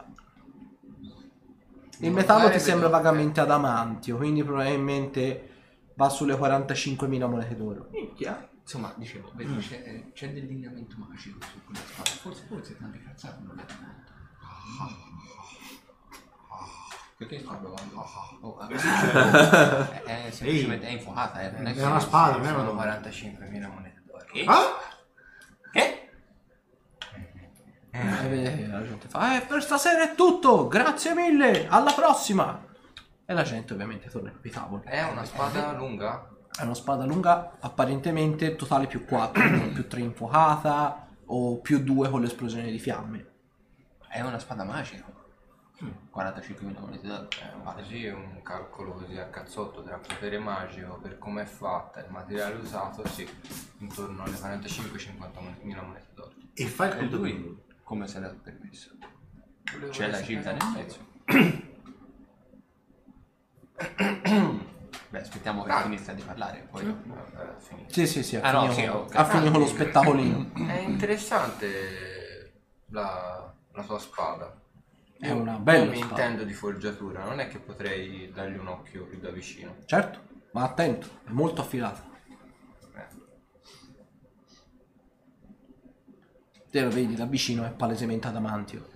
Il metallo ti sembra vagamente adamantio, quindi probabilmente va sulle quarantacinquemila monete d'oro. Minchia. Insomma, dicevo, vedi, c'è, eh, c'è del lineamento magico su quella spada. Forse forse tanti cazzate non le danno. Perché sto provando? Oh, ah, è, è semplicemente è infuocata, eh, non è, È che una spada, non è Sono una quarantacinquemila monete d'oro. Che? Ah? Che? E vedete, la gente fa, eh, per stasera è tutto, grazie mille, alla prossima. E la gente ovviamente torna ai tavoli. È una spada lunga? È una spada lunga, apparentemente totale più quattro, più tre infuocata o più due con l'esplosione di fiamme. È una spada magica. quarantacinquemila monete d'oro. Eh, vale. Così è un calcolo così a cazzotto tra potere magico, per come è fatta, il materiale usato, sì, intorno alle quarantacinque cinquanta mila monete d'oro. E fai il E conto. lui come se l'ha permesso? C'è la gilda nel mezzo. Beh, aspettiamo che finisca di parlare, poi... Eh, finito. Sì, sì, sì, ha Ah, no, finito, sì, con- ok. ha finito con lo spettacolino. È interessante la, la tua spada. È una Non bella mi spada. intendo di forgiatura, non è che potrei dargli un occhio più da vicino. Certo, ma attento, è molto affilata. Eh. Te lo vedi, da vicino è palesemente adamantio.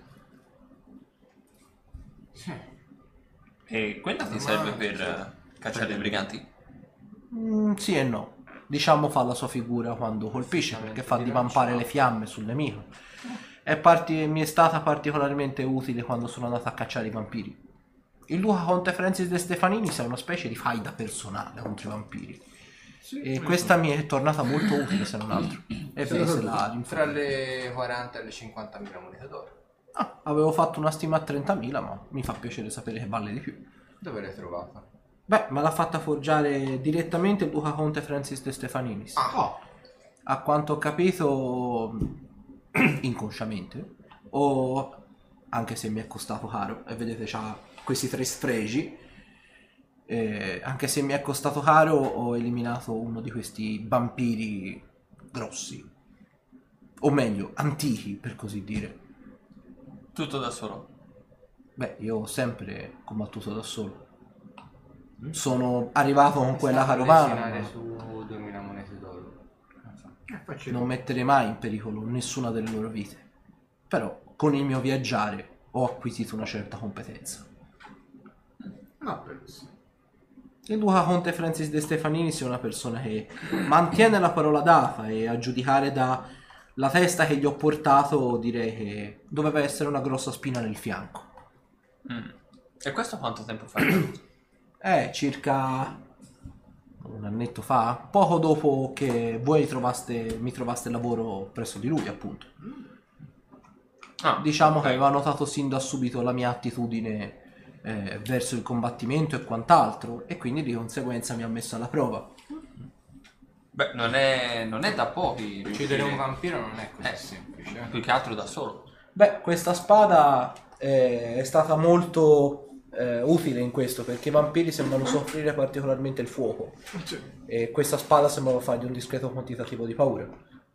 E quella ti serve per eh, cacciare i briganti? Mm, sì e no. Diciamo fa la sua figura quando colpisce, perché fa divampare le fiamme sul nemico. È parti- mi è stata particolarmente utile quando sono andato a cacciare i vampiri. Il Luca Conte Francis De Stefanini è una specie di faida personale contro i vampiri. E questa mi è tornata molto utile, se non altro. E beh, se la Tra rinfresca. le quaranta e le cinquantamila monete d'oro. Ah, avevo fatto una stima a trentamila, ma mi fa piacere sapere che vale di più. Dove l'hai trovata? Beh, me l'ha fatta forgiare direttamente il Duca Conte Francis de Stefaninis. Ah, A quanto ho capito, inconsciamente, o anche se mi è costato caro, e vedete c'ha questi tre sfregi, eh, anche se mi è costato caro ho eliminato uno di questi vampiri grossi, o meglio, antichi per così dire. Tutto da solo. Beh, io ho sempre combattuto da solo. Sono arrivato con quella carovana, ma su duemila monete d'oro. eh, facci non metterei mai in pericolo nessuna delle loro vite. Però con il mio viaggiare ho acquisito una certa competenza. No, benissimo. Il Duca Conte Francis de Stefaninis è una persona che mantiene la parola data, e a giudicare dalla testa che gli ho portato direi che doveva essere una grossa spina nel fianco. Mm. E questo quanto tempo fa? Eh, circa un annetto fa, poco dopo che voi trovaste, mi trovaste lavoro presso di lui, appunto. Ah, Diciamo ok. che aveva notato sin da subito la mia attitudine eh, verso il combattimento e quant'altro, e quindi di conseguenza mi ha messo alla prova. Beh, non è, non è da pochi Uccidere un riuscire- vampiro non è così Eh, semplice. più che altro da solo. Beh, questa spada eh, è stata molto eh, utile in questo, perché i vampiri sembrano soffrire particolarmente il fuoco, e questa spada sembrava fargli un discreto quantitativo di paura.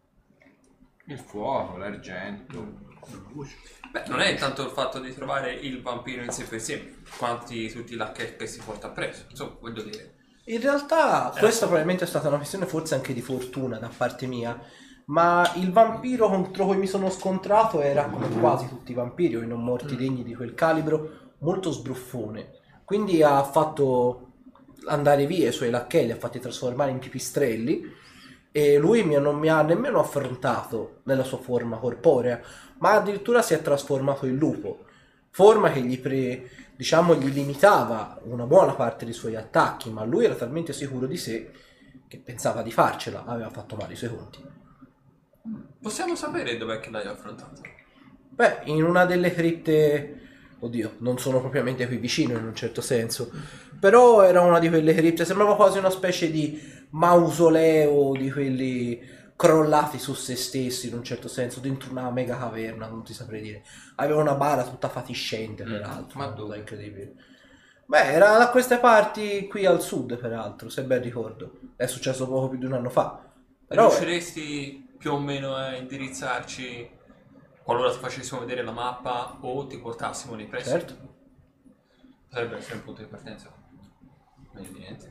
Il fuoco, l'argento. Beh, non è tanto il fatto di trovare il vampiro in sé per sé, quanti tutti i lacchetti che si porta appresso. Insomma, voglio dire. In realtà questa probabilmente è stata una questione forse anche di fortuna da parte mia, ma il vampiro contro cui mi sono scontrato era, come quasi tutti i vampiri o i non morti degni di quel calibro, molto sbruffone. Quindi ha fatto andare via i suoi lacchelli, li ha fatti trasformare in pipistrelli, e lui mi- non mi ha nemmeno affrontato nella sua forma corporea, ma addirittura si è trasformato in lupo, forma che gli, pre, diciamo, gli limitava una buona parte dei suoi attacchi, ma lui era talmente sicuro di sé che pensava di farcela, aveva fatto male i suoi conti. Possiamo sapere dov'è che l'hai affrontato? Beh, in una delle cripte, oddio, non sono propriamente qui vicino in un certo senso, però era una di quelle cripte, sembrava quasi una specie di mausoleo di quelli crollati su se stessi in un certo senso, dentro una mega caverna, non ti saprei dire. Aveva una bara tutta fatiscente, peraltro, ma una cosa dove? incredibile. Beh, era da queste parti qui al sud, peraltro, se ben ricordo. È successo poco più di un anno fa. Però Riusciresti più o meno a indirizzarci qualora ti facessimo vedere la mappa o ti portassimo nei pressi? certo. Potrebbe essere un punto di partenza. Meglio di niente.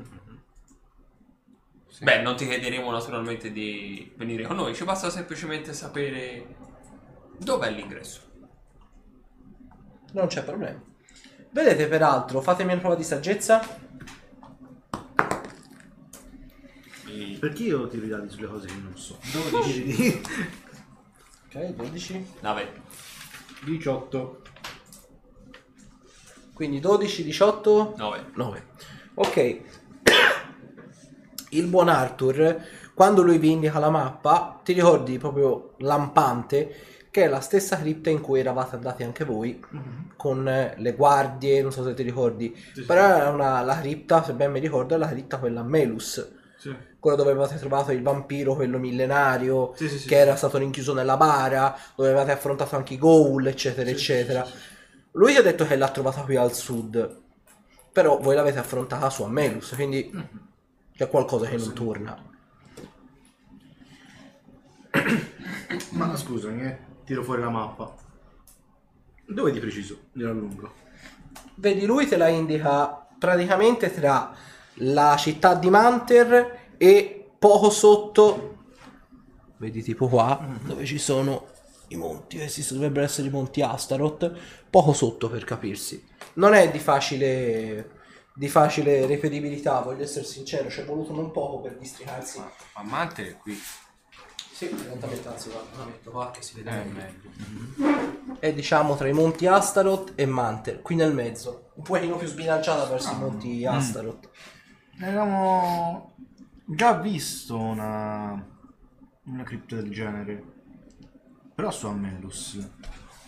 Beh, non ti chiederemo naturalmente di venire con noi, ci basta semplicemente sapere dov'è l'ingresso. Non c'è problema. Vedete, peraltro, fatemi una prova di saggezza. Perché io tiro i dati sulle cose che non so? dodici. Ok, dodici. Nave. diciotto. Quindi dodici, diciotto, nove. nove. Ok. Il buon Arthur, quando lui vi indica la mappa, ti ricordi proprio lampante che è la stessa cripta in cui eravate andati anche voi, con eh, le guardie, non so se ti ricordi, però era una, la cripta, se ben mi ricordo, è la cripta quella a Melus, Sì. quella dove avevate trovato il vampiro, quello millenario, Sì, sì, sì, che sì. era stato rinchiuso nella bara, dove avevate affrontato anche i ghoul, eccetera, Sì, eccetera. sì, sì, sì. Lui ti ha detto che l'ha trovata qui al sud, però voi l'avete affrontata su a Melus, quindi c'è qualcosa che non torna. Ma scusami, eh, tiro fuori la mappa. Dove di preciso? Glielo allungo. Vedi, lui te la indica praticamente tra la città di Manter e poco sotto, vedi tipo qua, dove ci sono i monti, questi dovrebbero essere i monti Astaroth, poco sotto per capirsi. Non è di facile, di facile reperibilità, voglio essere sincero, ci è voluto non poco per districarsi. Ma, ma Manter è qui. Sì, esattamente, anzi guarda, la metto qua che si vede È meglio. meglio. È diciamo tra i monti Astaroth e Manter, qui nel mezzo, un pochino più sbilanciata verso i monti Astaroth. Avevamo già visto una, una cripta del genere, però su Amellus.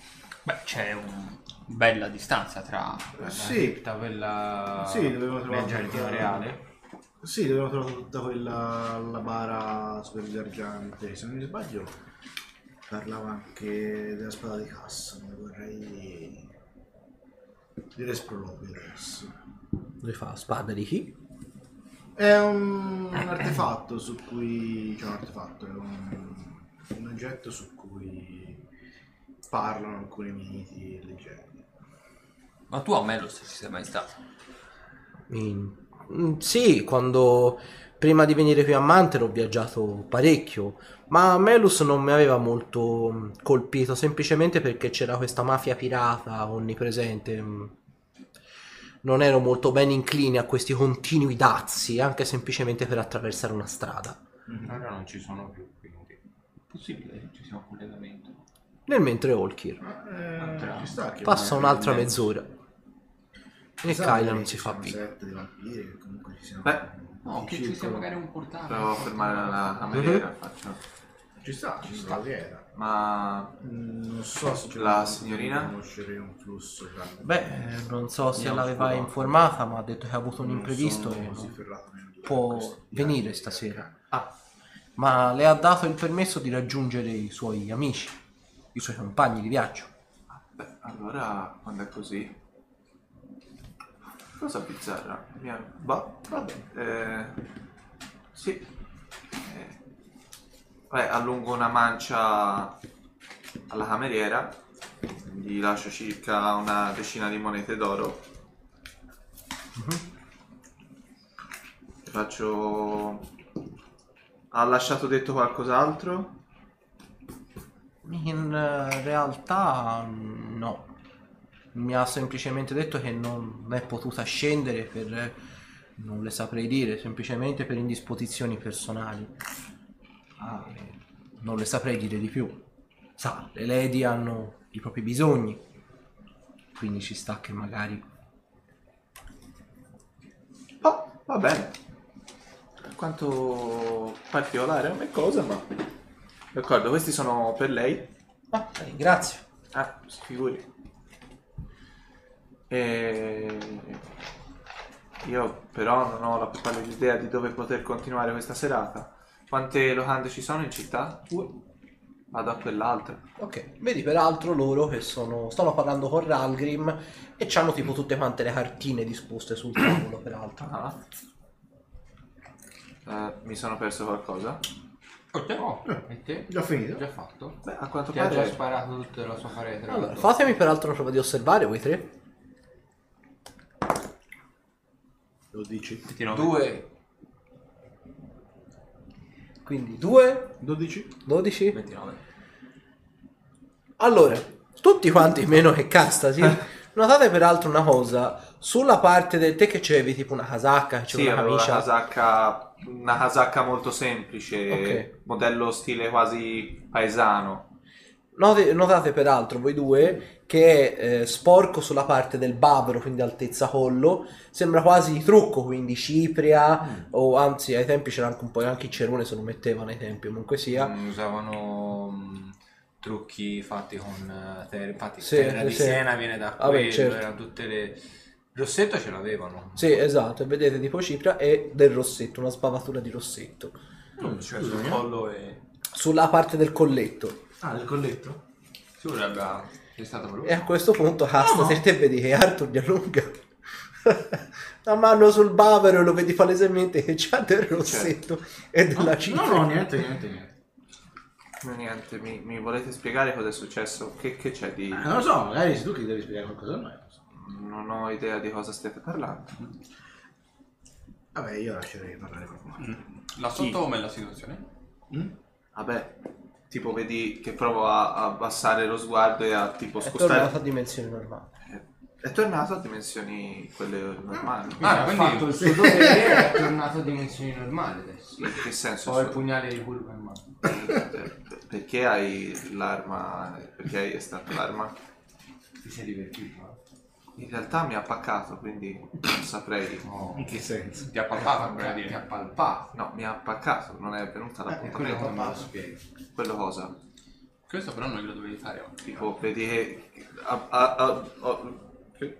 Beh, c'è una bella distanza tra... La Sì, cripta, quella Sì, dovevamo trovare nel giardino tutta- reale. sì, dovevamo trovare tutta quella la bara super viaggiante. Se non mi sbaglio, parlava anche della spada di cassa. Non vorrei dire sproloquio adesso. Lui fa spada di chi? È un, un artefatto su cui. Cioè, un artefatto, è un, un oggetto su cui parlano alcuni miti e leggende. Ma tu a Melos ci sei mai stato? In- mm, Sì, quando prima di venire qui a Mantero ho viaggiato parecchio, ma Melus non mi aveva molto mm, colpito, semplicemente perché c'era questa mafia pirata onnipresente. mm. Non ero molto ben incline a questi continui dazi, anche semplicemente per attraversare una strada. Ora non ci sono più, quindi. Possibile che ci sia un collegamento. Nel mentre Olkir Eh, ci sta che passa magari un'altra nel- mezz'ora e Chissà, Kyla magari non si ci fa sono più. sette di vampiri che comunque ci siano. Beh, No, in che ci sia circolo. magari un portale. provo a fermare la cameriera, faccio. Ci sta, ci sta. Era. Ma Mm, Non so se c'è La una- signorina? conoscere un flusso tra Beh, eh, non so se Andiamo l'aveva sul- informata, ma ha detto che ha avuto un non imprevisto sono e così non ferrato nel- può questo venire viaggio. stasera. ah, Ma le ha dato il permesso di raggiungere i suoi amici, i suoi compagni di viaggio. beh, allora quando è così. Cosa bizzarra? Mi ha... Boh, vabbè. Eh, sì. Eh, vabbè, allungo una mancia alla cameriera, gli lascio circa una decina di monete d'oro. E faccio... Ha lasciato detto qualcos'altro? In eh, realtà mm, no. Mi ha semplicemente detto che non è potuta scendere per... eh, non le saprei dire, semplicemente per indisposizioni personali. Ah, eh, non le saprei dire di più. Sa, le lady hanno i propri bisogni, quindi ci sta che magari... Oh, va bene. Quanto particolare come cosa, ma... D'accordo, questi sono per lei. Ah, ringrazio. Ah, si figuri. E... Io però non ho la più pallida idea di dove poter continuare questa serata. Quante locande ci sono in città? Vado a quell'altra. Ok, vedi peraltro loro che sono, stanno parlando con Ralgrim e hanno tipo tutte quante le cartine disposte sul tavolo peraltro. Ah. Eh, mi sono perso qualcosa? Oh, e te? Già finito? Già fatto? Beh, a quanto Ti ha già pare... sparato tutta la sua parete. Allora, fatemi peraltro una prova di osservare voi tre. Lo dici? Due. Quindi due, dodici? dodici. ventinove. Allora, tutti quanti meno che Castasi, notate peraltro una cosa, sulla parte del te che c'avevi tipo una casacca, c'è Sì, una avevo una camicia. casacca, una casacca molto semplice, Ok. modello stile quasi paesano. Note- notate peraltro voi due che è eh, sporco sulla parte del bavero, quindi altezza collo, sembra quasi di trucco, quindi cipria, o anzi ai tempi c'era anche un po' anche il cerone se lo mettevano ai tempi, comunque sia. Mm, usavano mm, trucchi fatti con eh, terra, infatti Sì, terra di sì. Siena viene da Vabbè, quello, certo. erano tutte le... Il rossetto ce l'avevano. Sì, esatto, e vedete tipo cipria e del rossetto, una sbavatura di rossetto Cioè sul collo e... sulla parte del colletto. Ah, il colletto? Sì, dovrebbe... È stato proprio... E a questo punto Castasi te vedi che Arthur gli allunga la mano sul bavero e lo vedi palesemente che c'ha del rossetto e della cipria. No, no, niente, niente, niente. No, niente, mi, mi volete spiegare cosa è successo? Che, che c'è di... Eh, non lo so, magari sei tu che devi spiegare qualcosa a noi. non so. Non ho idea di cosa stiate parlando. Vabbè, io lascerei parlare qualcuno altro. La sotto come è la situazione? Mm? Vabbè, tipo vedi che provo a, a abbassare lo sguardo e a tipo È scostare... tornato a dimensioni normali. È tornato a dimensioni quelle normali. Ah, Ah, quindi quindi- ha fatto il suo dovere e è tornato a dimensioni normali adesso. In che senso? Poi il pugnale di curva in mano. Eh, Perché hai l'arma? Perché hai estratto l'arma? Ti sei divertito? In realtà mi ha paccato, quindi non saprei. No. In che senso? Ti ha palpato, Ti vorrei ha- ti dire. ha palpato. No, mi ha paccato, non è venuta E quello l'appuntamento. come me lo spieghi? Quello cosa? Questo però non lo dovevi fare oggi. Tipo, vedi che... a- a- a- a- che-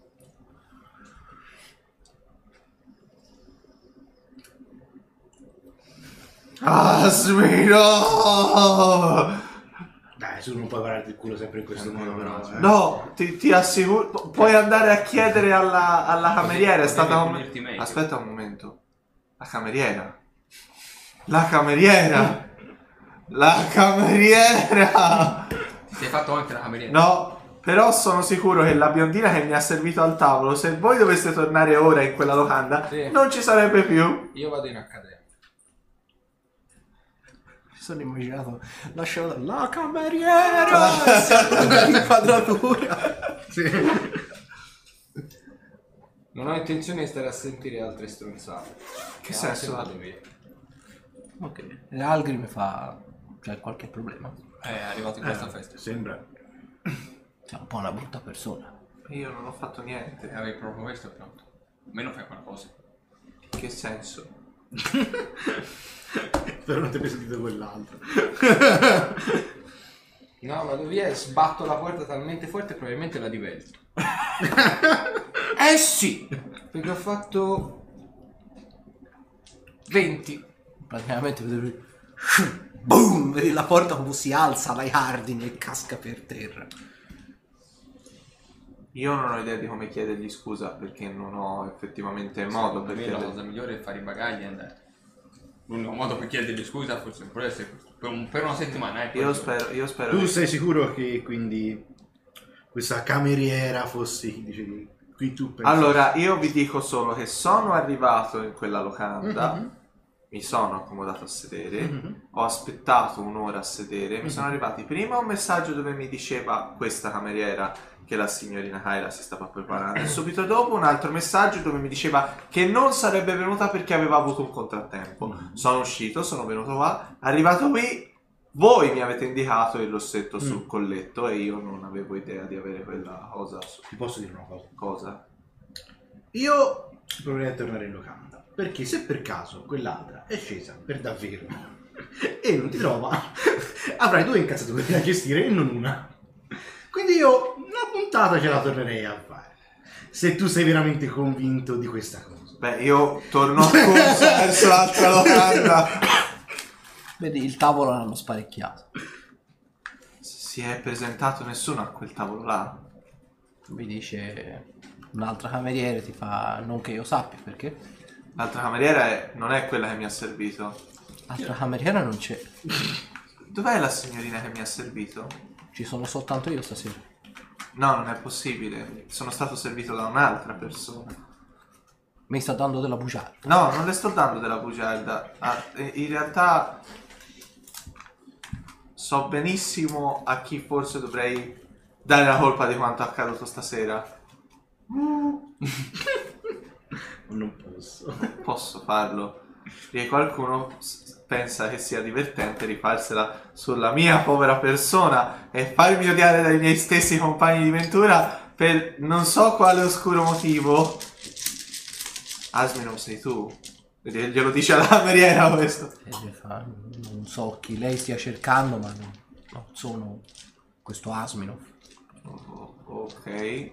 Asmino! Dai, su, non puoi pararti il culo sempre in questo modo, però. eh. No, ti, ti assicuro, pu- puoi andare a chiedere alla, alla cameriera, è Potevi stata un... punirti meglio. Aspetta un momento. La cameriera. La cameriera. La cameriera. Ti sei fatto anche la cameriera? No, però sono sicuro che la biondina che mi ha servito al tavolo, se voi doveste tornare ora in quella locanda, Sì. non ci sarebbe più. Io vado in accademia. Mi sono immaginato la scena la cameriera l'inquadratura. Non ho intenzione di stare a sentire altre stronzate. Che Ah, senso se ha? vado via. Ok. E Algrim fa... c'è qualche problema? È arrivato in questa festa. Sembra. Sei un po' una brutta persona. Io non ho fatto niente. E avevi proprio questo è pronto. Almeno fai qualcosa. Che senso? Però non ti hai sentito quell'altro. No, vado via e sbatto la porta talmente forte probabilmente la divelto. Eh sì! Perché ho fatto venti. Praticamente vedi... Boom! Vedi la porta come si alza la Hardin e casca per terra. Io non ho idea di come chiedergli scusa perché non ho effettivamente modo per Per me la cosa chiedergli. migliore è fare i bagagli e andare. L'unico modo per chiedergli scusa forse può essere questo. Per, un- per una settimana, eh. Io poi- spero, io spero Tu che- sei sicuro che quindi questa cameriera fosse chi dicevi? Qui tu pensi... Allora, io vi dico solo che sono arrivato in quella locanda, Mhm. mi sono accomodato a sedere, Mhm. ho aspettato un'ora a sedere, mi sono arrivati prima un messaggio dove mi diceva questa cameriera che la signorina Kyla si stava preparando e subito dopo un altro messaggio dove mi diceva che non sarebbe venuta perché aveva avuto un contrattempo. Sono uscito, sono venuto qua, arrivato qui, voi mi avete indicato il rossetto sul colletto e io non avevo idea di avere quella cosa su... Ti posso dire una cosa? Cosa? Io proverei a tornare in locanda, perché se per caso quell'altra è scesa per davvero e non ti trova, avrai due incazzature da gestire e non una. Quindi io una puntata ce la tornerei a fare, se tu sei veramente convinto di questa cosa. Beh, io torno a corsa verso l'altra locanda. Vedi, il tavolo l'hanno sparecchiato. Si è presentato nessuno a quel tavolo là. Mi dice un'altra cameriere, ti fa non che io sappia perché. L'altra cameriera è- non è quella che mi ha servito. L'altra cameriera non c'è. Dov'è la signorina che mi ha servito? Ci sono soltanto io stasera. No, non è possibile. Sono stato servito da un'altra persona. Mi sta dando della bugiarda. No, non le sto dando della bugiarda. Ah, eh, in realtà so benissimo a chi forse dovrei dare la colpa di quanto è accaduto stasera. Non posso. Posso farlo. Perché qualcuno s- pensa che sia divertente rifarsela sulla mia povera persona e farmi odiare dai miei stessi compagni di ventura per non so quale oscuro motivo. Asmi, non sei tu. Vedi, glielo dice alla cameriera questo. E le fa, non so chi lei stia cercando, ma non, non sono questo Asminov. Oh, ok.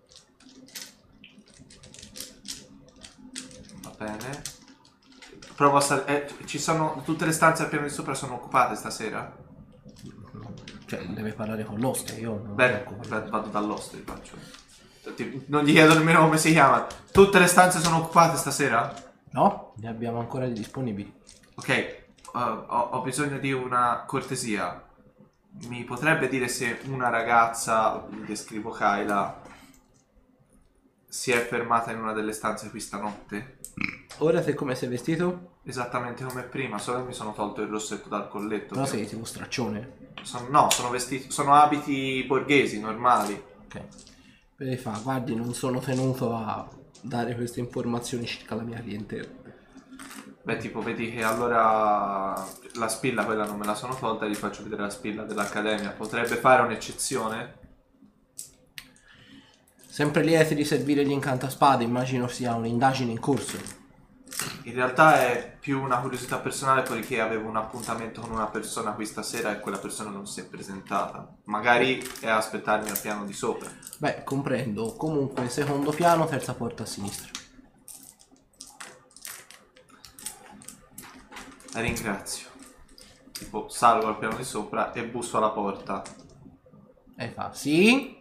Va bene. Provo a sal- eh, ci sono tutte le stanze al piano di sopra sono occupate stasera? Cioè, deve parlare con l'oste, io non Bene, ecco. vabbè, vado dall'host, gli faccio. Ti- Non gli chiedo nemmeno come si chiama. Tutte le stanze sono occupate stasera? No, ne abbiamo ancora di disponibili. Ok, uh, ho, ho bisogno di una cortesia. Mi potrebbe dire se una ragazza, descrivo Kyla, si è fermata in una delle stanze qui stanotte? Ora te come sei vestito? Esattamente come prima, solo che mi sono tolto il rossetto dal colletto. No, sei tipo straccione. Sono- no, sono vestiti, sono abiti borghesi, normali. Ok. E fa, guardi, non sono tenuto a dare queste informazioni circa la mia clientela. Beh, tipo, vedi che allora la spilla quella non me la sono tolta e gli faccio vedere la spilla dell'accademia. Potrebbe fare un'eccezione? Sempre lieti di servire gli incantaspade, immagino sia un'indagine in corso. In realtà è più una curiosità personale poiché avevo un appuntamento con una persona qui stasera e quella persona non si è presentata. Magari è a aspettarmi al piano di sopra. Beh, comprendo. Comunque, secondo piano, terza porta a sinistra. La ringrazio. Tipo, salgo al piano di sopra e busso alla porta. E fa, sì?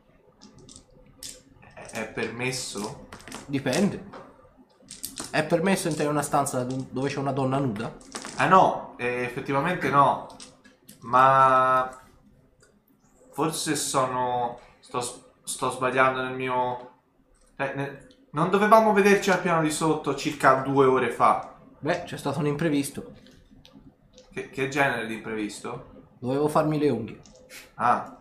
È, è permesso? Dipende. È permesso entrare in una stanza dove c'è una donna nuda? Ah no, eh, effettivamente no. Ma forse sono... Sto, sto sbagliando nel mio... Eh, ne- non dovevamo vederci al piano di sotto circa due ore fa. Beh, c'è stato un imprevisto. Che, che genere di imprevisto? Dovevo farmi le unghie. Ah.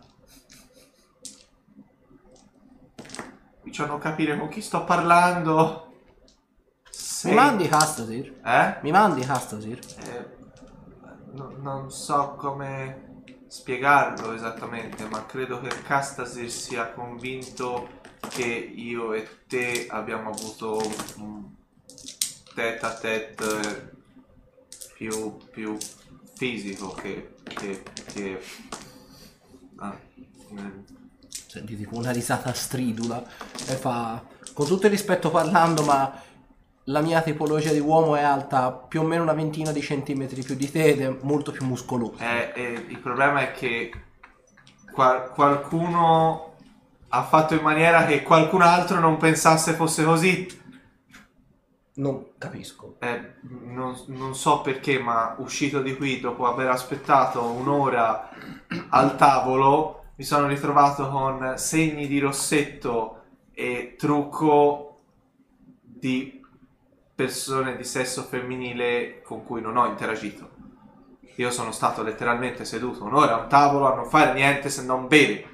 Mi fanno capire con chi sto parlando. Sì. Mi mandi Castasir? Eh? Mi mandi Castasir? Eh, no- non so come spiegarlo esattamente, ma credo che Castasir sia convinto che io e te abbiamo avuto un tête a tête più, più fisico che... che, che... Ah, eh. Senti tipo una risata stridula e fa, con tutto il rispetto parlando, ma la mia tipologia di uomo è alta più o meno una ventina di centimetri più di te ed è molto più muscolosa. Eh, eh, il problema è che qual- qualcuno ha fatto in maniera che qualcun altro non pensasse fosse così. Non capisco. Eh, non, non so perché, ma uscito di qui dopo aver aspettato un'ora al tavolo mi sono ritrovato con segni di rossetto e trucco di persone di sesso femminile con cui non ho interagito. Io sono stato letteralmente seduto un'ora a un tavolo a non fare niente se non bere.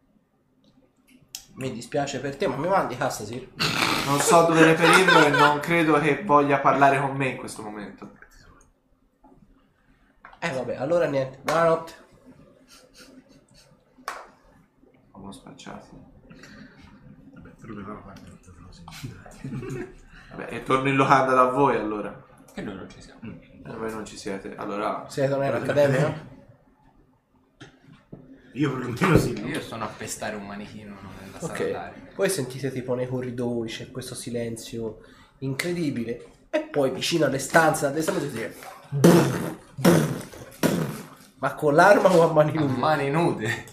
Mi dispiace per te, ma mi mandi Castasir? Non so dove reperirlo e non credo che voglia parlare con me in questo momento. Eh vabbè, allora niente, buonanotte. Siamo spacciati. Vabbè, proprio la parte così. Vabbè, e torno in locanda da voi allora. Che noi non ci siamo. E voi non ci siete. Allora... Siete nell'accademia? Io perlomeno sì. Io sono a pestare un manichino nella sala Ok, d'aria. poi sentite tipo nei corridoi c'è questo silenzio incredibile e poi vicino alle stanze da destra sentite ma con l'arma o a mani A nude? mani nude.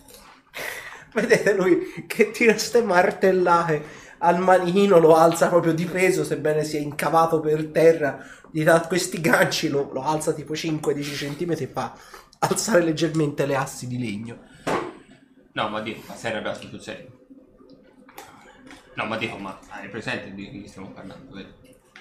Vedete lui che tira ste martellate al manichino, lo alza proprio di peso sebbene sia incavato per terra, gli dà questi ganci, lo, lo alza tipo cinque dieci centimetri e fa alzare leggermente le assi di legno. No, ma dico, ma sei arrabbiato sul serio? No, ma dico, ma hai presente di chi stiamo parlando, vero?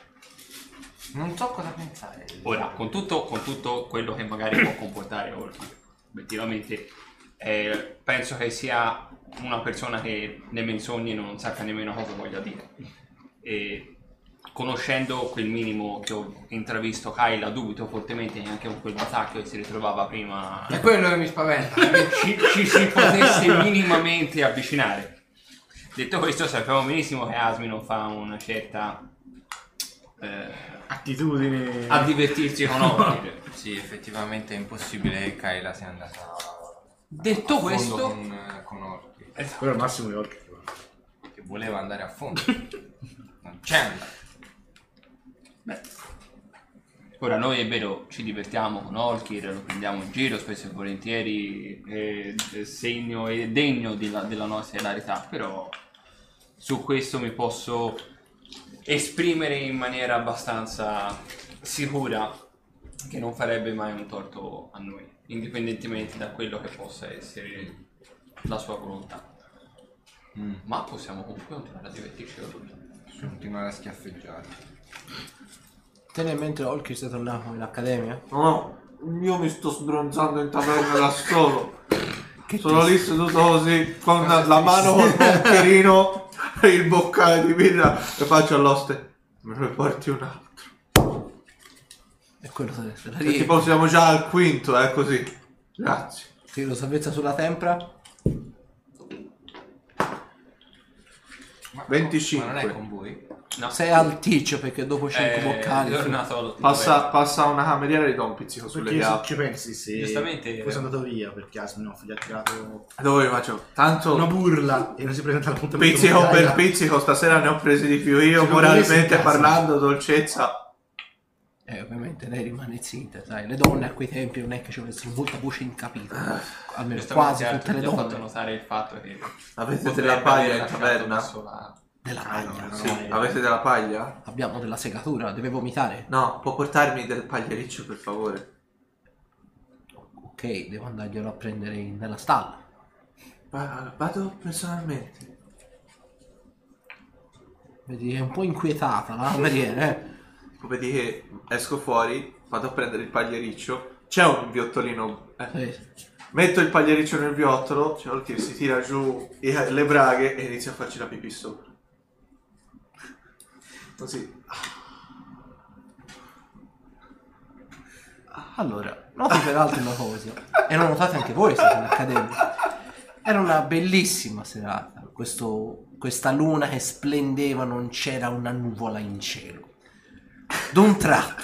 Non so cosa pensare. Ora, con tutto, con tutto quello che magari può comportare Orchi, obiettivamente, eh, penso che sia una persona che nei miei sogni non sappia nemmeno cosa voglia dire. E conoscendo quel minimo che ho intravisto Kyla, dubito fortemente che anche con quel batacchio che si ritrovava prima È quello che mi spaventa. ci, ci si potesse minimamente avvicinare. Detto questo, sappiamo benissimo che Asmino fa una certa eh, Attitudine. a divertirsi con Orchi. Sì, effettivamente è impossibile che Kyla sia andata Detto a fondo questo, con, con Orchi. Quello al massimo di orchi. Che voleva andare a fondo. Non c'è andato. beh, ora noi è vero ci divertiamo con Olkir, lo prendiamo in giro spesso e volentieri, è, è segno e degno della, della nostra ilarità, però su questo mi posso esprimere in maniera abbastanza sicura che non farebbe mai un torto a noi, indipendentemente da quello che possa essere la sua volontà. Mm. Ma possiamo comunque continuare a divertirci con lui. Continuare a schiaffeggiare. Te ne mentre Olkir sei tornato in accademia? No, io mi sto sbronzando in taverna da solo. Sono lì seduto così, con la mano col boccherino e il boccale di birra e faccio all'oste. Me ne porti un altro. E quello se se la E riesci. tipo siamo già al quinto, è così. Grazie. Tiro salvezza sulla tempra. Ma, venticinque. ma non è con voi? No. Sei al ticcio perché dopo cinque Eh, boccali... è tornato Passa, passa una cameriera e gli do un pizzico sulle Perché se gambe. ci pensi se Giustamente- fosse andato via perché Asminoff gli ha tirato Dove faccio? Tanto una burla e non si presenta all'appuntamento pizzico con per Gaia. pizzico, stasera ne ho presi di più io, Secondo moralmente me si incazza. parlando, dolcezza. Eh, ovviamente lei rimane zitta, sai, le donne a quei tempi non è che ci avessero molta voce in capitolo, almeno Giustamente quasi Arthur tutte le gli ha fatto donne. notare il fatto che Avete potrebbe della paglia aver in lasciato taverna? messo la- Della Ah, no, paglia, no, sì. no. Avete della paglia? Abbiamo della segatura, deve vomitare. No, può portarmi del pagliericcio per favore? Ok, devo andarglielo a prendere in- nella stalla. Va- Vado personalmente. Vedi, è un po' inquietata la cameriera, eh. Vedi che esco fuori, vado a prendere il pagliericcio, c'è un viottolino, eh. Sì. Metto il pagliericcio nel viottolo, c'è uno che si tira giù i- le braghe e inizia a farci la pipì sopra. Così. Allora, noti peraltro una cosa, e lo notate anche voi, siete in accademia. Era una bellissima serata, questo, questa luna che splendeva, non c'era una nuvola in cielo. D'un tratto,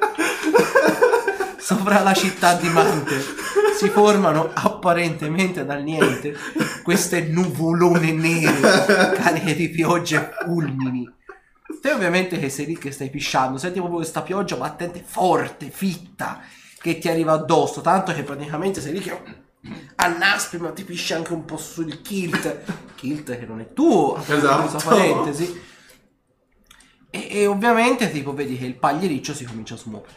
sopra la città di Mante, si formano apparentemente dal niente queste nuvolone nere, cariche di piogge e fulmini. Te ovviamente che sei lì che stai pisciando, senti proprio questa pioggia battente forte, fitta, che ti arriva addosso, tanto che praticamente sei lì che annaspi, ma ti pisci anche un po' sul kilt, kilt che non è tuo, Esatto. questa parentesi. E, e ovviamente tipo vedi che il pagliericcio si comincia a smuovere.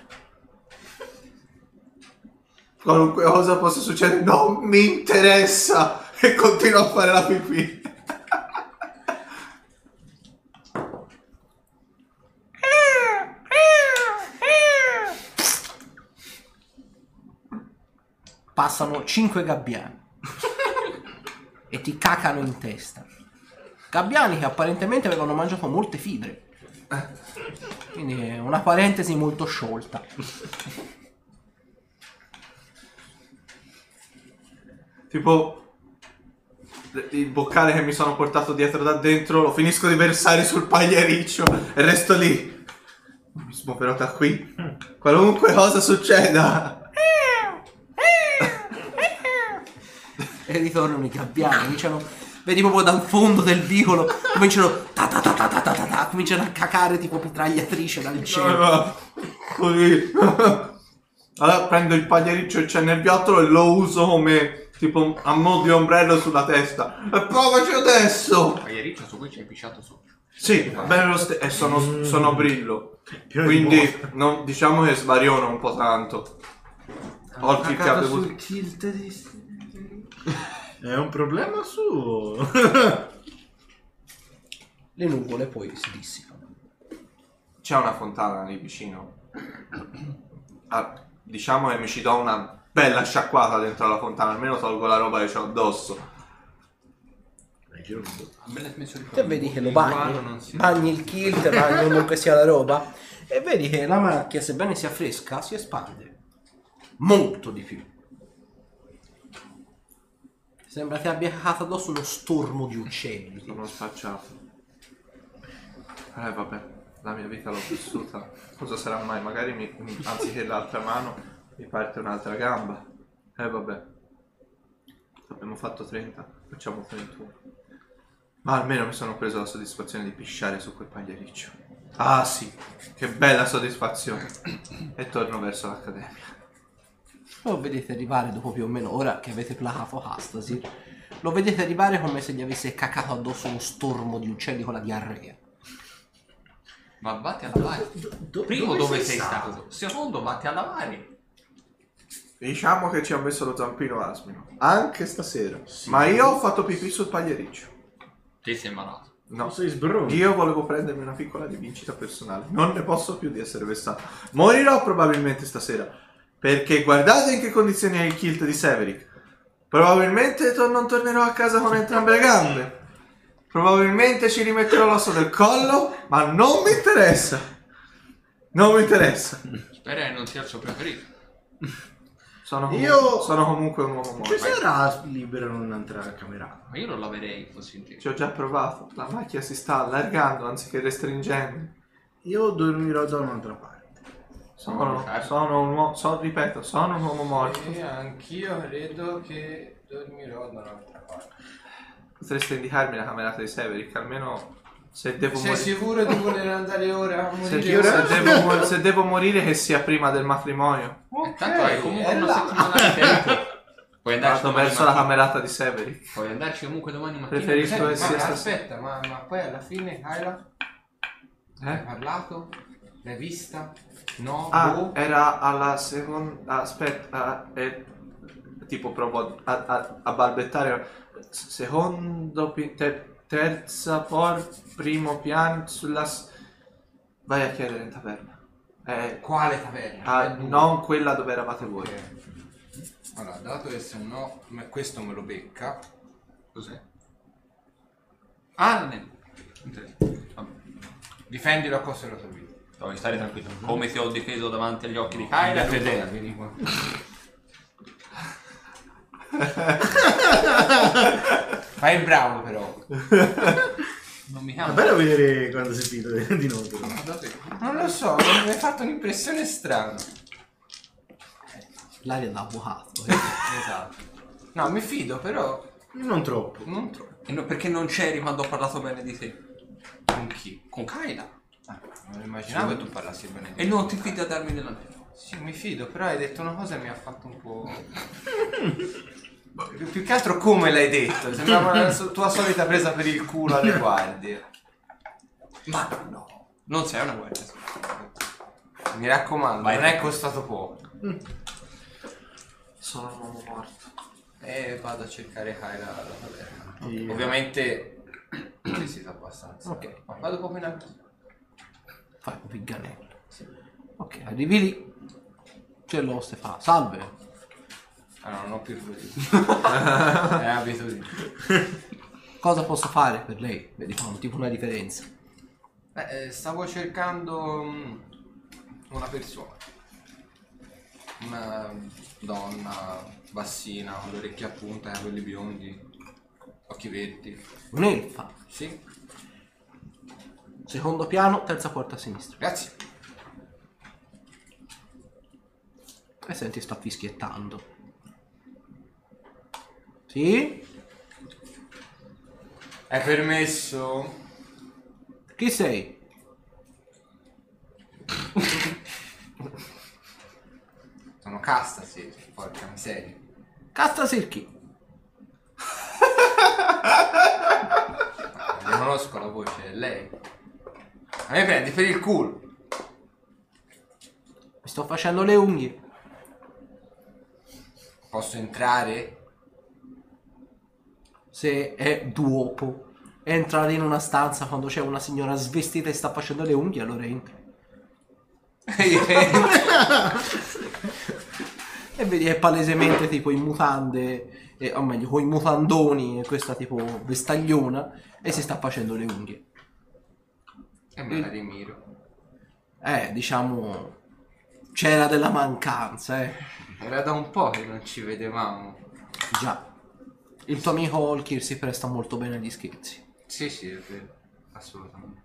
Qualunque cosa possa succedere non mi interessa e continuo a fare la pipì. Passano cinque gabbiani e ti cacano in testa. Gabbiani che apparentemente avevano mangiato molte fibre. Quindi è una parentesi molto sciolta. Tipo il boccale che mi sono portato dietro da dentro lo finisco di versare sul pagliericcio e resto lì. Mi smuoverò da qui. Qualunque cosa succeda. E ritornano i gabbiani, cominciano, vedi proprio dal fondo del vicolo, cominciano ta ta ta ta ta ta ta ta, cominciano a cacare tipo mitragliatrice dal cielo. Così. Allora prendo il pagliericcio che c'è nel viottolo e lo uso come tipo a mo' di ombrello sulla testa. E provaci adesso! Pagliericcio su cui ci hai pisciato sopra. Sì, bene lo stesso. E sono, sono brillo. Pieno di Quindi mosca. non, diciamo che svariono un po' tanto. Oltre che ha bevuto. kilt di... È un problema suo. Le nuvole poi si dissipano. C'è una fontana lì vicino. Ah, diciamo che mi ci do una bella sciacquata dentro la fontana, almeno tolgo la roba che c'ho addosso. Bella smesso di Te vedi che lo Il bagni, guano non si- bagni il kilt, bagni comunque sia la roba, e vedi che la macchia, sebbene sia fresca, si espande molto di più. Sembra che abbia cacato addosso uno stormo di uccelli. Sono spacciato. Eh vabbè, la mia vita l'ho vissuta. Cosa sarà mai? Magari mi, anziché l'altra mano mi parte un'altra gamba. Eh vabbè. Abbiamo fatto trenta, facciamo trentuno. Ma almeno mi sono preso la soddisfazione di pisciare su quel pagliericcio. Ah sì, che bella soddisfazione. E torno verso l'accademia. Lo vedete arrivare dopo più o meno, ora che avete placato Astasi, lo vedete arrivare come se gli avesse cacato addosso uno stormo di uccelli con la diarrea. Ma vatti a lavare. Primo, dove sei stato? Secondo, vatti a lavare. Diciamo che ci ha messo lo zampino Asmino. Anche stasera. Ma io ho fatto pipì sul pagliericcio. Ti sei malato. No. Sei sbronzo. Io volevo prendermi una piccola rivincita personale. Non ne posso più di essere vessato. Morirò probabilmente stasera. Perché guardate in che condizioni è il kilt di Severick. Probabilmente to- non tornerò a casa con entrambe le gambe. Probabilmente ci rimetterò l'osso del collo. Ma non mi interessa. Non mi interessa. Spera che non sia il suo preferito. Sono, comu- Io- sono comunque un uomo Ci morto. sarà libero non entrare a camera. Ma io non laverei così in Ci ho già provato. La macchia si sta allargando anziché restringendo. Io dormirò da un'altra parte. Sono, sono un uomo, so, ripeto, sono un uomo morto. E anch'io credo che dormirò da un'altra parte. Potreste indicarmi la camerata di Severick, almeno se devo Sei morire. sicuro di voler andare ora a Se, morire? se ora? devo, mo- se devo morire che sia prima del matrimonio. E tanto hai comunque è una là. settimana di tempo. Puoi andarci Vado domani verso la mattina. camerata di Severick. Puoi andarci comunque domani mattina. Preferisco Senti, che sia ma stasera. aspetta, ma, ma poi alla fine Kyla hai Eh? parlato? L'hai vista? No? Ah, boh? era alla seconda. Aspetta, eh, tipo provo a, a, a balbettare. Secondo, pi- ter- terza por, primo piano sulla. s- Vai a chiedere in taverna. Eh, Quale taverna? ah, È due. non quella dove eravate voi. Ok. Allora, dato che se no me- questo me lo becca. Cos'è? Ah, non è. Vabbè. Difendilo a costo della tua vita. Puoi stare tranquillo. Come ti ho difeso davanti agli occhi di Kyla, Fedele, fedele. vieni qua. Fai il bravo però. Non mi È cambia. bello vedere quando si fido di noi. però. Non lo so, mi hai fatto un'impressione strana. L'aria da avvocato. eh. Esatto. No, mi fido però Non troppo. non troppo. E no, perché non c'eri quando ho parlato bene di te? Con chi? Con Kyla. Ah, non immaginavo che tu parlassi bene di E non ti fidi a darmi dell'anello. Sì, mi fido, però hai detto una cosa e mi ha fatto un po'... Più- Più che altro come l'hai detto, sembrava la so- tua solita presa per il culo alle guardie. Ma no. Non sei una guardia. Mi raccomando, Vai, non vai. è costato poco. Sono un uomo morto. E vado a cercare Kyla alla taverna. Sì. Ovviamente sì, si sa abbastanza. Ok. Ma vado proprio in alto. Fai un pigganello. Ok, arrivi lì. C'è l'oste fa. Salve. Ah no, non ho più fluido. È abitudine. Cosa posso fare per lei? Vedi, fa un tipo una differenza. Beh, eh, stavo cercando mm, una persona. Una donna bassina, con le orecchie a punta, capelli biondi, occhi verdi. Un'elfa. Sì, Secondo piano, terza porta a sinistra. grazie. E senti, sta fischiettando. Sì? È permesso? Chi sei? Sono casta, sì, porca miseria. Casta Silchi. Ah, riconosco la voce, è lei. A me prendi per il culo. Mi sto facendo le unghie. Posso entrare? Se è duopo entrare in una stanza quando c'è una signora svestita e sta facendo le unghie, allora entri. E vedi è palesemente tipo in mutande, eh, o meglio con i mutandoni e questa tipo vestagliona e si sta facendo le unghie. E me la rimiro. Eh, diciamo c'era della mancanza, eh. Era da un po' che non ci vedevamo. Già. Il tuo amico Olkir si presta molto bene agli scherzi. Sì, sì, è vero. Assolutamente.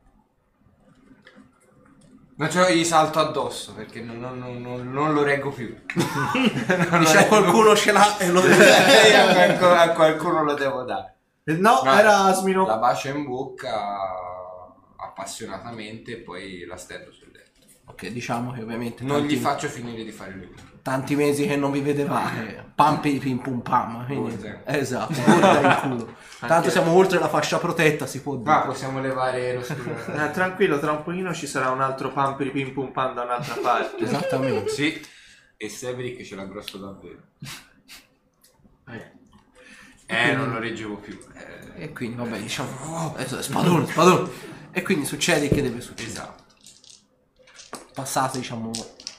Non ce l'ho, gli salto addosso perché non, non- non- non- non lo reggo più. Non lo Dice reggo qualcuno ce l'ha e lo più. deve. a, qualcuno, a qualcuno lo devo dare. No, No, era Asmino. La bacio in bocca appassionatamente e poi la stendo sul letto. Ok, diciamo che ovviamente Non tanti, gli faccio finire di fare lui. tanti mesi che non vi vedevate, pam pi pim pum pam, quindi Burda. esatto, burda in culo. Tanto siamo oltre la fascia protetta, si può dire. Ma possiamo levare lo scudo. Eh, tranquillo, tra un pochino ci sarà un altro pampiri pim pum pam da un'altra parte. Esattamente. Sì. E Severick ce l'ha grosso davvero. Eh, non lo reggevo più. Eh, E quindi vabbè, diciamo, oh, adesso, spadone, spadone. E quindi succede che deve succedere. esatto. Passate, diciamo,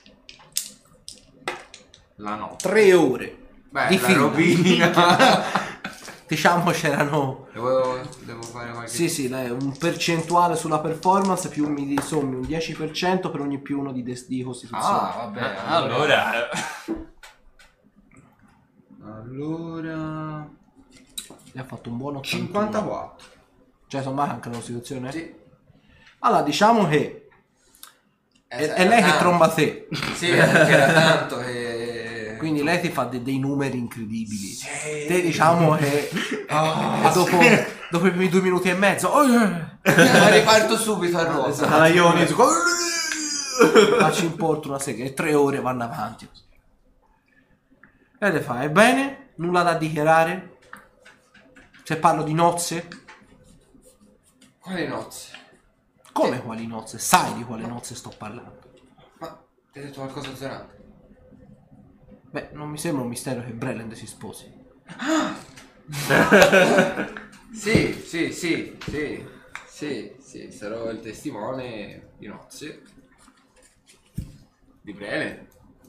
La notte. tre ore Beh, di la fila. robina. Diciamo c'erano, devo, devo fare qualche... sì sì, dai, un percentuale sulla performance più mi di sommi un dieci per cento per ogni più uno di, des- di costituzione. Ah, vabbè. Allora, Allora... Le ha fatto un buono cinquantaquattro. Cioè, insomma, anche la situazione. Sì. Allora, diciamo che è, è lei che tromba te. Sì, perché era tanto che... Quindi lei ti fa de- dei numeri incredibili. Te diciamo che Oh, dopo, dopo i primi due minuti e mezzo oh, yeah. ma riparto subito a ruota. Esatto. Alla Ioni, Facci importo una sega e tre ore vanno avanti. E le fa, ebbene, nulla da dichiarare? Se parlo di nozze? Quali nozze? Come quali nozze? Sai di quale nozze sto parlando? Ma ti hai detto qualcosa di zerante? Beh, non mi sembra un mistero che Breland si sposi. Sì, sì, sì, sì, sì, sì, sarò il testimone di nozze di Brele.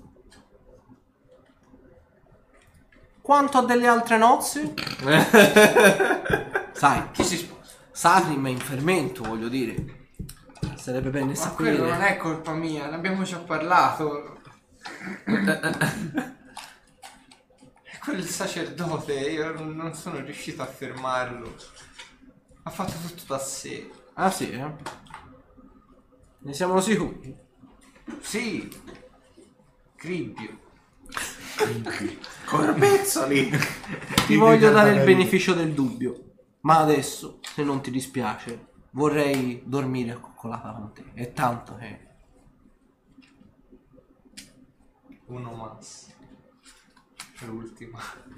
Quanto a delle altre nozze? Sai, Chi si sposa? Sacrim è in fermento, voglio dire. Sarebbe bene Ma quello non sapere. è colpa mia, ne abbiamo già parlato. Quel sacerdote, io non non sono riuscito a fermarlo. Ha fatto tutto da sé. Ah sì, eh? Ne siamo sicuri? Sì. Cribbio. Corbezzoli. Ti voglio dare il beneficio del dubbio. Ma adesso, se non ti dispiace, vorrei dormire coccolata con te. È tanto che... Uno mas. L'ultima.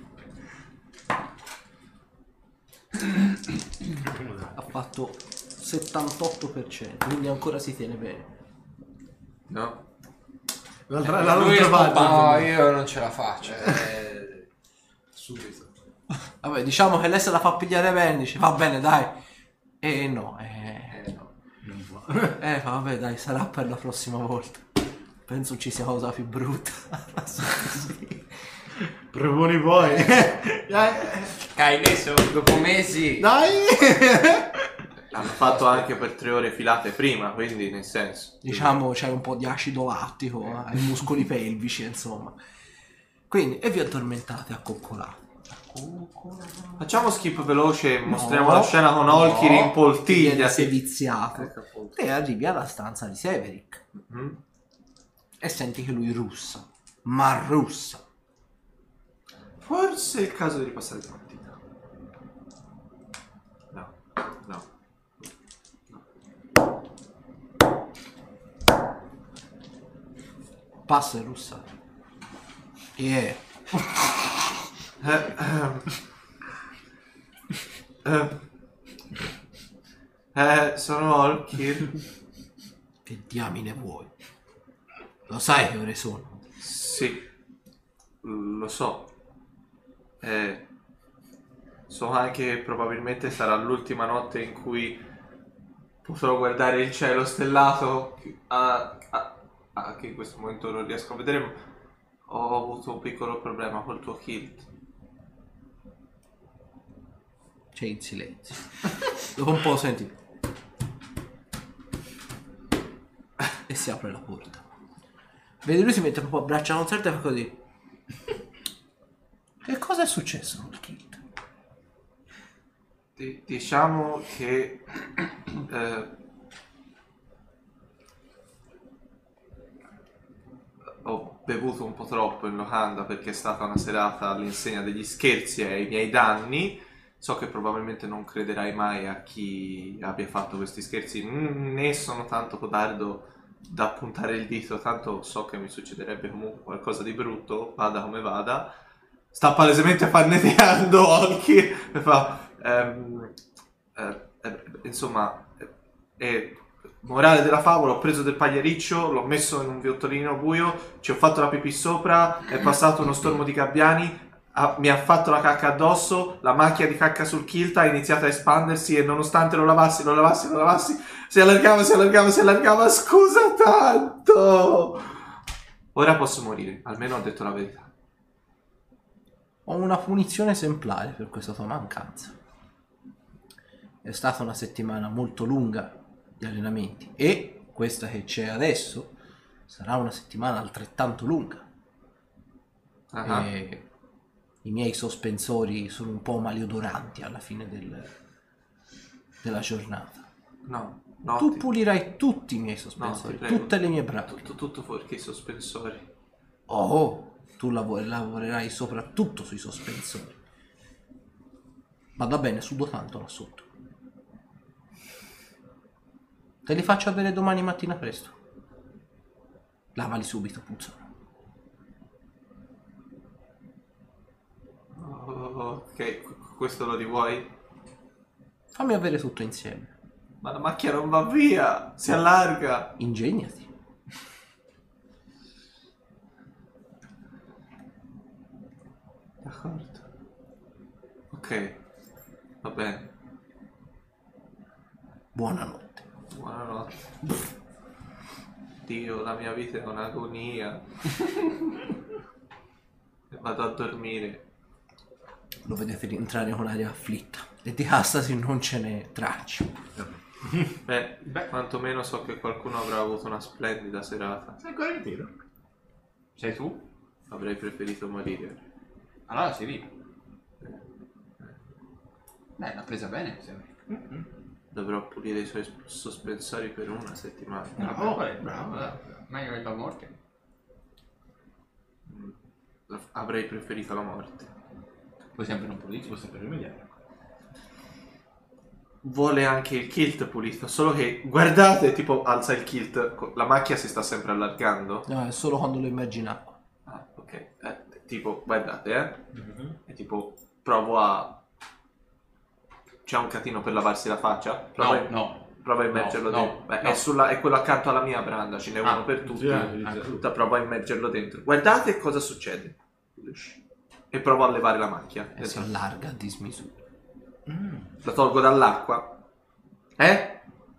ha fatto settantotto per cento, quindi ancora si tiene bene. No. L'altra, la Lui è l'altra parte. No, io non ce la faccio. Eh, subito. Vabbè, diciamo che lei se la fa pigliare bene, dice va bene dai. E no, eh, Eh no. Non può. eh vabbè dai, sarà per la prossima volta. Penso ci sia cosa più brutta. Sì. Proponi poi. Dai. Kai adesso dopo mesi. Dai. L'hanno fatto anche per tre ore filate prima, quindi nel senso. Diciamo c'è un po' di acido lattico eh, ai muscoli pelvici, insomma. Quindi, e vi addormentate accoccolati. Facciamo skip veloce e mostriamo No, la scena con Olki no, rimpoltiglia. viene sì. seviziato. Ecco, appunto. E arrivi alla stanza di Severick Mhm. e senti che lui russa, ma russa. Forse è il caso di ripassare la mattina. No, no. Passa in russa. Yeah. Eh, ehm. Eh, eh, sono Olki. Che diamine vuoi? Lo sai che ore sono? Sì, lo so. Eh, so anche che probabilmente sarà l'ultima notte in cui potrò guardare il cielo stellato, a, a, a, che in questo momento non riesco a vedere, ma ho avuto un piccolo problema col tuo kilt. C'è in silenzio. Dopo un po' senti. E si apre la porta. Vedi, lui si mette proprio a braccia concerte e fa così. Che cosa è successo col kilt? Di- diciamo che eh, ho bevuto un po' troppo in locanda perché è stata una serata all'insegna degli scherzi ai miei danni. So che probabilmente non crederai mai a chi abbia fatto questi scherzi, mm, né sono tanto codardo da puntare il dito, tanto so che mi succederebbe comunque qualcosa di brutto, vada come vada. Sta palesemente panneteando Olki e fa ehm, eh, eh, insomma eh, eh, morale della favola, ho preso del pagliericcio, l'ho messo in un viottolino buio, ci ho fatto la pipì sopra, è passato uno stormo di gabbiani, ha- mi ha fatto la cacca addosso, la macchia di cacca sul kilt ha iniziato a espandersi e nonostante lo lavassi, lo lavassi, lo lavassi, si allargava, si allargava, si allargava, scusa tanto! Ora posso morire, almeno ho detto la verità. Ho una punizione esemplare per questa tua mancanza. È stata una settimana molto lunga di allenamenti e questa che c'è adesso sarà una settimana altrettanto lunga. Ah. E i miei sospensori sono un po' maleodoranti alla fine del- della giornata. No, no. Tu ti- pulirai tutti i miei no, sospensori, ti prego. tutte le mie pratiche. Tutto, tutto fuorché i sospensori. Oh, tu lavor- lavorerai soprattutto sui sospensori. Vada bene, sudo tanto là sotto. Te li faccio avere domani mattina presto. Lavali subito, puzzano. Oh, ok, qu- questo lo rivuoi? Fammi avere tutto insieme. Ma la macchia non va via, si allarga. Ingegnati. D'accordo. Ok, va bene. Buonanotte. Buonanotte. Dio, la mia vita è un'agonia. E vado a dormire. Lo vedete rientrare con aria afflitta. E di Astasi non ce n'è traccia. Beh, quantomeno so che qualcuno avrà avuto una splendida serata. Sei ancora intero? Sei tu? Avrei preferito morire. Allora sei vivo. Beh, l'ha presa bene. Dovrò pulire i suoi sospensori per una settimana. No, Bravo, bravo, bravo. bravo. Meglio che la morte. Avrei preferito la morte. Puoi sempre non pulire. Si può sempre rimediare. Vuole anche il kilt pulito, solo che guardate, tipo alza il kilt, la macchia si sta sempre allargando. No, è solo quando lo immagini acqua. Ah, ok. Eh, tipo, guardate, eh. E tipo, provo a... C'è un catino per lavarsi la faccia? Prova, No, no. prova a immergerlo No, dentro. no, Beh, no. È, sulla, è quello accanto alla mia branda, ce n'è Ah, uno per tutti. sì, Ah, sì. tutta, provo a immergerlo dentro. Guardate cosa succede. E provo a levare la macchia. E si allarga a dismisura. La tolgo dall'acqua. Eh?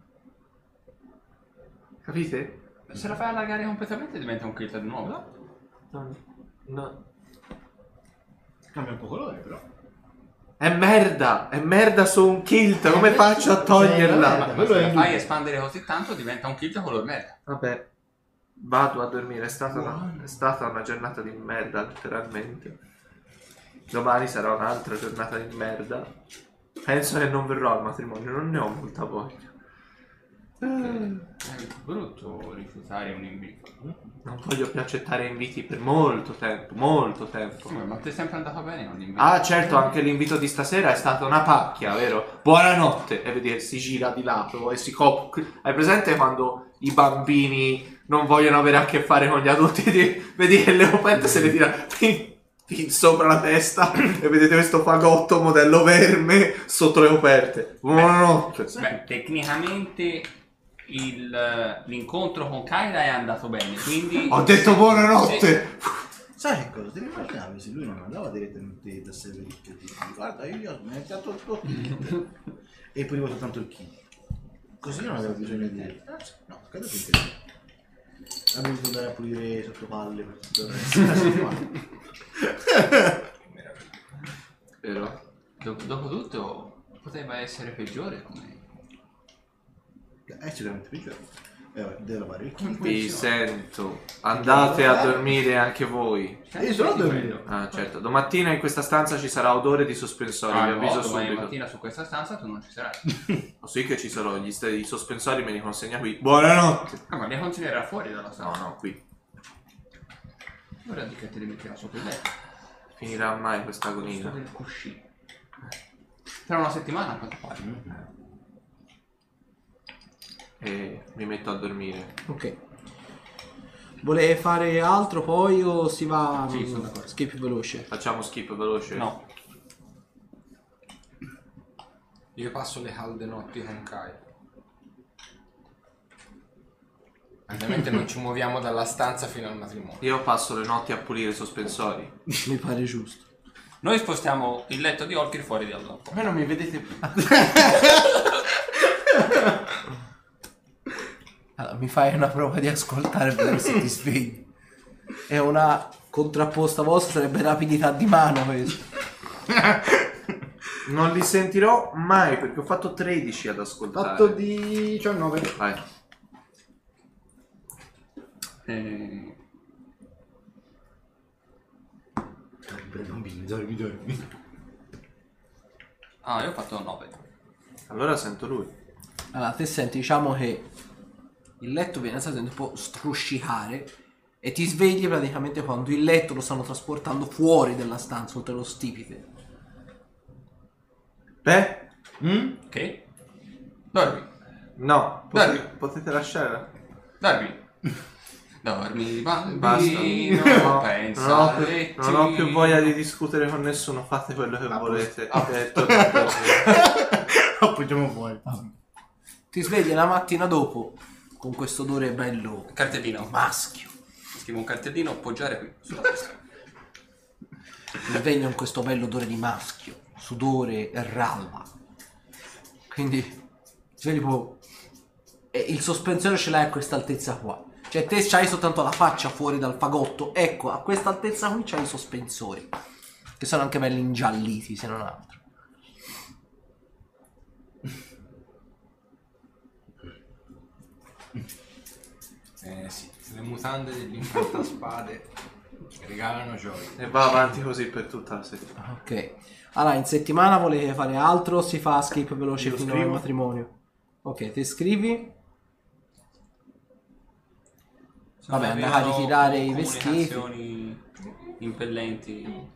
Capite? Se la fai allargare completamente diventa un kit di nuovo. No. No. Cambia un po' colore, però. È merda! È merda su un kilt! Come faccio a toglierla? Ma Ma quello se è la il fai dubbio. espandere così tanto diventa un kit color merda. Vabbè. Vado a dormire. È stata, una, è stata una giornata di merda, letteralmente. Domani sarà un'altra giornata di merda. Penso che non verrò al matrimonio, non ne ho molta voglia. È brutto rifiutare un invito. Non voglio più accettare inviti per molto tempo, molto tempo. Ma ti è sempre andato bene un invito? Ah, certo, anche l'invito di stasera è stata una pacchia, vero? Buonanotte! E vedi, si gira di lato e si copre. Hai presente quando i bambini non vogliono avere a che fare con gli adulti? Vedi che le coperte se le tira fin, fin sopra la testa e vedete questo fagotto modello verme sotto le coperte. Buonanotte! Beh, tecnicamente il- l'incontro con Kyra è andato bene, quindi... Ho detto buonanotte! Sai che cosa? Ti ricordavi se lui non andava direttamente da Severicchio e ti dice, guarda, io mi ho pianto il tuo kit e poi voto tanto il kit. Così non avevo bisogno di... No, credo che intendo. Avevo dovuto andare a pulire sotto palle per tutta la settimana. Vero? Dopo, dopo tutto poteva essere peggiore come... È sicuramente peggiore. Eh, vabbè, deve lavare il kit. Vi sento. Andate a dormire anche voi. Io sono a dormire. Ah, certo. Domattina in questa stanza ci sarà odore di sospensori, Ah, vi no, avviso domani subito. mattina su questa stanza tu non ci sarai. Oh, sì che ci sarò, gli st- i sospensori me li consegna qui. Buonanotte! Ah, ma li consiglierà fuori dalla No, stanza. no, qui. Ora di che te li metterà sotto il letto. Finirà mai questa Sotto agonia. del cuscino. Tra una settimana a quanto pare. E mi metto a dormire. Ok. Vuole fare altro poi o si va Sì, mm, sono d'accordo. skip veloce? Facciamo skip veloce? No. Io passo le calde notti con Kai. Ovviamente non ci muoviamo dalla stanza fino al matrimonio. Io passo le notti a pulire i sospensori. Mi pare giusto. Noi spostiamo il letto di Olkir fuori dal lampo. A me non mi vedete più. Allora, mi fai una prova di ascoltare per vedere se ti svegli. È una contrapposta vostra, sarebbe rapidità di mano questo. Non li sentirò mai perché ho fatto tredici ad ascoltare. Fatto diciannove. Vai. Eh, Dormi, bambini, dormi, dormi. Ah, io ho fatto nove. Allora sento lui. Allora, te senti, diciamo che il letto viene sentendo un po' struscicare e ti svegli praticamente quando il letto lo stanno trasportando fuori dalla stanza, oltre lo stipite. Beh, Mm? Ok. Dormi. no, Dai. potete, potete lasciare. Dormi. Dormi, Basta. bambino. No, Pensa non, ho al più, lettino. non ho più voglia di discutere con nessuno. Fate quello che Ah, volete. ah. Eh, tornate. Appoggiamo fuori. Ti svegli la mattina dopo con questo odore bello Cartellino. maschio. Scrivo un cartellino, appoggiare qui sulla destra. Ti svegli con questo bello odore di maschio, sudore e ralva. Quindi ti svegli proprio e il sospensore ce l'hai a questa altezza qua. Cioè te c'hai soltanto la faccia fuori dal fagotto. Ecco, a questa altezza qui c'hai i sospensori, che sono anche belli ingialliti se non altro. Eh sì, le mutande dell'infantaspade regalano gioia. E va avanti così per tutta la settimana. Ok. Allora, in settimana volete fare altro o si fa skip veloce Io fino scrivo. al matrimonio? Ok, ti scrivi. Vabbè, andare a ritirare i vestiti. Comunicazioni impellenti.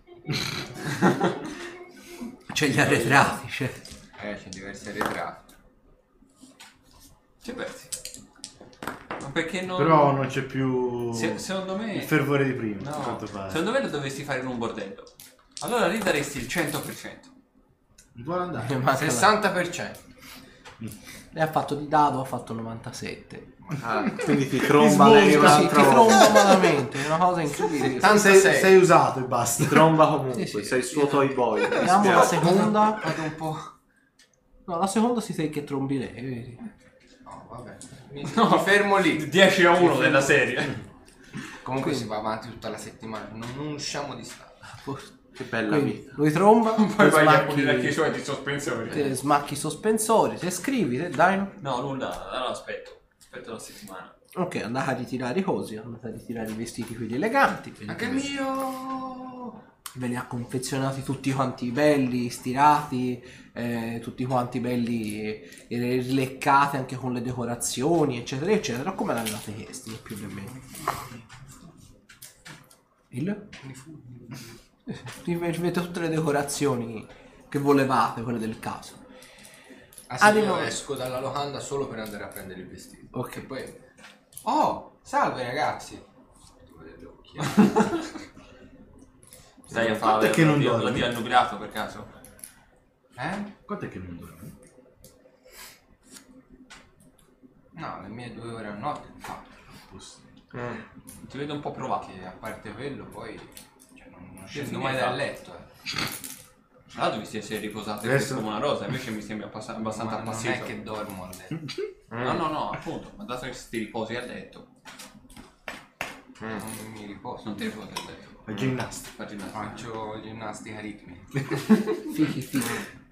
C'è gli arretrati, cioè. Eh, c'è diversi arretrati. C'è versi. Ma perché non... Però non c'è più Se- secondo me... il fervore di prima. a No, quanto pare. secondo me lo dovresti fare in un bordello. Allora lì daresti il cento per cento. Non vuole andare. Manca la- sessanta per cento. Lei ha fatto di dado, ha fatto novantasette. Ah, quindi ti tromba lei Sì, ti un'altra volta. tromba malamente, è una cosa incredibile. Tanto sei, sei usato e basta. Ti tromba comunque, Sì, sì. sei il suo toy boy. mi Vediamo la dispiace. seconda. Vado un po'... No, la seconda si sei che trombi lei, vedi? No, vabbè. Mi, mi fermo lì. dieci a uno Mi della fermo- serie. Comunque si va avanti tutta la settimana. Non, non usciamo di stato. Che bella Quindi vita. lui tromba, Poi te vai a smacchi, pulire anche i suoi di sospensori. te smacchi i sospensori, te scrivi, te dai. No, nulla, allora aspetto. Aspetto la settimana. Ok, andate a ritirare i cosi, andate a ritirare i vestiti quelli eleganti. Anche il mio! Ve li ha confezionati tutti quanti belli, stirati, eh, tutti quanti belli eh, rileccati anche con le decorazioni, eccetera, eccetera, come l'avevate chiesti, né più nemmeno. Il? Rivede tutte le decorazioni che volevate, quelle del caso. Ah sì, Arrivo- io esco dalla locanda solo per andare a prendere il vestito. Ok. E poi... Oh! Salve ragazzi! Devo vedere le occhiaie. Stai a Quanto è fare che non la dormi? via annugrato per caso? Eh? Quanto è che non dormi? No, le mie due ore a notte infatti. Mm. Ti vedo un po' provato. Che a parte quello poi... Cioè, non, non Sì, scendo sì, mai infatti. dal letto, eh. Tra l'altro vi siete riposati Adesso- come una rosa, invece mi sembra abbassa- abbastanza Ma non appassito. è che dormo a letto. No, no, no, appunto, ma dato che ti riposi a letto, Mm. Non mi riposo. non ti riposi a letto. La ginnastica. Fa ginnastica. Faccio ginnastica ritmica. Fichi, fichi.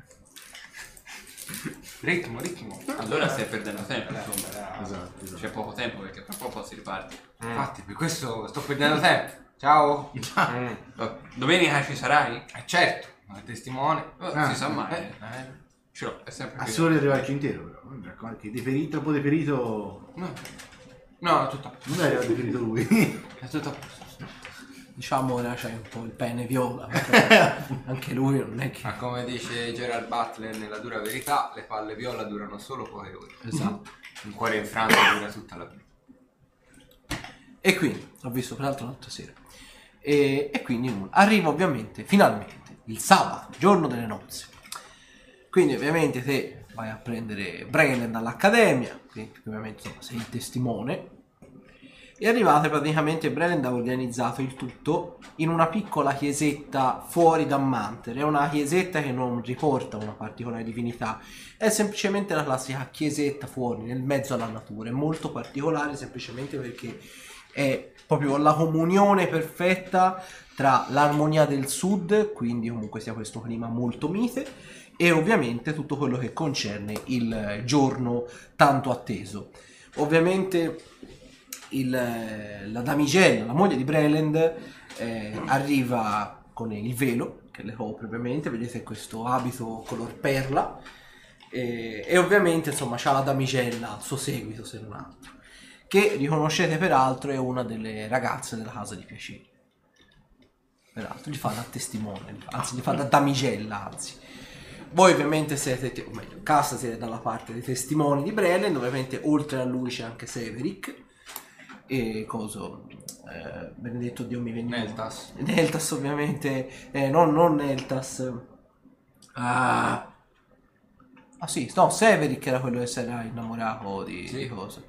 Ritmo, ritmo. Allora stai perdendo tempo, insomma. Esatto, esatto. C'è poco tempo perché tra poco si riparte. Infatti, per questo sto perdendo tempo. Ciao! Mm. Domenica ci sarai? Eh certo, ma testimone. Oh, Ah, si sa mai. Eh, eh. eh. Ce l'ho, è sempre Ah, qui. si vuole arrivarci intero però. Mi raccomando che deperito, troppo deperito. No, no, è tutto a posto. Non è arrivato deperito lui. È tutto a posto. Diciamo ora c'è un po' il pene viola, perché anche lui non è che... Ma come dice Gerald Butler nella dura verità, le palle viola durano solo poche ore. Esatto. Un cuore infranto dura tutta la vita. E quindi, l'ho visto peraltro l'altra sera. E, e quindi nulla. Arriva ovviamente, finalmente, il sabato, giorno delle nozze. Quindi ovviamente te vai a prendere Breland dall'accademia, quindi ovviamente insomma, sei il testimone. E arrivate praticamente, Breland ha organizzato il tutto in una piccola chiesetta fuori da Manter. È una chiesetta che non riporta una particolare divinità, è semplicemente la classica chiesetta fuori, nel mezzo alla natura. È molto particolare semplicemente perché è proprio la comunione perfetta tra l'armonia del sud, quindi comunque sia questo clima molto mite, e ovviamente tutto quello che concerne il giorno tanto atteso. Ovviamente il, la damigella, la moglie di Breland, eh, arriva con il velo che le copre, ovviamente vedete questo abito color perla e, e ovviamente insomma c'ha la damigella al suo seguito, se non altro, che riconoscete peraltro è una delle ragazze della casa di piacere. Peraltro gli fa da testimone, gli fa- anzi gli fa da damigella, anzi. Voi ovviamente siete, o meglio, Cassa siete dalla parte dei testimoni di Breland, ovviamente oltre a lui c'è anche Severick e coso, eh, benedetto Dio mi veniva. Neltas. Neltas ovviamente, eh, non, non Neltas, ah, ah sì, no, Severick era quello che si era innamorato di, Sì. di cosa.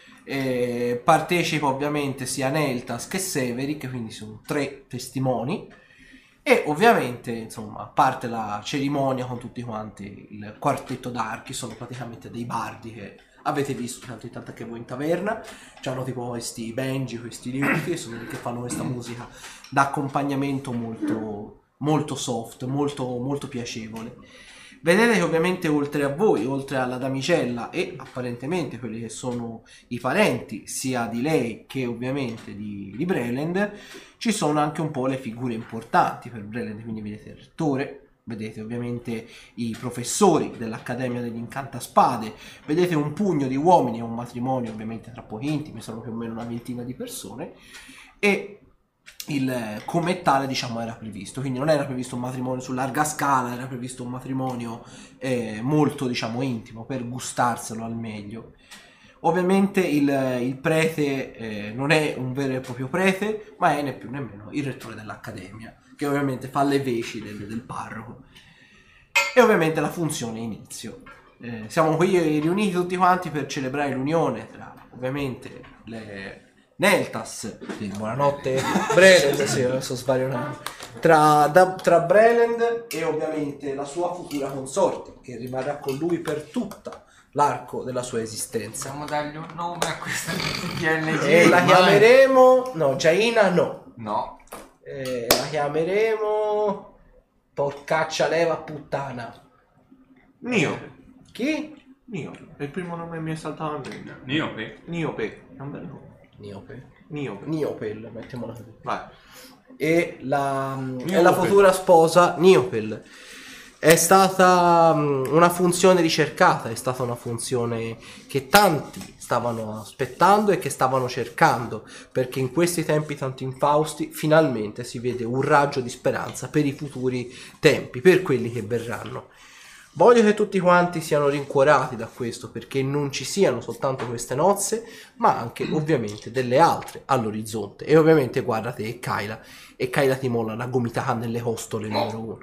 E partecipa ovviamente sia Neltas che Severick, quindi sono tre testimoni. E ovviamente, insomma, a parte la cerimonia con tutti quanti, il quartetto d'archi, sono praticamente dei bardi che avete visto tanto in tanto anche voi in taverna. C'hanno tipo questi banji, questi liuti, e sono lì che fanno questa musica d'accompagnamento molto, molto soft, molto, molto piacevole. Vedete che ovviamente oltre a voi, oltre alla damigella e apparentemente quelli che sono i parenti sia di lei che ovviamente di, di Breland, ci sono anche un po' le figure importanti per Breland, quindi vedete il rettore, vedete ovviamente i professori dell'Accademia degli Incantaspade, vedete un pugno di uomini e un matrimonio ovviamente tra pochi intimi, sono più o meno una ventina di persone, e il come tale diciamo era previsto, quindi non era previsto un matrimonio su larga scala, era previsto un matrimonio eh, molto diciamo intimo per gustarselo al meglio. Ovviamente il, il prete eh, non è un vero e proprio prete, ma è né più né meno il rettore dell'accademia, che ovviamente fa le veci del, del parroco. E ovviamente la funzione inizio. Eh, siamo qui riuniti tutti quanti per celebrare l'unione tra ovviamente le Neltas, sì, buonanotte Breland, sì, adesso svarionando, tra, da, tra Breland e ovviamente la sua futura consorte, che rimarrà con lui per tutta l'arco della sua esistenza. Possiamo dargli un nome a questa P N G? E la chiameremo, no, Jaina no, No. eh, la chiameremo porcaccia leva puttana. Nio. Chi? Nio. È il primo nome che mi è saltato a mente. Niope. Niope. È un bel nome. Niope. Niope. Niopel, mettiamola così. Vai. E la, è Niopel. la futura sposa Niopel. È stata um, una funzione ricercata, è stata una funzione che tanti stavano aspettando e che stavano cercando, perché in questi tempi tanto infausti finalmente si vede un raggio di speranza per i futuri tempi, per quelli che verranno. Voglio che tutti quanti siano rincuorati da questo, perché non ci siano soltanto queste nozze, ma anche ovviamente delle altre all'orizzonte. E ovviamente guarda te e Kyla, e Kyla ti molla la gomitata nelle costole numero uno.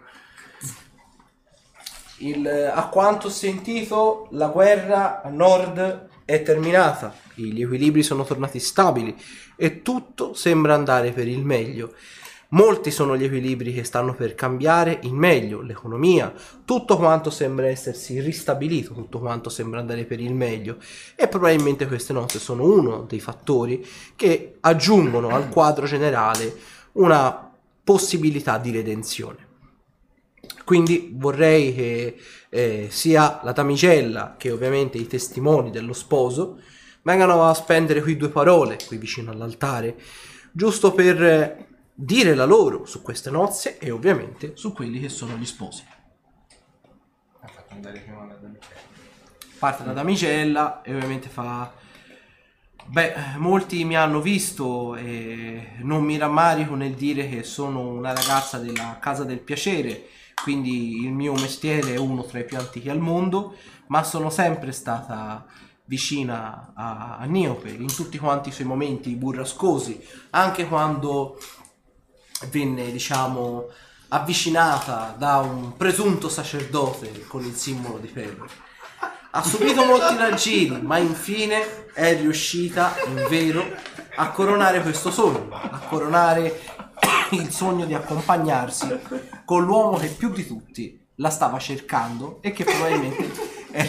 Il, a quanto ho sentito, la guerra a nord è terminata, gli equilibri sono tornati stabili e tutto sembra andare per il meglio. Molti sono gli equilibri che stanno per cambiare in meglio, l'economia, tutto quanto sembra essersi ristabilito, tutto quanto sembra andare per il meglio, e probabilmente queste note sono uno dei fattori che aggiungono al quadro generale una possibilità di redenzione. Quindi vorrei che eh, sia la damigella che ovviamente i testimoni dello sposo vengano a spendere qui due parole qui vicino all'altare, giusto per eh, dire la loro su queste nozze e ovviamente su quelli che sono gli sposi. Ha fatto andare prima la damigella. Parte la damigella e ovviamente fa: beh, molti mi hanno visto e non mi rammarico nel dire che sono una ragazza della Casa del Piacere, quindi il mio mestiere è uno tra i più antichi al mondo, ma sono sempre stata vicina a, a Niope in tutti quanti i suoi momenti burrascosi, anche quando venne, diciamo, avvicinata da un presunto sacerdote con il simbolo di ferro. Ha subito molti raggiri, ma infine è riuscita, in vero, a coronare questo sogno, a coronare il sogno di accompagnarsi con l'uomo che più di tutti la stava cercando e che probabilmente era,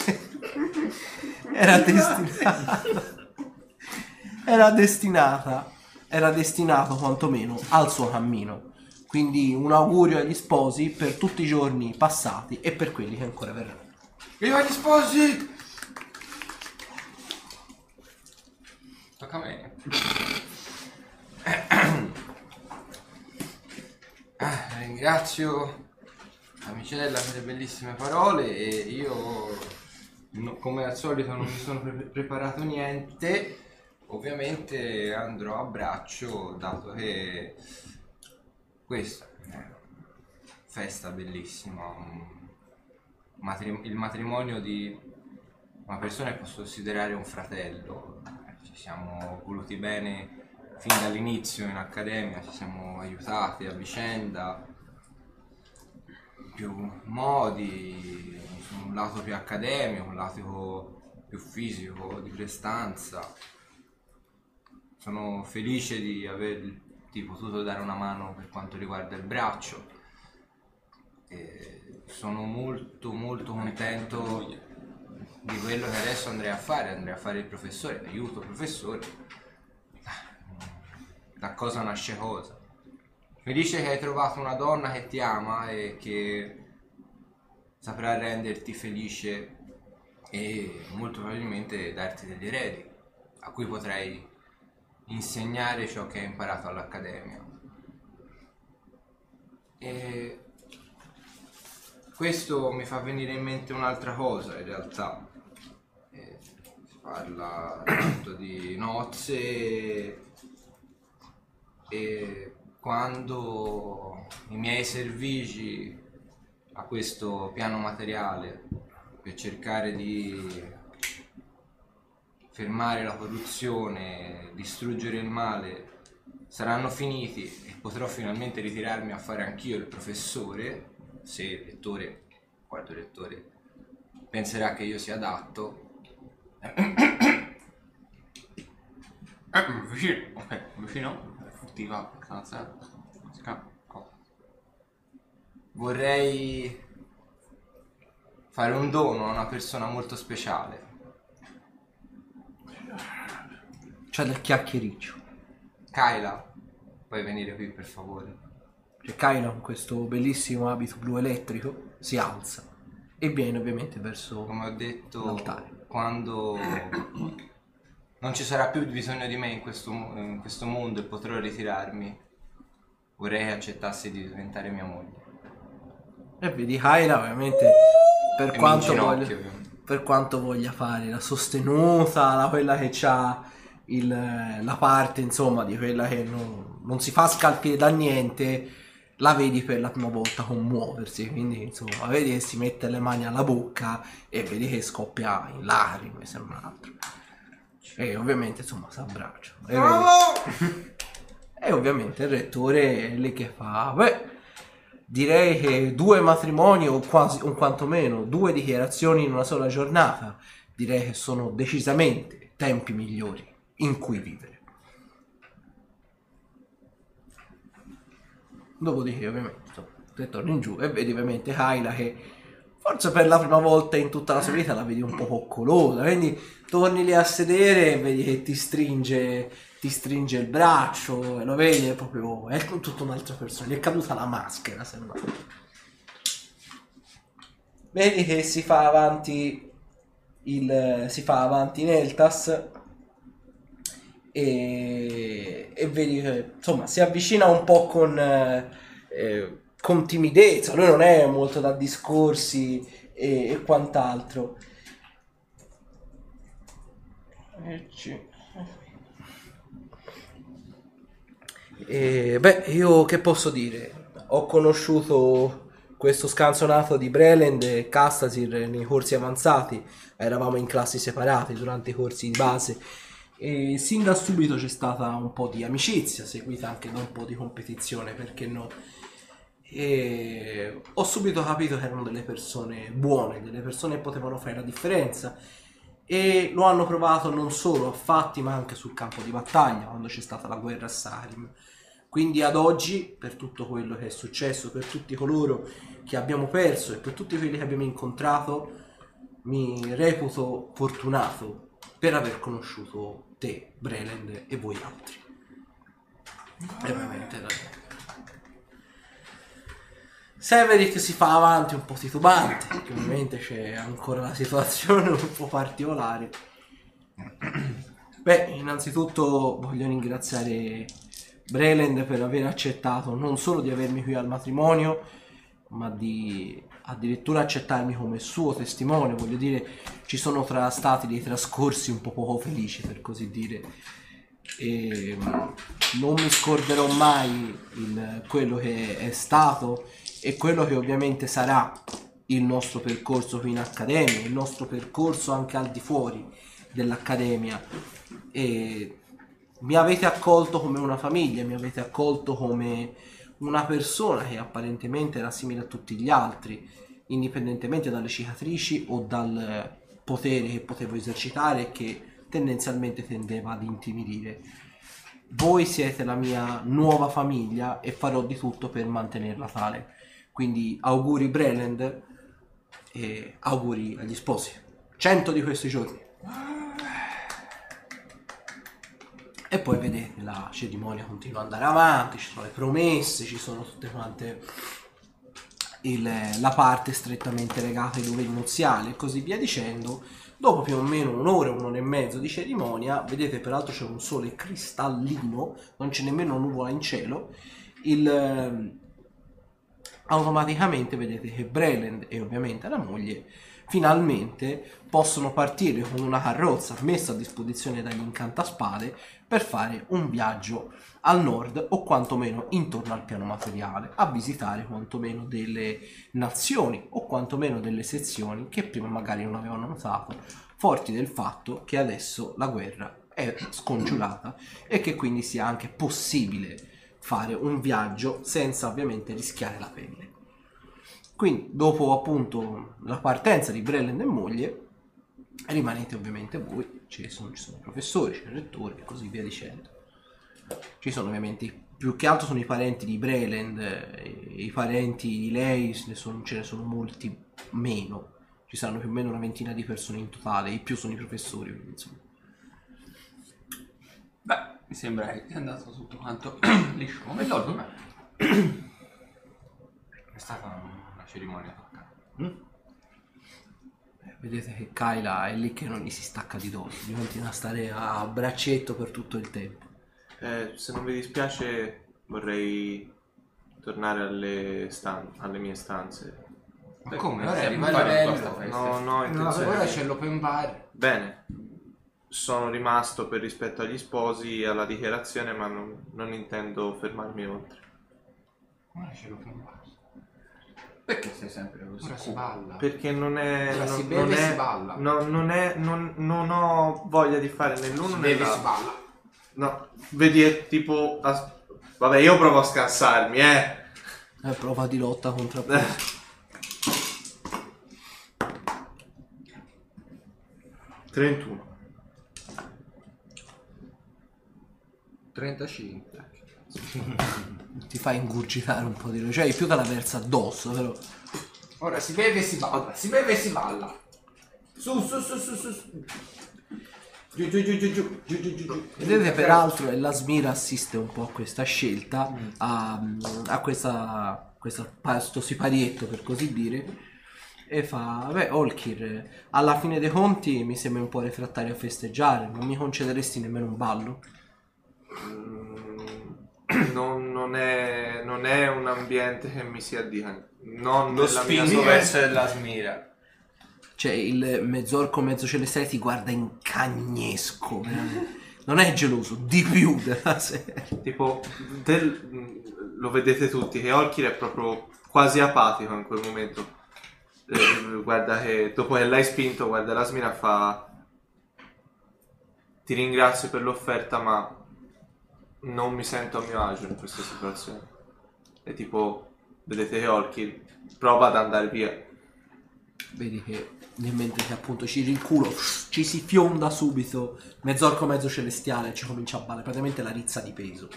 era destinata era destinata era destinato quantomeno al suo cammino. Quindi un augurio agli sposi per tutti i giorni passati e per quelli che ancora verranno. Viva gli sposi! Tocca a me. ringrazio l'amicella per le bellissime parole e io, no, come al solito, non mi sono pre- preparato niente. Ovviamente andrò a braccio, dato che questa è una festa bellissima, un matri- il matrimonio di una persona che posso considerare un fratello. Ci siamo voluti bene fin dall'inizio in accademia, ci siamo aiutati a vicenda, più modi, un lato più accademico, un lato più fisico, di prestanza. Sono felice di averti potuto dare una mano per quanto riguarda il braccio e sono molto molto contento di quello che adesso andrei a fare, andrei a fare il professore, aiuto professore. Da cosa nasce cosa. Felice che hai trovato una donna che ti ama e che saprà renderti felice e molto probabilmente darti degli eredi a cui potrai insegnare ciò che hai imparato all'accademia. E questo mi fa venire in mente un'altra cosa in realtà. E si parla appunto di nozze e quando i miei servigi a questo piano materiale per cercare di fermare la corruzione, distruggere il male saranno finiti e potrò finalmente ritirarmi a fare anch'io il professore, se il lettore, guardo il lettore, penserà che io sia adatto. Eh, vicino, ok, vicino. Furtiva, cazzo. Scappa. Vorrei fare un dono a una persona molto speciale. C'è del chiacchiericcio. Kyla, puoi venire qui per favore? C'è Kyla con questo bellissimo abito blu elettrico, si alza e viene ovviamente verso Come ho detto, l'altare. quando non ci sarà più bisogno di me in questo, in questo mondo e potrò ritirarmi, vorrei che accettassi di diventare mia moglie. E vedi Kyla ovviamente per E mi quanto, inginocchio, voglia, ovviamente. per quanto voglia fare la sostenuta, la, quella che ha il, la parte insomma di quella che non, non si fa scalfire da niente, la vedi per la prima volta commuoversi, quindi insomma vedi che si mette le mani alla bocca e vedi che scoppia in lacrime se non altro. E ovviamente insomma si abbraccia e, vedi- e ovviamente il rettore è lì che fa beh, direi che due matrimoni o quasi o quantomeno due dichiarazioni in una sola giornata direi che sono decisamente tempi migliori in cui vivere. Dopodiché ovviamente insomma, te torni in giù e vedi ovviamente Kyla che forse per la prima volta in tutta la sua vita la vedi un po' coccolosa, quindi torni lì a sedere e vedi che ti stringe ti stringe il braccio e lo vedi è proprio è tutta un'altra persona, gli è caduta la maschera sembra. Vedi che si fa avanti il si fa avanti Neltas e, e vedi che insomma si avvicina un po' con eh, con timidezza, lui non è molto da discorsi e, e quant'altro. E, beh, io che posso dire? Ho conosciuto questo scanzonato di Breland e Castasir nei corsi avanzati, eravamo in classi separate durante i corsi di base e sin da subito c'è stata un po' di amicizia, seguita anche da un po' di competizione, perché no? E ho subito capito che erano delle persone buone, delle persone che potevano fare la differenza e lo hanno provato non solo a fatti ma anche sul campo di battaglia quando c'è stata la guerra a Sarim. Quindi ad oggi, per tutto quello che è successo, per tutti coloro che abbiamo perso e per tutti quelli che abbiamo incontrato, mi reputo fortunato per aver conosciuto te, Breland, e voi altri. E ovviamente la... Severick si fa avanti un po' titubante, perché ovviamente c'è ancora la situazione un po' particolare. Beh, innanzitutto voglio ringraziare Breland per aver accettato non solo di avermi qui al matrimonio, ma di addirittura accettarmi come suo testimone. Voglio dire, ci sono tra stati dei trascorsi un po' poco felici, per così dire, e non mi scorderò mai il, quello che è stato e quello che ovviamente sarà il nostro percorso qui in accademia, il nostro percorso anche al di fuori dell'accademia. E mi avete accolto come una famiglia, mi avete accolto come una persona che apparentemente era simile a tutti gli altri, indipendentemente dalle cicatrici o dal potere che potevo esercitare e che tendenzialmente tendeva ad intimidire. Voi siete la mia nuova famiglia e farò di tutto per mantenerla tale. Quindi auguri Breland e auguri agli sposi. Cento di questi giorni. E poi vedete la cerimonia continua ad andare avanti, ci sono le promesse, ci sono tutte quante il, la parte strettamente legata ai doveri nuziali e così via dicendo. Dopo più o meno un'ora, un'ora e mezzo di cerimonia, vedete peraltro c'è un sole cristallino, non c'è nemmeno nuvola in cielo, il, automaticamente vedete che Breland e ovviamente la moglie finalmente possono partire con una carrozza messa a disposizione dagli incantaspade per fare un viaggio al nord o quantomeno intorno al piano materiale, a visitare quantomeno delle nazioni o quantomeno delle sezioni che prima magari non avevano notato, forti del fatto che adesso la guerra è scongiurata e che quindi sia anche possibile fare un viaggio senza ovviamente rischiare la pelle. Quindi dopo appunto la partenza di Breland e moglie rimanete ovviamente voi, ci sono, ci sono i professori, c'è il rettore e così via dicendo. Ci sono ovviamente, più che altro sono i parenti di Breland, e i parenti di lei ne sono, ce ne sono molti meno, ci saranno più o meno una ventina di persone in totale, i più sono i professori, quindi, insomma. Beh, mi sembra che è andato tutto quanto liscio come l'olio. È stata una cerimonia toccata. Mm? Vedete che Kyla è lì che non gli si stacca di dosso, gli continua a stare a braccetto per tutto il tempo. Eh, se non vi dispiace vorrei tornare alle, stan- alle mie stanze. Ma come? Ora Ora è arriva fare il questa livello. festa. No, no, No, intenzione. ora c'è l'open bar. Bene, sono rimasto per rispetto agli sposi e alla dichiarazione, ma non, non intendo fermarmi oltre. Ora c'è l'open bar. Perché sei sempre così? Ora si balla. Perché non è... Ora non, si beve non e è, si balla. no, non è... Non, non ho voglia di fare né l'uno Si né beve e si l'altro. balla. No, vedi, è tipo... as- Vabbè, io provo a scansarmi, eh. È prova di lotta contro Eh. trentuno. trentacinque. ti fa ingurgitare un po' di roba, cioè più te la versa addosso, però. Ora si beve e si balla. Si beve e si balla. Su, su, su, su, su. su. Giù, giù, giù, giù, giù, giù, giù, giù, giù. Vedete peraltro e la Smira assiste un po' a questa scelta, a, a questa, questa, questo siparietto per così dire, e fa, beh Olkir, alla fine dei conti mi sembra un po' refrattario a festeggiare, non mi concederesti nemmeno un ballo? Mm, non, non, è, non è un ambiente che mi si addica. Non Lo nella mia spingo sua- verso la smira. Cioè il mezzorco mezzo celestiale ti guarda in cagnesco, veramente. Non è geloso, di più della serie. Tipo, del- lo vedete tutti che Olkir è proprio quasi apatico in quel momento. Eh, guarda che dopo che l'hai spinto, guarda la Smira fa: ti ringrazio per l'offerta, ma non mi sento a mio agio in questa situazione. E tipo, vedete che Olkir prova ad andare via. Vedi che nel mentre che appunto ci rinculo, ci si fionda subito mezzorco mezzo celestiale, ci comincia a ballare praticamente la rizza di peso.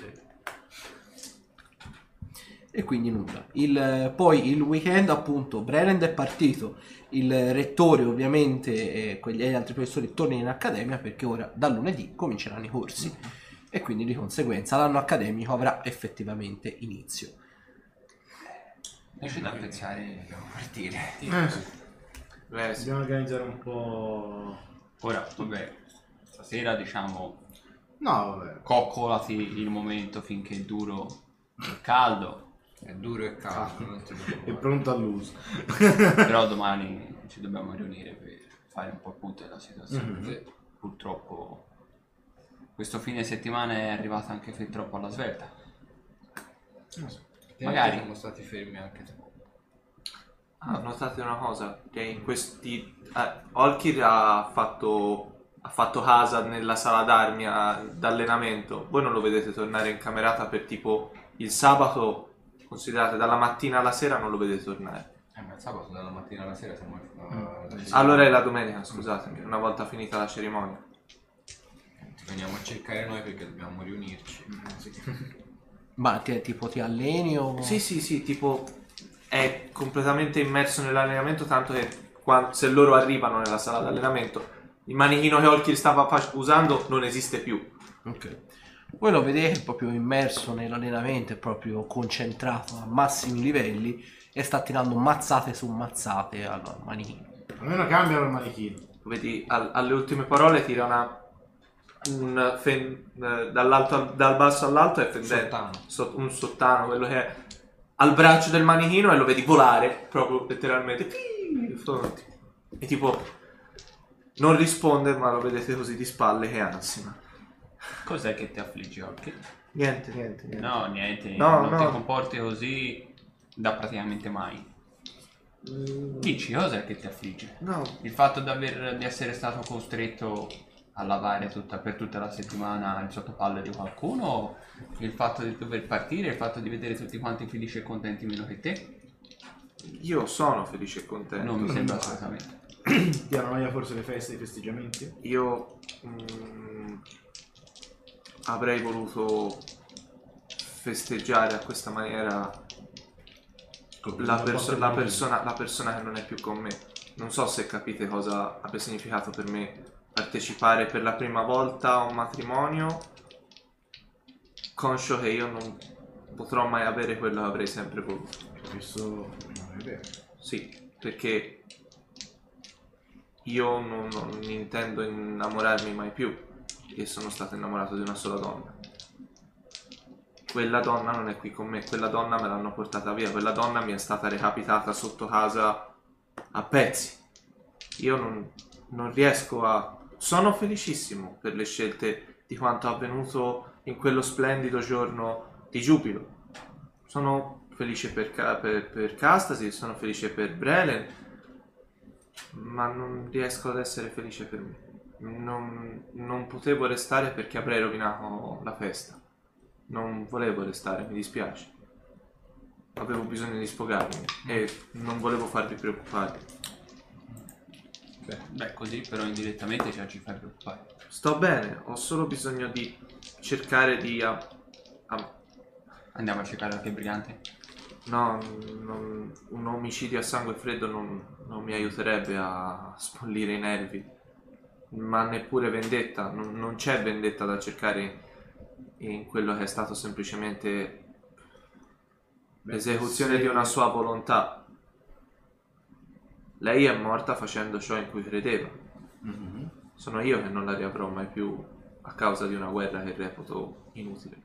E quindi nulla. Il, poi il weekend appunto Breland è partito, il rettore ovviamente e quegli e gli altri professori tornano in accademia perché ora da lunedì cominceranno i corsi e quindi di conseguenza l'anno accademico avrà effettivamente inizio. Io c'è da pensare a partire. Eh, sì. Eh, sì. Dobbiamo organizzare un po'. Ora, vabbè, stasera diciamo No, vabbè. Coccolati il momento finché è duro e caldo. È duro e caldo, non ti È preoccupare. pronto all'uso. Però domani ci dobbiamo riunire per fare un po' il punto della situazione. Mhm. Purtroppo questo fine settimana è arrivata anche fin troppo alla svelta. Magari. siamo stati fermi anche troppo. Ah, notate una cosa, che in questi... Eh, Olkir ha fatto, ha fatto Hazard nella sala d'armi a- d'allenamento, voi non lo vedete tornare in camerata per tipo il sabato, considerate dalla mattina alla sera non lo vedete tornare. Eh, ma il sabato dalla mattina alla sera siamo... Uh, Allora è la domenica, scusatemi, una volta finita la cerimonia. Ti veniamo a cercare noi perché dobbiamo riunirci. Ma ti, tipo ti alleni o... Sì, sì, sì, tipo è completamente immerso nell'allenamento, tanto che quan- se loro arrivano nella sala d'allenamento, il manichino che Olkir stava fa- usando non esiste più. Ok. Voi lo vedete proprio immerso nell'allenamento, è proprio concentrato a massimi livelli e sta tirando mazzate su mazzate al manichino. Almeno cambiano il manichino. Vedi, al- alle ultime parole tira una, un fen- eh, dall'alto al- dal basso all'alto è fendente. Sottano. Sot- un sottano, quello che è al braccio del manichino, e lo vedi volare proprio letteralmente. E tipo non risponde, ma lo vedete così di spalle che ansima. Cos'è che ti affligge oggi? Niente, niente, niente. No, niente, No, non no. ti comporti così da praticamente mai. Mm, Dici, cos'è che ti affligge? no, Il fatto di, aver, di essere stato costretto a lavare tutta, per tutta la settimana il sottopalle di qualcuno? O il fatto di dover partire, il fatto di vedere tutti quanti felici e contenti meno che te? io sono felice e contento. Non mi sembra assolutamente. Ti hanno noia forse le feste, i festeggiamenti? Io mm, avrei voluto festeggiare a questa maniera la, perso- la persona, la persona che non è più con me. Non so se capite cosa abbia significato per me partecipare per la prima volta a un matrimonio, conscio che io non potrò mai avere quello che avrei sempre voluto. Questo non è vero. Sì, perché io non, non intendo innamorarmi mai più e sono stato innamorato di una sola donna. Quella donna non è qui con me, quella donna me l'hanno portata via, quella donna mi è stata recapitata sotto casa a pezzi. Io non, non riesco a... Sono felicissimo per le scelte di quanto avvenuto in quello splendido giorno di giubilo. Sono felice per, Ca- per, per Castasi, sono felice per Brelen, ma non riesco ad essere felice per me. Non, non potevo restare perché avrei rovinato la festa. Non volevo restare, mi dispiace. Avevo bisogno di sfogarmi e non volevo farvi preoccupare. Beh, così però indirettamente già ci fai preoccupare. Sto bene, ho solo bisogno di cercare di... a- a- Andiamo a cercare qualche brigante? no, non- un omicidio a sangue freddo non, non mi aiuterebbe a spollire i nervi. Ma neppure vendetta, non, non c'è vendetta da cercare in quello che è stato semplicemente l'esecuzione se- di una sua volontà. Lei è morta facendo ciò in cui credeva. Mhm. Sono io che non la riavrò mai più a causa di una guerra che reputo inutile.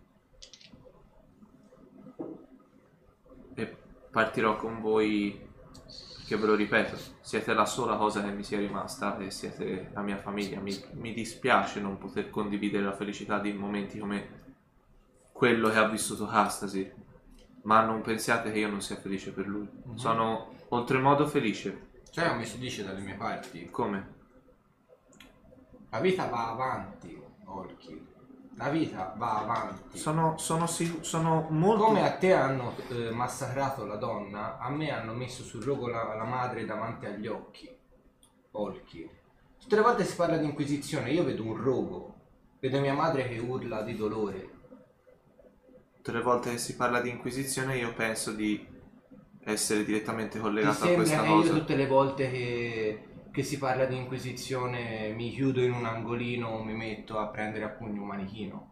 E partirò con voi perché, ve lo ripeto, siete la sola cosa che mi sia rimasta e siete la mia famiglia. Mi, mi dispiace non poter condividere la felicità di momenti come quello che ha vissuto Castasi, ma non pensiate che io non sia felice per lui. Sono oltremodo felice. Cioè, come si dice dalle mie parti, Come? la vita va avanti, Orchi. La vita va avanti. Sono, sono, si- sono molto... Come a te hanno eh, massacrato la donna, a me hanno messo sul rogo la, la madre davanti agli occhi. Orchi. Tutte le volte si parla di inquisizione, io vedo un rogo. Vedo mia madre che urla di dolore. Tutte le volte che si parla di inquisizione io penso di essere direttamente Ti collegato a sembra questa che cosa. io tutte le volte che, che si parla di inquisizione mi chiudo in un angolino, mi metto a prendere a pugno un manichino?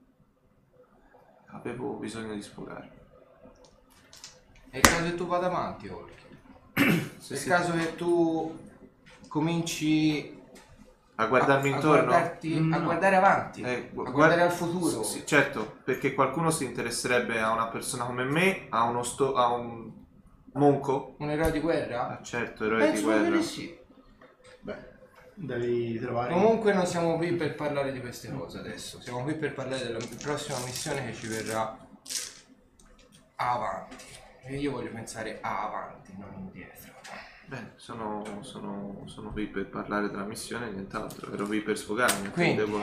Avevo bisogno di sfogarmi. È il caso che tu vada avanti, Orchi. Se È il si- caso che tu cominci A guardarmi a, intorno? A, guardarti- a No. guardare avanti, Eh, gu- a guard- guardare al futuro. Sì, certo, perché qualcuno si interesserebbe a una persona come me, a uno sto- a un monco? Un eroe di guerra? Ah, certo, eroe di Penso proprio guerra. di sì. Beh, devi trovare... Comunque non siamo qui per parlare di queste cose adesso, siamo qui per parlare della prossima missione che ci verrà avanti. E io voglio pensare a avanti, non indietro. Bene, sono, sono, sono qui per parlare della missione e nient'altro. Ero qui per sfogarmi. Quindi devo...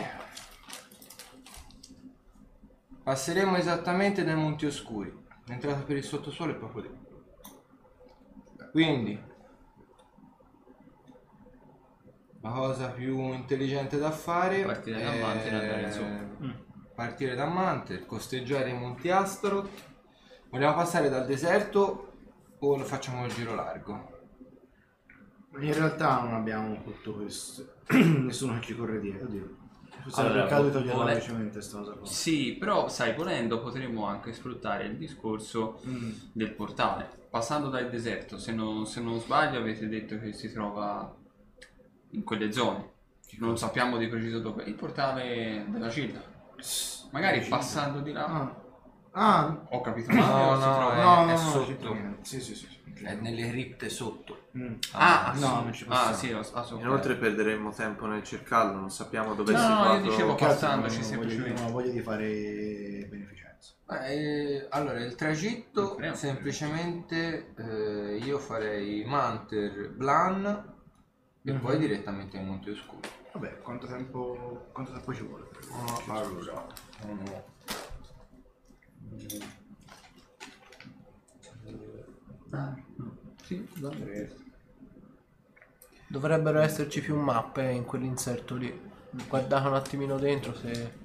passeremo esattamente dai Monti Oscuri. L'entrata per il sottosuolo è proprio lì. Quindi la cosa più intelligente da fare Partire da è Manter e andare su. partire da Manter, costeggiare i Monti Astaroth. Vogliamo passare dal deserto o lo facciamo il giro largo? In realtà non abbiamo tutto questo. Nessuno che ci corre dietro. Oddio. Sarebbe Allora, peccato di togliere vole- velocemente sta cosa qua. Sì, però sai, volendo potremmo anche sfruttare il discorso Mm. del portale. Passando dal deserto, se non, se non sbaglio avete detto che si trova in quelle zone. Non sappiamo di preciso dove. Il portale della Gilda. Magari Gilda. passando di là. Ah. Ah. Ho capito male, No, o si no, trova- è- No, no, no, sotto. c'entra niente. Sì, sì, sì. sì. È nelle cripte sotto. Mm. Ah, no, sì. non ci Ah, possiamo. sì, ho- ah, so- Inoltre perderemmo tempo nel cercarlo, non sappiamo dove No, è no, situato. io dicevo- Che altro passandoci non ho voglia di- semplicemente. Non ho voglia di fare beneficenza. Eh, allora, il tragitto Speriamo. semplicemente eh, io farei Manter, Blan e Mhm. poi direttamente ai Monti Oscuri. Vabbè, quanto tempo, quanto tempo ci vuole? allora, uno, Sì, Dovrebbero esserci più mappe in quell'inserto lì. Guardate un attimino dentro se...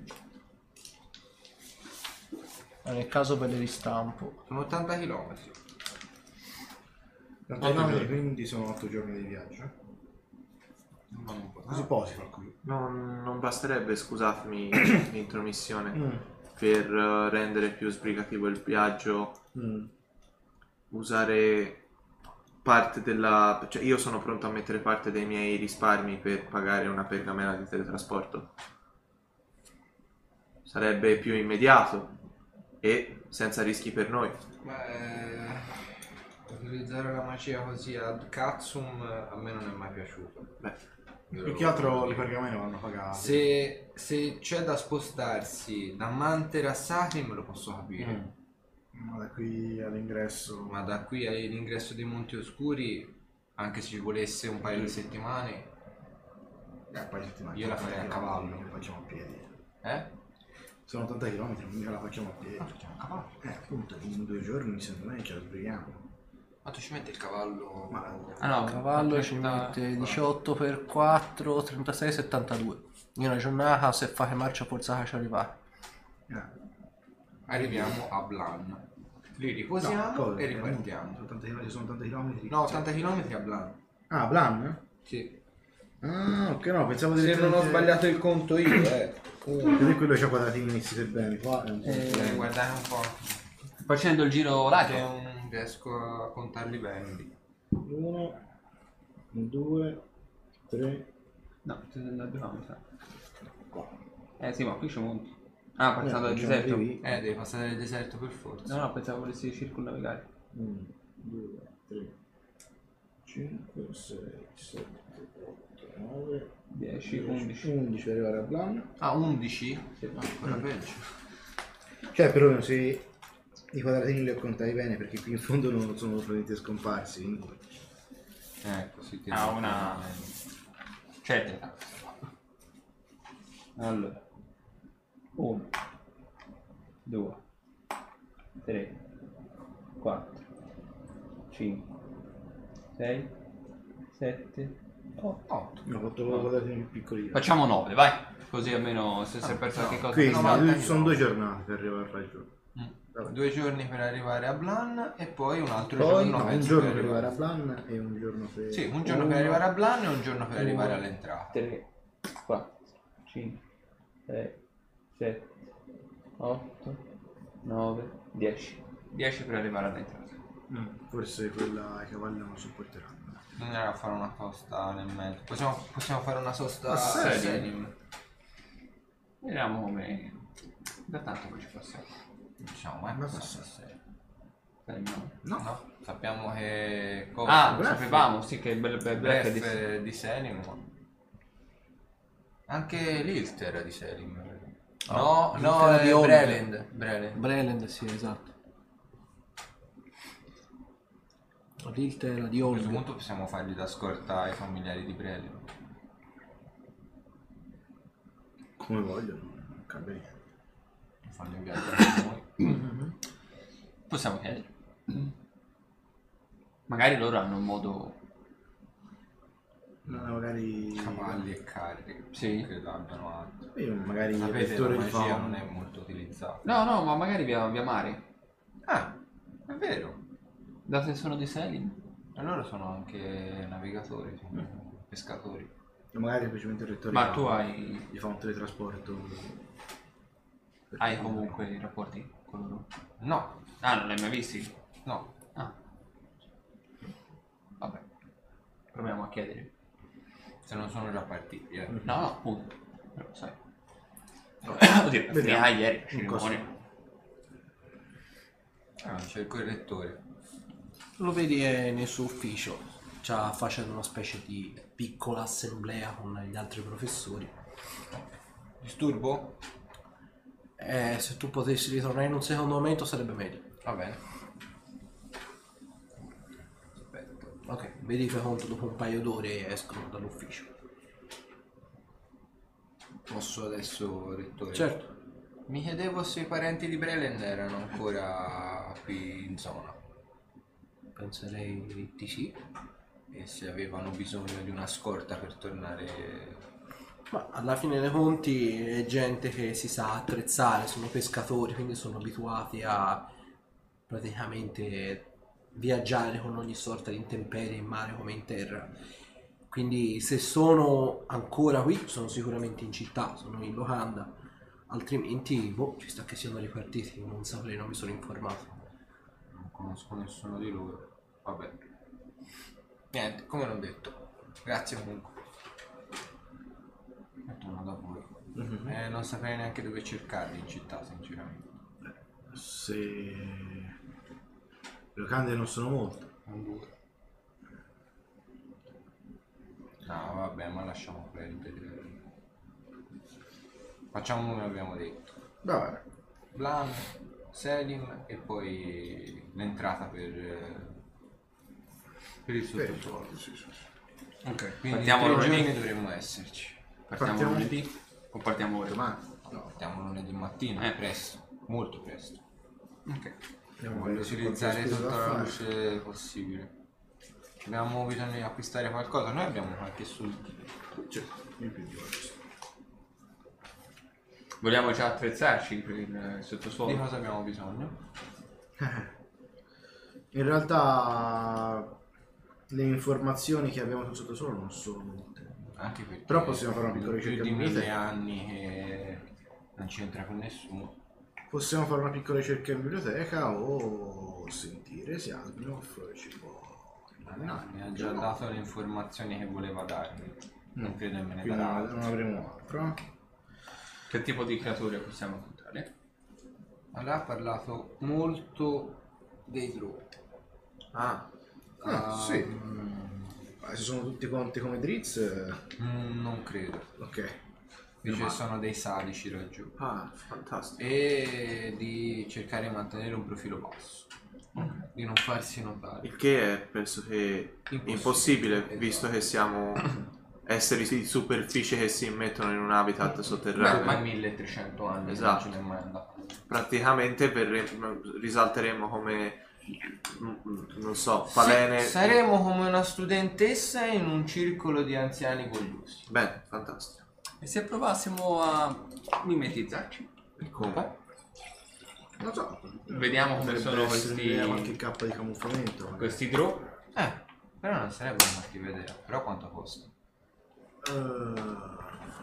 Ma nel caso ve le ristampo. sono ottanta chilometri. ottanta chilometri, quindi sono otto giorni di viaggio. Così poi si fa qui. Non, non basterebbe, scusatemi, l'intromissione, Mm. per eh, rendere più sbrigativo il viaggio, Mm. usare parte della... cioè io sono pronto a mettere parte dei miei risparmi per pagare una pergamena di teletrasporto. Sarebbe più immediato e senza rischi per noi. Beh, utilizzare la magia così ad Katsum a me non è mai piaciuto. Beh, Più che altro le pergamene vanno pagate. Se, se c'è da spostarsi da Manter a Sakim lo posso capire. Mm. Ma da qui all'ingresso... Ma da qui all'ingresso dei Monti Oscuri, anche se ci volesse un paio di settimane, Eh, poi settimane. Io la farei a cavallo. Non la facciamo a piedi. eh? Sono ottanta chilometri, mica la facciamo a piedi. La facciamo a cavallo. Eh, appunto, in due giorni secondo me ce la sbrighiamo. Ma tu ci metti il cavallo? Ma- Ah no, Il cavallo ci trenta, mette diciotto per quattro, trentasei, settantadue. In una giornata se fate marcia forzata ci arrivate. Eh. Arriviamo a Blan. Lì riposiamo cosa? e ripartiamo. Sono ottanta chilometri, sono ottanta chilometri. No, ottanta chilometri a Blan. Ah, Blan? Sì. Ah, ok, no, pensavo Se non ho sbagliato il conto io, eh. Vedi quello c'ha quadratini messi bene, qua è un po'... Eh, guardate un po'. facendo il giro Che largo. non riesco a contarli bene lì. Uno, due, tre, No, ce ne abbiamo. quattro. Eh sì, ma qui c'è monti. Ah, passando dal Eh, deserto. qui. Eh, devi passare nel deserto per forza. No, no, pensavo volessi circumnavigare. uno, due, tre, cinque, sei, sette, otto, nove, dieci, undici. undici per arrivare a Blan. Ah, undici? Ah, ancora peggio. Cioè, però se i quadratini li ho contati bene perché qui in fondo non sono probabilmente scomparsi. Quindi... Eh, così ti Ah, rendi una- conto. Certo. Allora. uno, due, tre, quattro, cinque, sei, sette, otto. Otto. Ho fatto quadratini più piccoli. Facciamo nove, vai. Così almeno se si è perso qualche cosa. Quindi novanta sono due giornate per arrivare a giù. Mm. Vabbè. Due giorni per arrivare a Blan e poi un altro Poi giorno no, un penso giorno per per arrivare arrivare a Blan e un giorno per... Sì, un giorno per Uno, arrivare a Blan e un giorno per Uno. arrivare all'entrata. tre, quattro, cinque, sei, sette, otto, nove, dieci. dieci per arrivare all'entrata. Mm, forse quella ai cavalli non sopporteranno. Non era a fare una sosta nel mezzo. Possiamo, possiamo fare una sosta a Selim. Selim. Vediamo come... Da tanto che ci passiamo. Diciamo, eh, Ma sosta sì. a Selim. Dai, no. No. No, sappiamo che... Ah, Bref. sapevamo, sì, che il bel bel Bref Bref di... è di Selim. Anche Lilt era di Selim. No, Lilt no, era è di Olga. Brelend. Brelend. Breland, sì, esatto. Lilt era di A questo Olga. punto possiamo fargli da scorta ai familiari di Brelend. Come vogliono, non cambia niente. Fanno in viaggio con noi. Possiamo chiedere. Magari loro hanno un modo... No, magari... Cavalli e carri. Sì. Credo abbiano altro. Io magari il Sapete, la vettore di magia non fauna. è molto utilizzata. No, no, ma magari via, via mare. Ah, è vero. Dato che sono di Selim. E loro sono anche navigatori, sono pescatori. Magari semplicemente il vettore Ma di tu fauna hai... gli fa un teletrasporto. Hai comunque i rapporti con loro? No, Ah, non li hai mai visti? no. Ah. Vabbè. Proviamo a chiedere. Se non sono già partiti, eh. No, no, appunto. Però sai. Oddio, Vediamo. finiva ieri, Un cerimonia. Ah, c'è il correttore. Lo vedi è nel suo ufficio, sta facendo una specie di piccola assemblea con gli altri professori. Disturbo? Eh, se tu potessi ritornare in un secondo momento sarebbe meglio. Va bene. Aspetta. Ok, vedi che conto dopo un paio d'ore escono dall'ufficio. Posso adesso, rettore? Certo. Mi chiedevo se i parenti di Brelen erano ancora qui in zona Penserei di sì. e se avevano bisogno di una scorta per tornare. Ma alla fine dei conti è gente che si sa attrezzare, sono pescatori, quindi sono abituati a praticamente viaggiare con ogni sorta di intemperie in mare come in terra. Quindi se sono ancora qui, sono sicuramente in città, sono in locanda, altrimenti boh, ci sta che siano ripartiti, non saprei, non mi sono informato. Non conosco nessuno di loro. Vabbè. Niente, come l'ho detto. Grazie comunque. E torno da voi. Mhm. Eh, non saprei neanche dove cercarli in città, sinceramente. Se le locande non sono molte. Non due. No, vabbè, ma lasciamo perdere. Facciamo come abbiamo detto. Va bene. Blan, Selim e poi l'entrata per, eh, per il sottosuolo. Sì, sì, sì. Ok, Quindi partiamo in tre lunedì. giorni dovremmo esserci. Partiamo, Partiamo- lunedì o partiamo ora? Domani. No, partiamo lunedì mattina, Eh. presto, molto presto. Ok. Andiamo a Voglio vedere se utilizzare qualche spesa tutta da la fare. luce possibile. Abbiamo bisogno di acquistare qualcosa, noi abbiamo qualche soldo. Cioè, in più di oggi. Vogliamo già attrezzarci per il Di sottosuolo? cosa abbiamo bisogno? In realtà le informazioni che abbiamo sul sottosuolo non sono molte. Anche perché Però possiamo fare una piccola più ricerca di in mille biblioteca. anni che non c'entra con nessuno. Possiamo fare una piccola ricerca in biblioteca o sentire se Asminoff ci può No, mi ha già dato le informazioni che voleva darmi. Non credo che me ne Quindi darà non altre. non avremo altro. Che tipo di creature possiamo incontrare? Allora ha parlato molto dei Drow. Ah, Ah, sì. mm, Ma se sono tutti quanti come Drizz, eh, mm, non credo. ok. Invece Ma- sono dei sadici laggiù. Ah, fantastico. E di cercare di mantenere un profilo basso. Di non farsi notare. Il che è, penso che Impossibile, impossibile, esatto. visto che siamo esseri di superficie che si immettono in un habitat Beh, sotterraneo. ormai milletrecento anni Esatto. non ce n'è mai andato. Praticamente verremo- risalteremo come, mm, non so, falene. Sì, saremo come una studentessa in un circolo di anziani vogliosi. Bene, fantastico. E se provassimo a mimetizzarci? E come? Non so. Vediamo come Potrebbe sono essere questi, un'idea, qualche cappa di camuffamento. magari. questi draw. Eh, però non sarebbe una cattiva idea. Però quanto costa? Eh,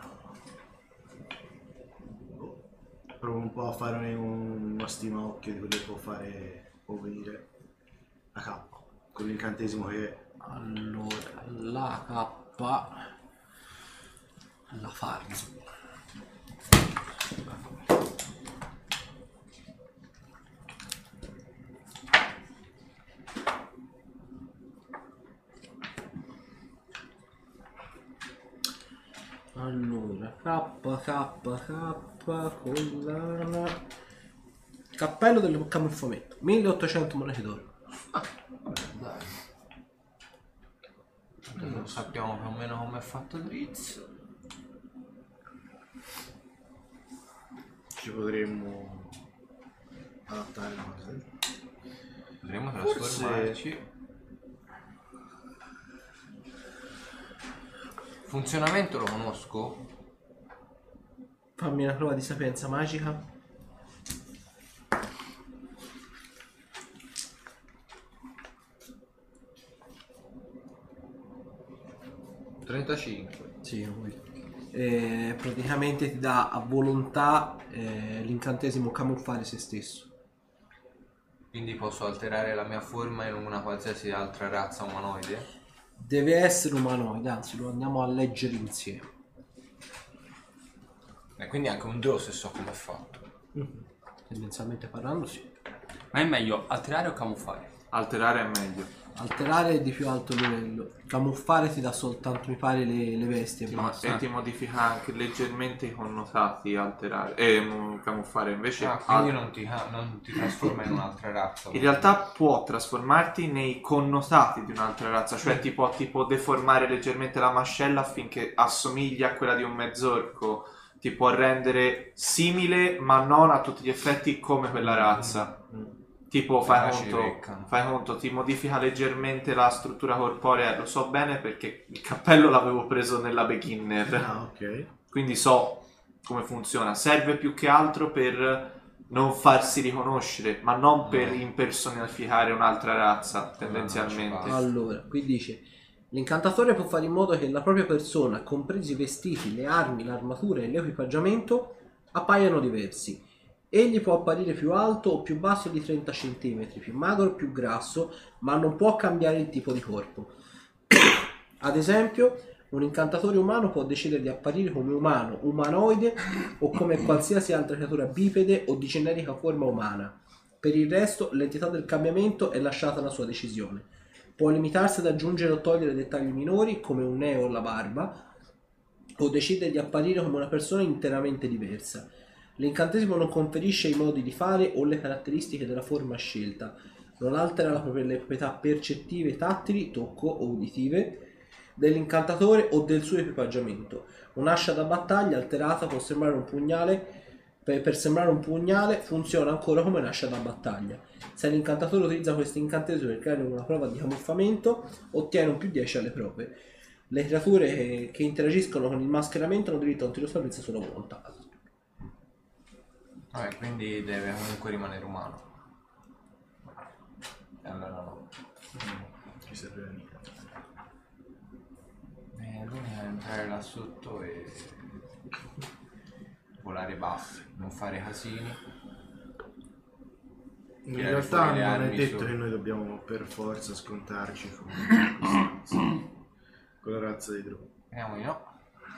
boh. Provo un po' a fare un- una stima a occhio di quello che può fare, può venire a capo con l'incantesimo che Allora, la K, la Farzo. Allora, K, K, K, collana. Cappello del camuffamento, milleottocento monete d'oro. Dai. Allora, sappiamo più o meno come è fatto il Ritz. Ci potremmo adattare la cosa. Potremmo Forse- trasformarci. Funzionamento lo conosco. Fammi una prova di sapienza magica. trentacinque. Sì, lui. Eh, praticamente ti dà a volontà eh, l'incantesimo camuffare se stesso. Quindi posso alterare la mia forma in una qualsiasi altra razza umanoide? Deve essere umanoide, anzi lo andiamo a leggere insieme. E quindi anche un draw se so come è fatto. Tendenzialmente parlando sì. Ma è meglio alterare o camuffare? Alterare è meglio. Alterare è di più alto livello. Camuffare ti dà soltanto, mi pare, le, le vesti e Ti basta. mo- e ti modifica anche leggermente i connotati alterare e mm, camuffare invece. Ah, quindi al- non ti, ca- non ti trasforma in un'altra razza. In realtà può trasformarti nei connotati di un'altra razza, cioè ti può tipo deformare leggermente la mascella affinché assomigli a quella di un mezzorco, ti può rendere simile ma non a tutti gli effetti come quella razza. Tipo fai Ah, ci conto, beccano. fai conto, ti modifica leggermente la struttura corporea, lo so bene perché il cappello l'avevo preso nella beginner. Ah, ok. Quindi so come funziona. Serve più che altro per non farsi riconoscere, ma non per impersonificare un'altra razza, tendenzialmente. Allora, qui dice: l'incantatore può fare in modo che la propria persona, compresi i vestiti, le armi, l'armatura e l'equipaggiamento, appaiano diversi. Egli può apparire più alto o più basso di trenta centimetri, più magro o più grasso, ma non può cambiare il tipo di corpo. Ad esempio, un incantatore umano può decidere di apparire come umano, umanoide o come qualsiasi altra creatura bipede o di generica forma umana. Per il resto, l'entità del cambiamento è lasciata alla sua decisione. Può limitarsi ad aggiungere o togliere dettagli minori, come un neo o la barba, o decidere di apparire come una persona interamente diversa. L'incantesimo non conferisce i modi di fare o le caratteristiche della forma scelta, non altera la propria- le proprietà percettive, tattili, tocco o uditive dell'incantatore o del suo equipaggiamento. Un'ascia da battaglia alterata può sembrare un pugnale, per, per sembrare un pugnale funziona ancora come un'ascia da battaglia. Se l'incantatore utilizza questo incantesimo per creare una prova di camuffamento, ottiene un più dieci alle prove. Le creature che, che interagiscono con il mascheramento hanno diritto a un tiro salvezza sulla volontà. Vabbè, quindi deve comunque rimanere umano. E allora no. Ci serve a niente. Eh, l'unica è entrare là sotto e volare basso, non fare casini. In Tirare realtà fuori le non è armi detto su- che noi dobbiamo per forza scontarci con, con la razza dei Drow. Speriamo di no.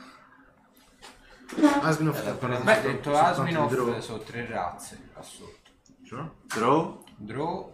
Asminoff Eh, ha parlato Beh, soltanto- detto soltanto di Asminoff Drow. sono tre razze là sotto. Cioè? Draw? Drow,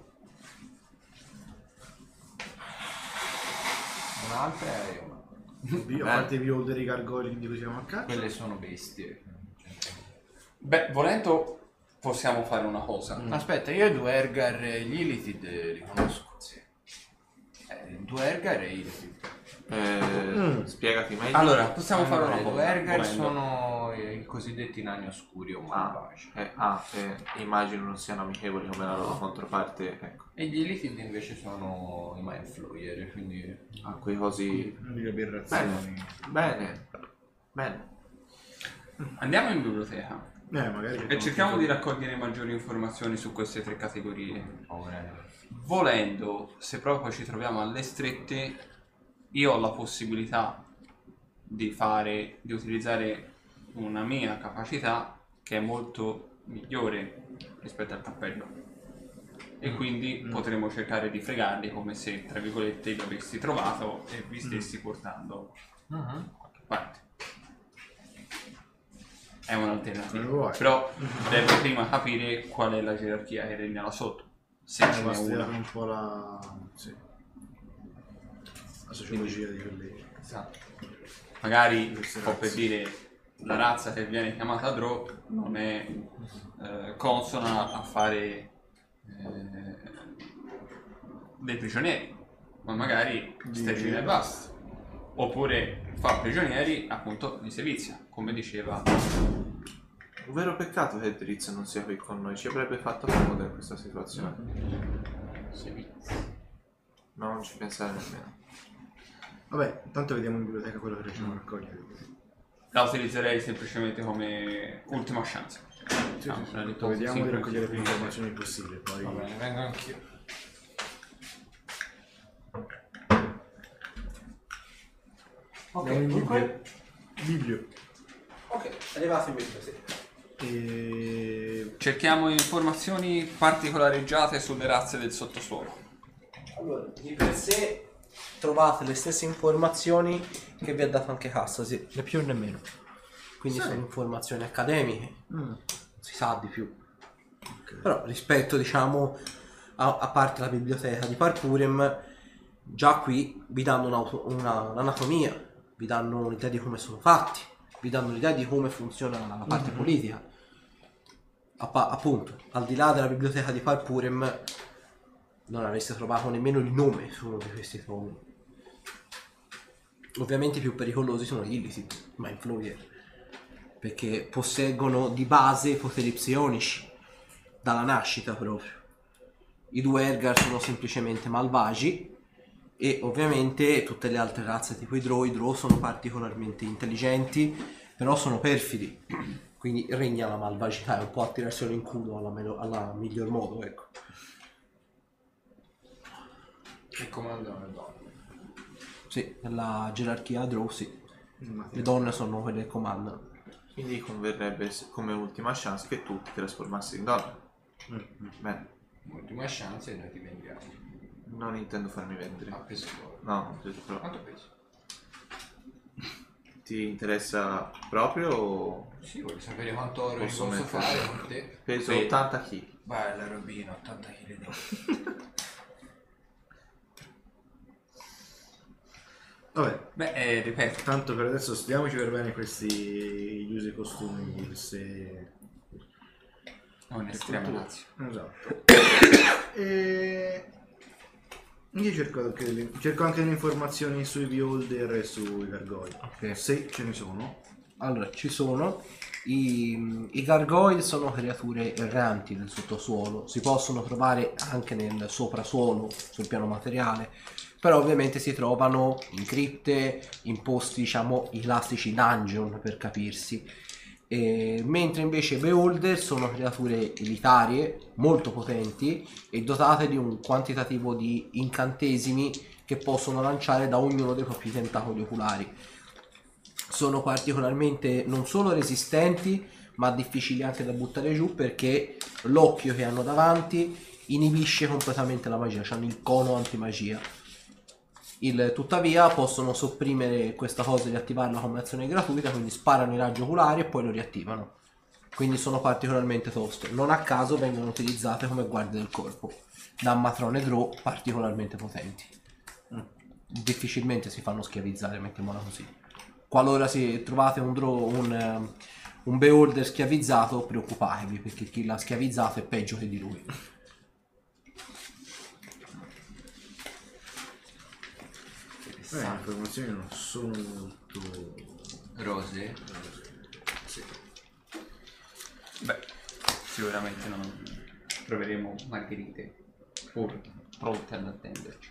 un'altra è una. Io, a parte i beholder, i gargoyle di cui siamo a caccia. Quelle sono bestie. Beh, volendo possiamo fare una cosa. Aspetta, io Duergar e gli Illithid li conosco. Eh, Duergar e Illithid. Eh, Spiegati meglio. Allora, possiamo fare una I cosa. Duergar volendo. sono i cosiddetti nani oscuri o Ah, malvagi. eh, ah, eh, immagino non siano amichevoli come la loro controparte. Ecco, E gli Illithid invece sono i Mind Flayer, quindi... a quei cosi. Le aberrazioni. Bene, bene. Andiamo in biblioteca Eh, magari e cerchiamo di raccogliere maggiori informazioni su queste tre categorie. Poverello. Volendo, se proprio ci troviamo alle strette, io ho la possibilità di fare, di utilizzare una mia capacità che è molto migliore rispetto al cappello. e quindi mm. potremo cercare di fregarli come se, tra virgolette, li avessi trovato e vi stessi mm. portando da uh-huh. qualche parte. È un'alternativa, però deve prima capire qual è la gerarchia che regna là sotto. Se ce n'è una. un po' la, sì. la sociologia di quelli. Esatto. Magari può per dire la razza che viene chiamata Drow non è eh, consona a fare eh, dei prigionieri, ma magari stermina e basta. Oppure fa prigionieri appunto di sevizia, come diceva. Un vero peccato che Drizzt non sia qui con noi, ci avrebbe fatto comodo in questa situazione. Sevizia. No, non ci pensare nemmeno. Vabbè, intanto vediamo in biblioteca quello che riusciamo a raccogliere. La utilizzerei semplicemente come ultima chance. Sì, no, sì, sì. Vediamo di raccogliere più informazioni possibili. Poi... Va bene, vengo anch'io. Ok, dunque... Biblio. Ok, arrivato in biblioteca. E... Cerchiamo informazioni particolareggiate sulle razze del sottosuolo. Allora, di per sé trovate le stesse informazioni che vi ha dato anche Cassa, sì, né più né meno. Quindi sì. Sono informazioni accademiche, mm. si sa di più. Okay. Però rispetto, diciamo, a, a parte la biblioteca di Parpurem, già qui vi danno un'auto, una, un'anatomia, vi danno un'idea di come sono fatti, vi danno un'idea di come funziona la parte mm-hmm. politica. Appa- appunto, al di là della biblioteca di Parpurem non avreste trovato nemmeno il nome su uno di questi tomi. Ovviamente i più pericolosi sono gli Illicit, ma in Floyer, perché posseggono di base poteri psionici dalla nascita proprio. I Duergar sono semplicemente malvagi e ovviamente tutte le altre razze tipo i Drow, i Drow sono particolarmente intelligenti, però sono perfidi, quindi regna la malvagità, è un po' a tirarselo in culo alla, meno, alla miglior modo, ecco. E comandano le donne. Sì, nella gerarchia Drow sì, le donne sono quelle che comandano. Quindi converrebbe come ultima chance che tu ti trasformassi in donna. Mm-hmm. Bene. Ultima chance e noi ti vendiamo. Non intendo farmi vendere. A peso d'oro. No, non peso però. Quanto pesi? Ti interessa proprio o... Sì, voglio sapere quanto oro posso, posso fare con te. Peso Beh. ottanta chili. Bella robina, ottanta chili d'oro. Vabbè, beh, eh, ripeto. Tanto per adesso studiamoci per bene questi gli usi e costumi, queste... Non estrema nazio. Esatto. E... Io cerco anche, delle, cerco anche delle informazioni sui beholder e sui gargoyle. Ok. Se ce ne sono. Allora, ci sono. I, i gargoyle sono creature erranti del sottosuolo. Si possono trovare anche nel soprasuolo, sul piano materiale. Però ovviamente si trovano in cripte, in posti, diciamo, i classici dungeon, per capirsi. E, mentre invece i beholder sono creature elitarie, molto potenti e dotate di un quantitativo di incantesimi che possono lanciare da ognuno dei propri tentacoli oculari. Sono particolarmente non solo resistenti, ma difficili anche da buttare giù, perché l'occhio che hanno davanti inibisce completamente la magia, hanno il cono antimagia. Il, tuttavia possono sopprimere questa cosa di attivarla come azione gratuita, quindi sparano i raggi oculari e poi lo riattivano, quindi sono particolarmente toste. Non a caso vengono utilizzate come guardie del corpo da matrone Drow particolarmente potenti. Difficilmente si fanno schiavizzare, mettiamola così. Qualora si trovate un Drow, un, un beholder schiavizzato, preoccupatevi, perché chi l'ha schiavizzato è peggio che di lui. Eh, le informazioni non sono molto rose. Sì. Beh, sicuramente non troveremo margherite pur pronte ad attenderci.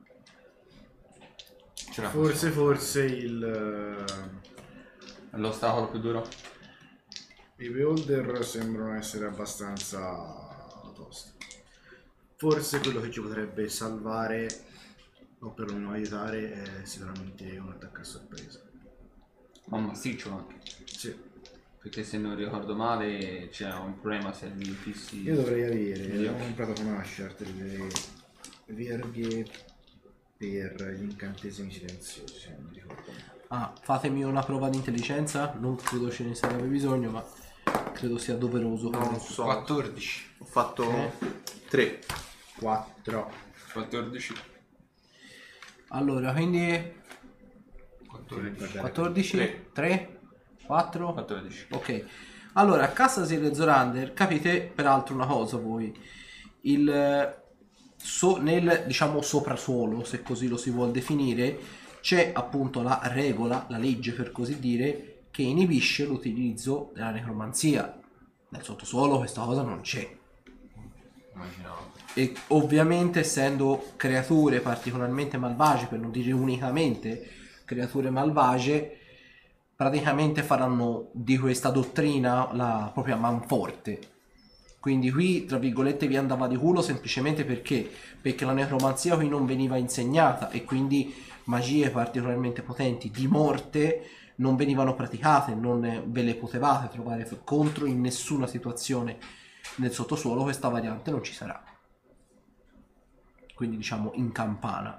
Forse, forse il l'ostacolo più duro. I beholder sembrano essere abbastanza tosti. Forse quello che ci potrebbe salvare o perlomeno aiutare è sicuramente un attacco a sorpresa. Ma massiccio anche. Sì. Perché se non ricordo male c'è un problema se li fissi. Io dovrei avere, Io. ho comprato con Ashart le verghe per gli incantesimi silenziosi, se non mi ricordo male. Ah, fatemi una prova di intelligenza, non credo ce ne sarebbe bisogno, ma credo sia doveroso. Non so. quattordici. Ho fatto tre. quattro. quattordici. Allora, quindi quattordici. quattordici, Tre. tre, quattro. quattordici. Ok. Allora, a Castasir e Zorander capite peraltro una cosa voi. Il eh, so- nel diciamo soprasuolo, se così lo si vuol definire, c'è appunto la regola, la legge per così dire, che inibisce l'utilizzo della necromanzia. Nel sottosuolo questa cosa non c'è. Immaginavo. E ovviamente essendo creature particolarmente malvagie, per non dire unicamente creature malvagie, praticamente faranno di questa dottrina la propria manforte. Quindi qui, tra virgolette, vi andava di culo semplicemente perché? Perché la necromanzia qui non veniva insegnata e quindi magie particolarmente potenti di morte non venivano praticate, non ve le potevate trovare contro in nessuna situazione. Nel sottosuolo questa variante non ci sarà. Quindi diciamo in campana.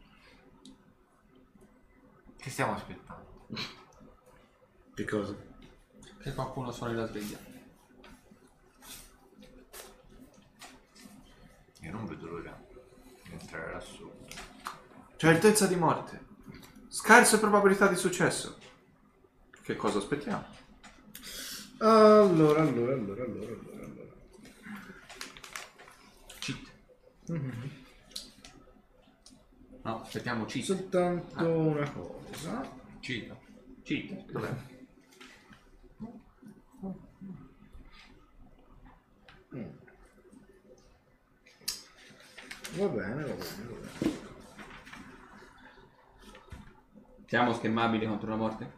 Che stiamo aspettando? Che cosa? Che qualcuno suoni la sveglia. Io non vedo l'ora di entrare lassù. Certezza di morte. Scarse probabilità di successo. Che cosa aspettiamo? Allora, allora, allora, allora, allora, allora. Cheat. Mm-hmm. No, aspettiamo cheat. Soltanto una cosa. Cheat. Cheat. Dov'è? Mm. Va bene, va bene, va bene. Siamo schermabili contro la morte?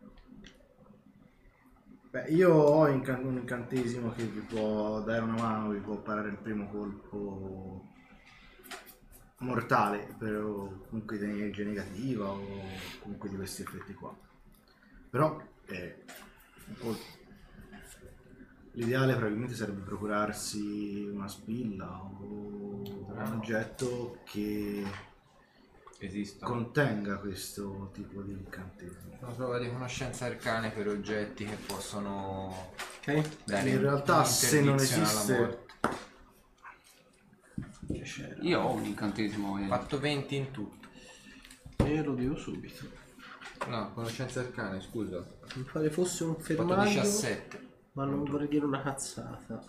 Beh, io ho incan- un incantesimo che vi può dare una mano, vi può parare il primo colpo mortale, però comunque di energia negativa o comunque di questi effetti qua. Però è un po'... l'ideale probabilmente sarebbe procurarsi una spilla o un oggetto che Esiste. contenga questo tipo di incantesimo. Una prova di conoscenza arcane per oggetti che possono Ok? dare In realtà, se non interdizione alla esiste- morte. Io ho un incantesimo. Ho eh. fatto venti in tutto. E lo dico subito. No, conoscenza arcane, scusa. Mi pare fosse un Ho fatto fermaglio, diciassette. ma non vorrei dire una cazzata.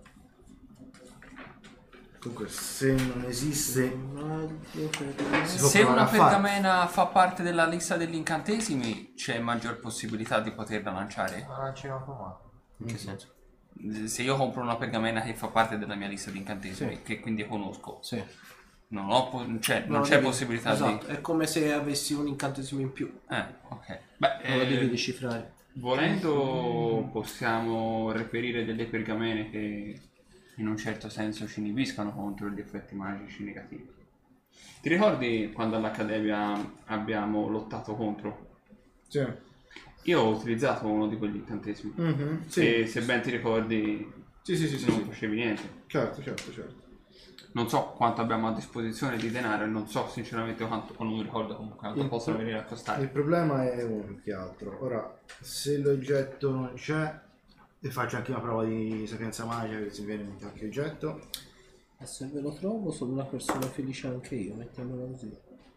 Comunque, se non esiste, Fermaglio, fermaglio. Si può Se provare una a fare. pergamena fa parte della lista degli incantesimi, c'è maggior possibilità di poterla lanciare. Ah, ci ho provato. In che senso? Se io compro una pergamena che fa parte della mia lista di incantesimi, Sì. che quindi conosco, Sì. non, ho po- cioè, non No, c'è devi- possibilità esatto, di... è come se avessi un incantesimo in più. Eh, ok. Beh, Non lo devi eh, decifrare. volendo possiamo reperire delle pergamene che in un certo senso ci inibiscano contro gli effetti magici negativi. Ti ricordi quando all'Accademia abbiamo lottato contro? sì. Io ho utilizzato uno di quegli incantesimi. Mhm, sì. E se ben ti ricordi Sì, sì, sì, sì, non sì. facevi niente. Certo, certo, certo. Non so quanto abbiamo a disposizione di denaro e non so sinceramente quanto, o non mi ricordo comunque quanto Il- possono venire a costare. Il problema è uno più che altro. Ora, se l'oggetto non c'è, e faccio anche una prova di sapienza magica che si viene in qualche oggetto. E se ve lo trovo sono una persona felice anche io, mettiamolo così.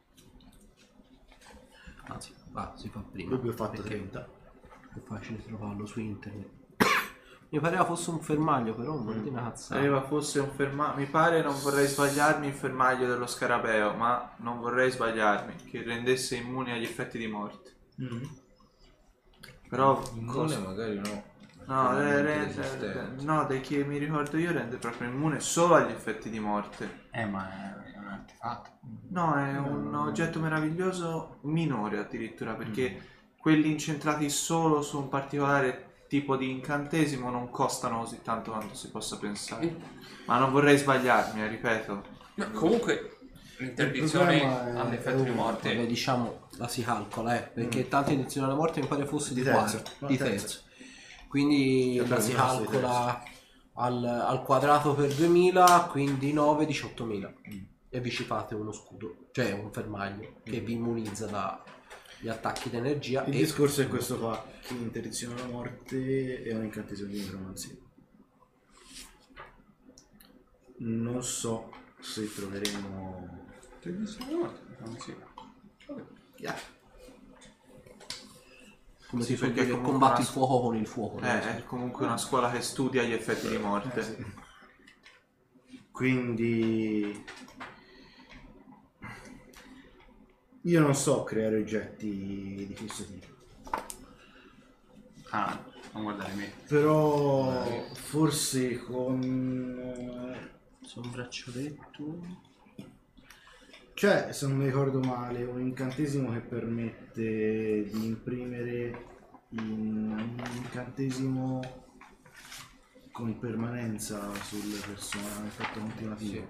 Anzi, va, si fa prima. Lui ho fatto perché trenta. è facile trovarlo su internet. Mi pareva fosse un fermaglio, però non di una cazzata. Pareva fosse un fermaglio. Mi pare, non vorrei sbagliarmi, il fermaglio dello scarabeo, ma non vorrei sbagliarmi, che rendesse immuni agli effetti di morte. Mm. Però Immune cosa- magari no. No, Perché re- non re- è resistente. no, da che mi ricordo io rende proprio immune solo agli effetti di morte. Eh, ma è un artefatto. No, è un oggetto meraviglioso minore addirittura, perché quelli incentrati solo su un particolare tipo di incantesimo non costano così tanto quanto si possa pensare. Ma non vorrei sbagliarmi, eh, ripeto. No, comunque l'interdizione Il problema è- all'effetto è di un- morte. Vabbè, diciamo, la si calcola, eh, perché tanto indizione alla morte mi pare fosse di, Di terzo, quarto, no, di terzo. terzo. Quindi Che la si abbiamo messo calcola al, al quadrato per duemila, quindi nove, diciottomila. Mm. E vi ci fate uno scudo, cioè un fermaglio che vi immunizza dagli attacchi di energia. Il e discorso è questo qua, che interdizione alla morte è un incantesimo di necromanzia. Non so se troveremo... Interdizione alla morte? Non si. Yeah. come Sì, si suol perché dire, comunque combatti una- il fuoco con il fuoco. no? Eh, è comunque una scuola che studia gli effetti di morte. Eh, sì. Quindi io non so creare oggetti di questo tipo, Ah, non guardare me. però forse con... C'è un braccialetto. C'è, se non mi ricordo male, un incantesimo che permette di imprimere in un incantesimo con permanenza sulle persone, un effetto continuativo.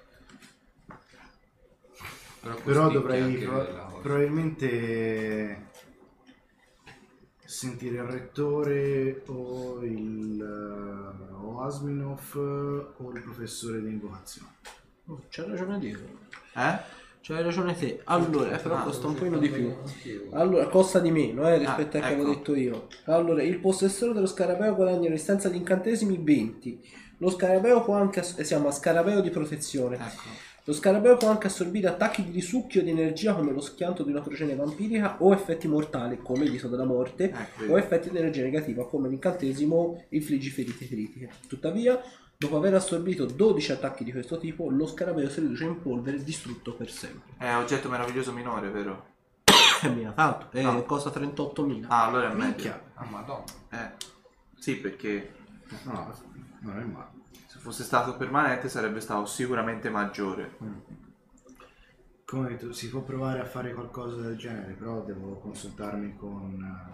Però, Però costicchia dovrei anche pro- la cosa. probabilmente sentire il rettore o il eh, o Asminov o il professore di invocazione. Oh, c'hai ragione Dio. Eh? C'hai ragione te. Allora, eh, però Ah, costa un pochino di più. Anch'io. Allora, costa di meno eh, rispetto Ah, a che avevo ecco. detto io. Allora, il possessore dello scarabeo guadagna resistenza di incantesimi venti. Lo scarabeo può anche... ass- siamo a scarabeo di protezione. Ecco. Lo scarabeo può anche assorbire attacchi di risucchio di energia come lo schianto di una progenie vampirica o effetti mortali come il dito della morte Ecco, o effetti di energia negativa come l'incantesimo infliggi ferite critiche. Tuttavia, dopo aver assorbito dodici attacchi di questo tipo, lo scarabeo si riduce in polvere distrutto per sempre. È oggetto meraviglioso minore, vero? Eh, mia, tanto, eh, No. costa trentottomila. Ah, allora è meglio. Minchia! Ah, madonna. Eh. Sì, perché No, non è male. se fosse stato permanente sarebbe stato sicuramente maggiore. Come hai detto, si può provare a fare qualcosa del genere, però devo consultarmi con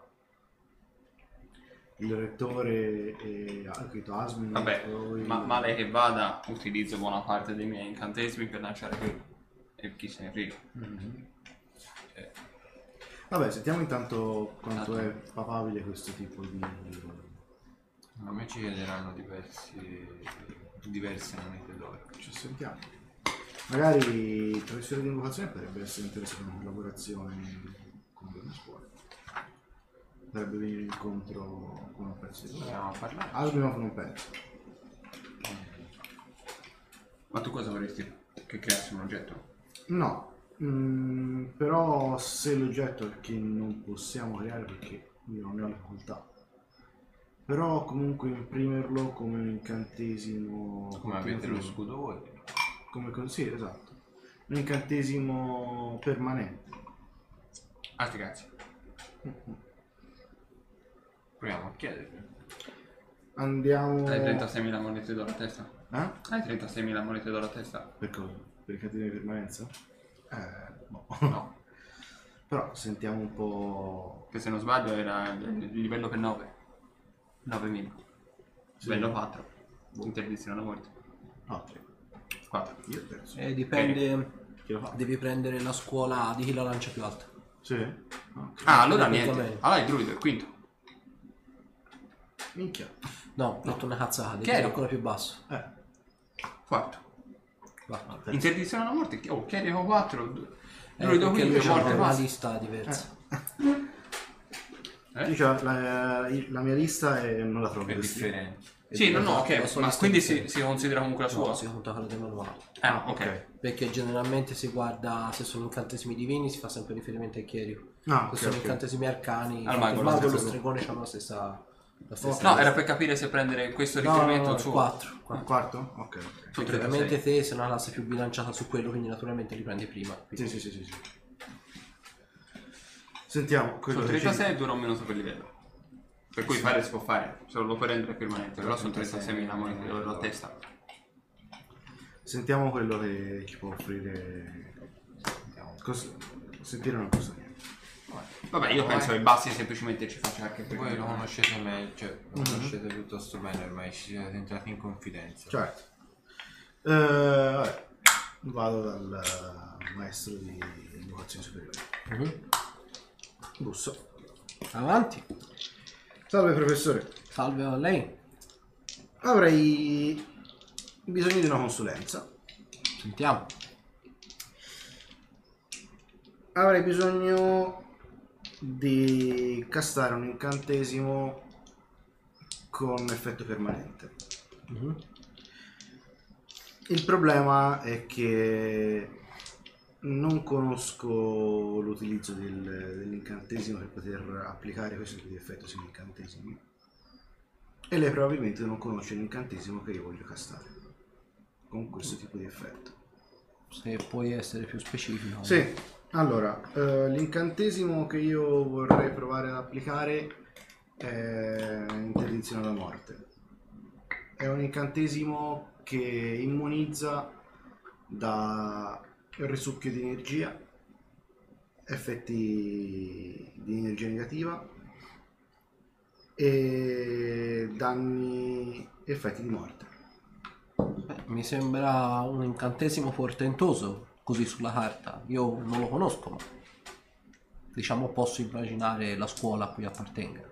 eh, il rettore e ah, scritto Asmin. Vabbè, o il- ma male che vada, utilizzo buona parte dei miei incantesimi per lanciare quello. E chi se ne frega. Mhm. Eh, Vabbè, sentiamo intanto quanto Esatto. è papabile questo tipo di... A me ci chiederanno diversi, diverse monete d'oro. Ci sentiamo. Magari il professore di invocazione potrebbe essere interessato in una collaborazione con le scuole. Potrebbe venire incontro con un pezzo di Proviamo a parlare. Asminov non penso. Ma tu cosa vorresti? Che creassi un oggetto? No, mm, però se l'oggetto è che non possiamo creare perché io non ne ho le facoltà. Però comunque imprimerlo come un incantesimo... Come avete lo continuativo. scudo voi? Come consiglio, esatto. Un incantesimo permanente. Altri cazzi. Proviamo a chiedervi. Andiamo... Hai trentaseimila monete d'oro a testa? Eh? Hai trentaseimila monete d'oro a testa? Per cosa? Per i cattivi di permanenza? Eh, no. No. Però sentiamo un po'... Che se non sbaglio era il il livello per nove. novemila. Sì. Livello quattro. Interdizione alla morte. No, tre. quattro. Io il terzo. Eh, dipende, Chi lo fa? devi prendere la scuola di chi la lancia più alta. Sì? Ok. Ah, allora Bene. niente. Allora il druido è il quinto. Minchia. No, ho detto una cazzata, devi Che fare ero? ancora più basso. Eh. Quarto. Va. no, terzo. Interdizione alla morte. Oh, chiarico quattro. Eh, Druido perché lui quinto, c'ha morte una quattro. lista diversa. Eh? Io c'ho la, la mia lista e non la trovo. È differente. Sì, no, no, La ok. sua Ma lista quindi è si, differente. si considera comunque la sua? No, si conta quella dei manuali. Ah, ok. Perché generalmente si guarda se sono incantesimi divini, si fa sempre riferimento ai chieri. No, Se ok, sono ok. incantesimi arcani, Al il mago, mago e lo lo stesso. stregone hanno la stessa, la stessa No, lista. era per capire se prendere questo No, no, riferimento no, al suo. quattro. Il quarto? Ok, ok. Su Ovviamente trentasei. te sei una classe più bilanciata su quello, quindi naturalmente li prendi prima. Sì, sì, sì, sì, sì. Sentiamo quello Sul che ci- trentasei dura un minuto per livello. Per cui fare si può fare, se lo puoi rendere permanente, però sono trentaseimila monete d'oro a testa. Sentiamo quello che ci può offrire. Cos- Sentire non costa niente. Vabbè, io penso che basti semplicemente ci faccia anche per Voi lo conoscete meglio, cioè lo conoscete piuttosto bene ormai, ci siete entrati in confidenza. Certo. Eh, vabbè. Vado dal eh, maestro di educazione superiore. Mhm. Busso. Avanti. Salve professore. Salve a lei. Avrei bisogno di una consulenza. Sentiamo. Avrei bisogno di castare un incantesimo con effetto permanente. Mhm. Il problema è che non conosco l'utilizzo del, dell'incantesimo per poter applicare questo tipo di effetto sugli incantesimi. E lei probabilmente non conosce l'incantesimo che io voglio castare con questo tipo di effetto. Se puoi essere più specifico. Sì, allora, eh, l'incantesimo che io vorrei provare ad applicare è interdizione alla morte. È un incantesimo che immunizza da risucchio di energia, effetti di energia negativa e danni, effetti di morte. Beh, mi sembra un incantesimo portentoso, così sulla carta. Io non lo conosco, ma diciamo posso immaginare la scuola a cui appartenga.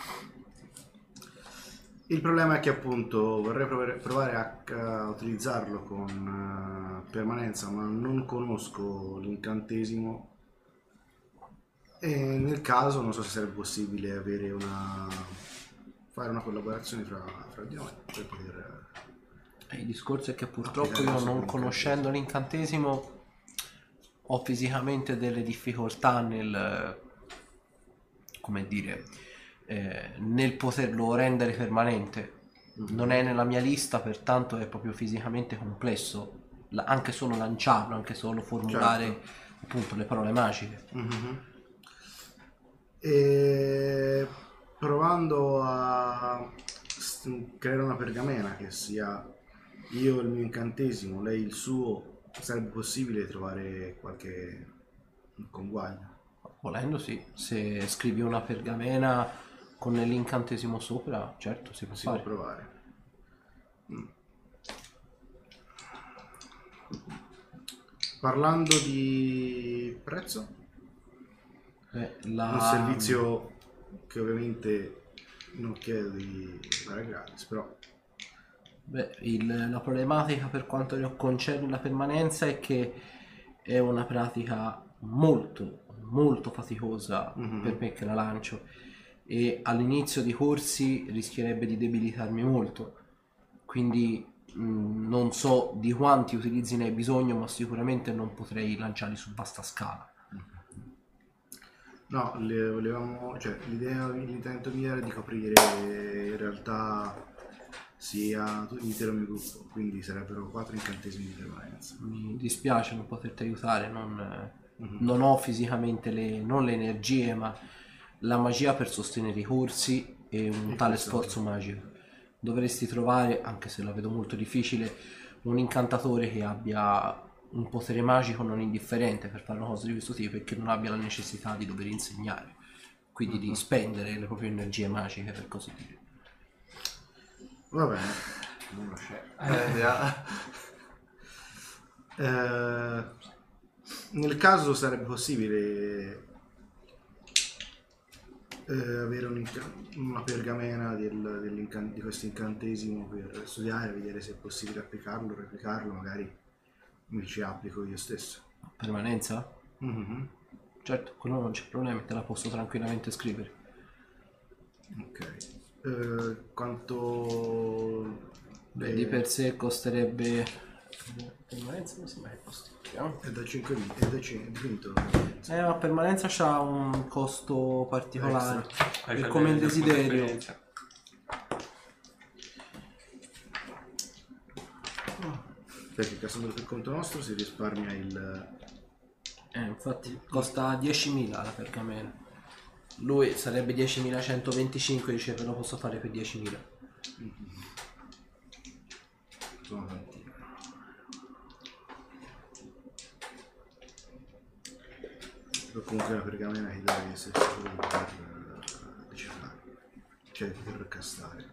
Il problema è che appunto vorrei provare, provare a, a utilizzarlo con uh, permanenza, ma non conosco l'incantesimo e nel caso non so se sarebbe possibile avere una fare una collaborazione fra, fra di noi per poter... E il discorso è che purtroppo io, non conoscendo l'incantesimo, ho fisicamente delle difficoltà nel, come dire, eh, nel poterlo rendere permanente. Non è nella mia lista, pertanto è proprio fisicamente complesso, la- anche solo lanciarlo, anche solo formulare Certo. appunto le parole magiche. Mhm. E provando a s- creare una pergamena che sia io il mio incantesimo, lei il suo, sarebbe possibile trovare qualche conguaglio? Volendo sì, se scrivi una pergamena con l'incantesimo sopra, certo si può Si può fare. provare. Mm. Parlando di prezzo, Beh, la... un servizio che ovviamente non chiedo di fare gratis, però Beh, il- la problematica per quanto concerne la permanenza è che è una pratica molto, molto faticosa Mhm. per me che la lancio, e all'inizio di corsi rischierebbe di debilitarmi molto, quindi mh, non so di quanti utilizzi ne hai bisogno, ma sicuramente non potrei lanciarli su vasta scala. no, le volevamo, cioè l'idea, l'intento mio era di coprire in realtà sia tutto l'intero mio gruppo, quindi sarebbero quattro incantesimi di permanenza. Mi dispiace non poterti aiutare, non, eh, Mhm. non ho fisicamente le, non le energie, ma la magia per sostenere i corsi e un E tale questo- sforzo magico. Dovresti trovare, anche se la vedo molto difficile, un incantatore che abbia un potere magico non indifferente per fare una cosa di questo tipo e che non abbia la necessità di dover insegnare, quindi di spendere le proprie energie magiche, per così dire. Va bene, non lo c'è. Eh, ah. Eh, nel caso sarebbe possibile eh, avere un inca- una pergamena del- dell'incan- di questo incantesimo per studiare, vedere se è possibile applicarlo, replicarlo, magari mi ci applico io stesso. Permanenza? Mhm. Certo, quello non c'è problema, te la posso tranquillamente scrivere. Ok. Eh, quanto... Beh, eh, di per sé costerebbe... Permanenza mi sembra che costi. Vediamo. è da cinque mila, è da cinque Eh, ma permanenza c'ha un costo particolare. Hai È già come il delle- delle desiderio. esperienze. perché castandolo per conto nostro si risparmia il... Eh, infatti costa diecimila la pergamena. Lui sarebbe diecimilacentoventicinque, dice ve lo posso fare per diecimila. sono tantini. Però comunque la pergamena che deve essere sicuro di poter eh, decifrare, cioè di poter castare.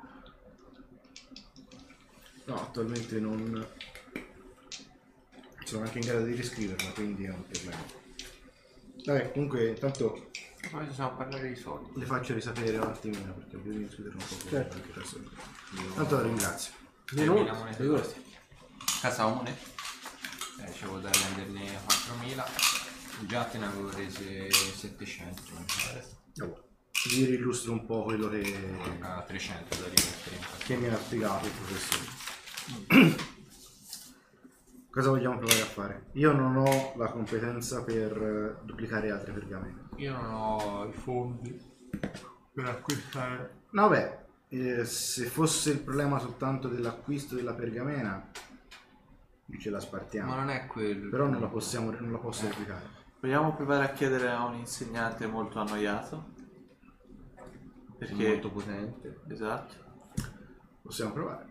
No, attualmente non sono anche in grado di riscriverla, quindi è un problema. Vabbè, comunque intanto Poi possiamo parlare di soldi. le faccio risapere un attimino perché ho bisogno di discutere un po' con Certo. anche adesso. Tanto la ringrazio. Di nulla, figurati. Casa comune? Eh, ci avevo da renderne quattromila. Già te ne avevo rese settecento. Allora, vi riillustro un po' quello che, Manca trecento da rimettere in casa. che mi ha spiegato il professore. Cosa vogliamo provare a fare? Io non ho la competenza per eh, duplicare altre pergamene. Io non ho i fondi per acquistare. No, beh, eh, se fosse il problema soltanto dell'acquisto della pergamena, ce la spartiamo. Ma non è quello. Però non la possiamo non la posso replicare. Vogliamo provare a chiedere a un insegnante molto annoiato? Perché... molto potente. Esatto. Possiamo provare.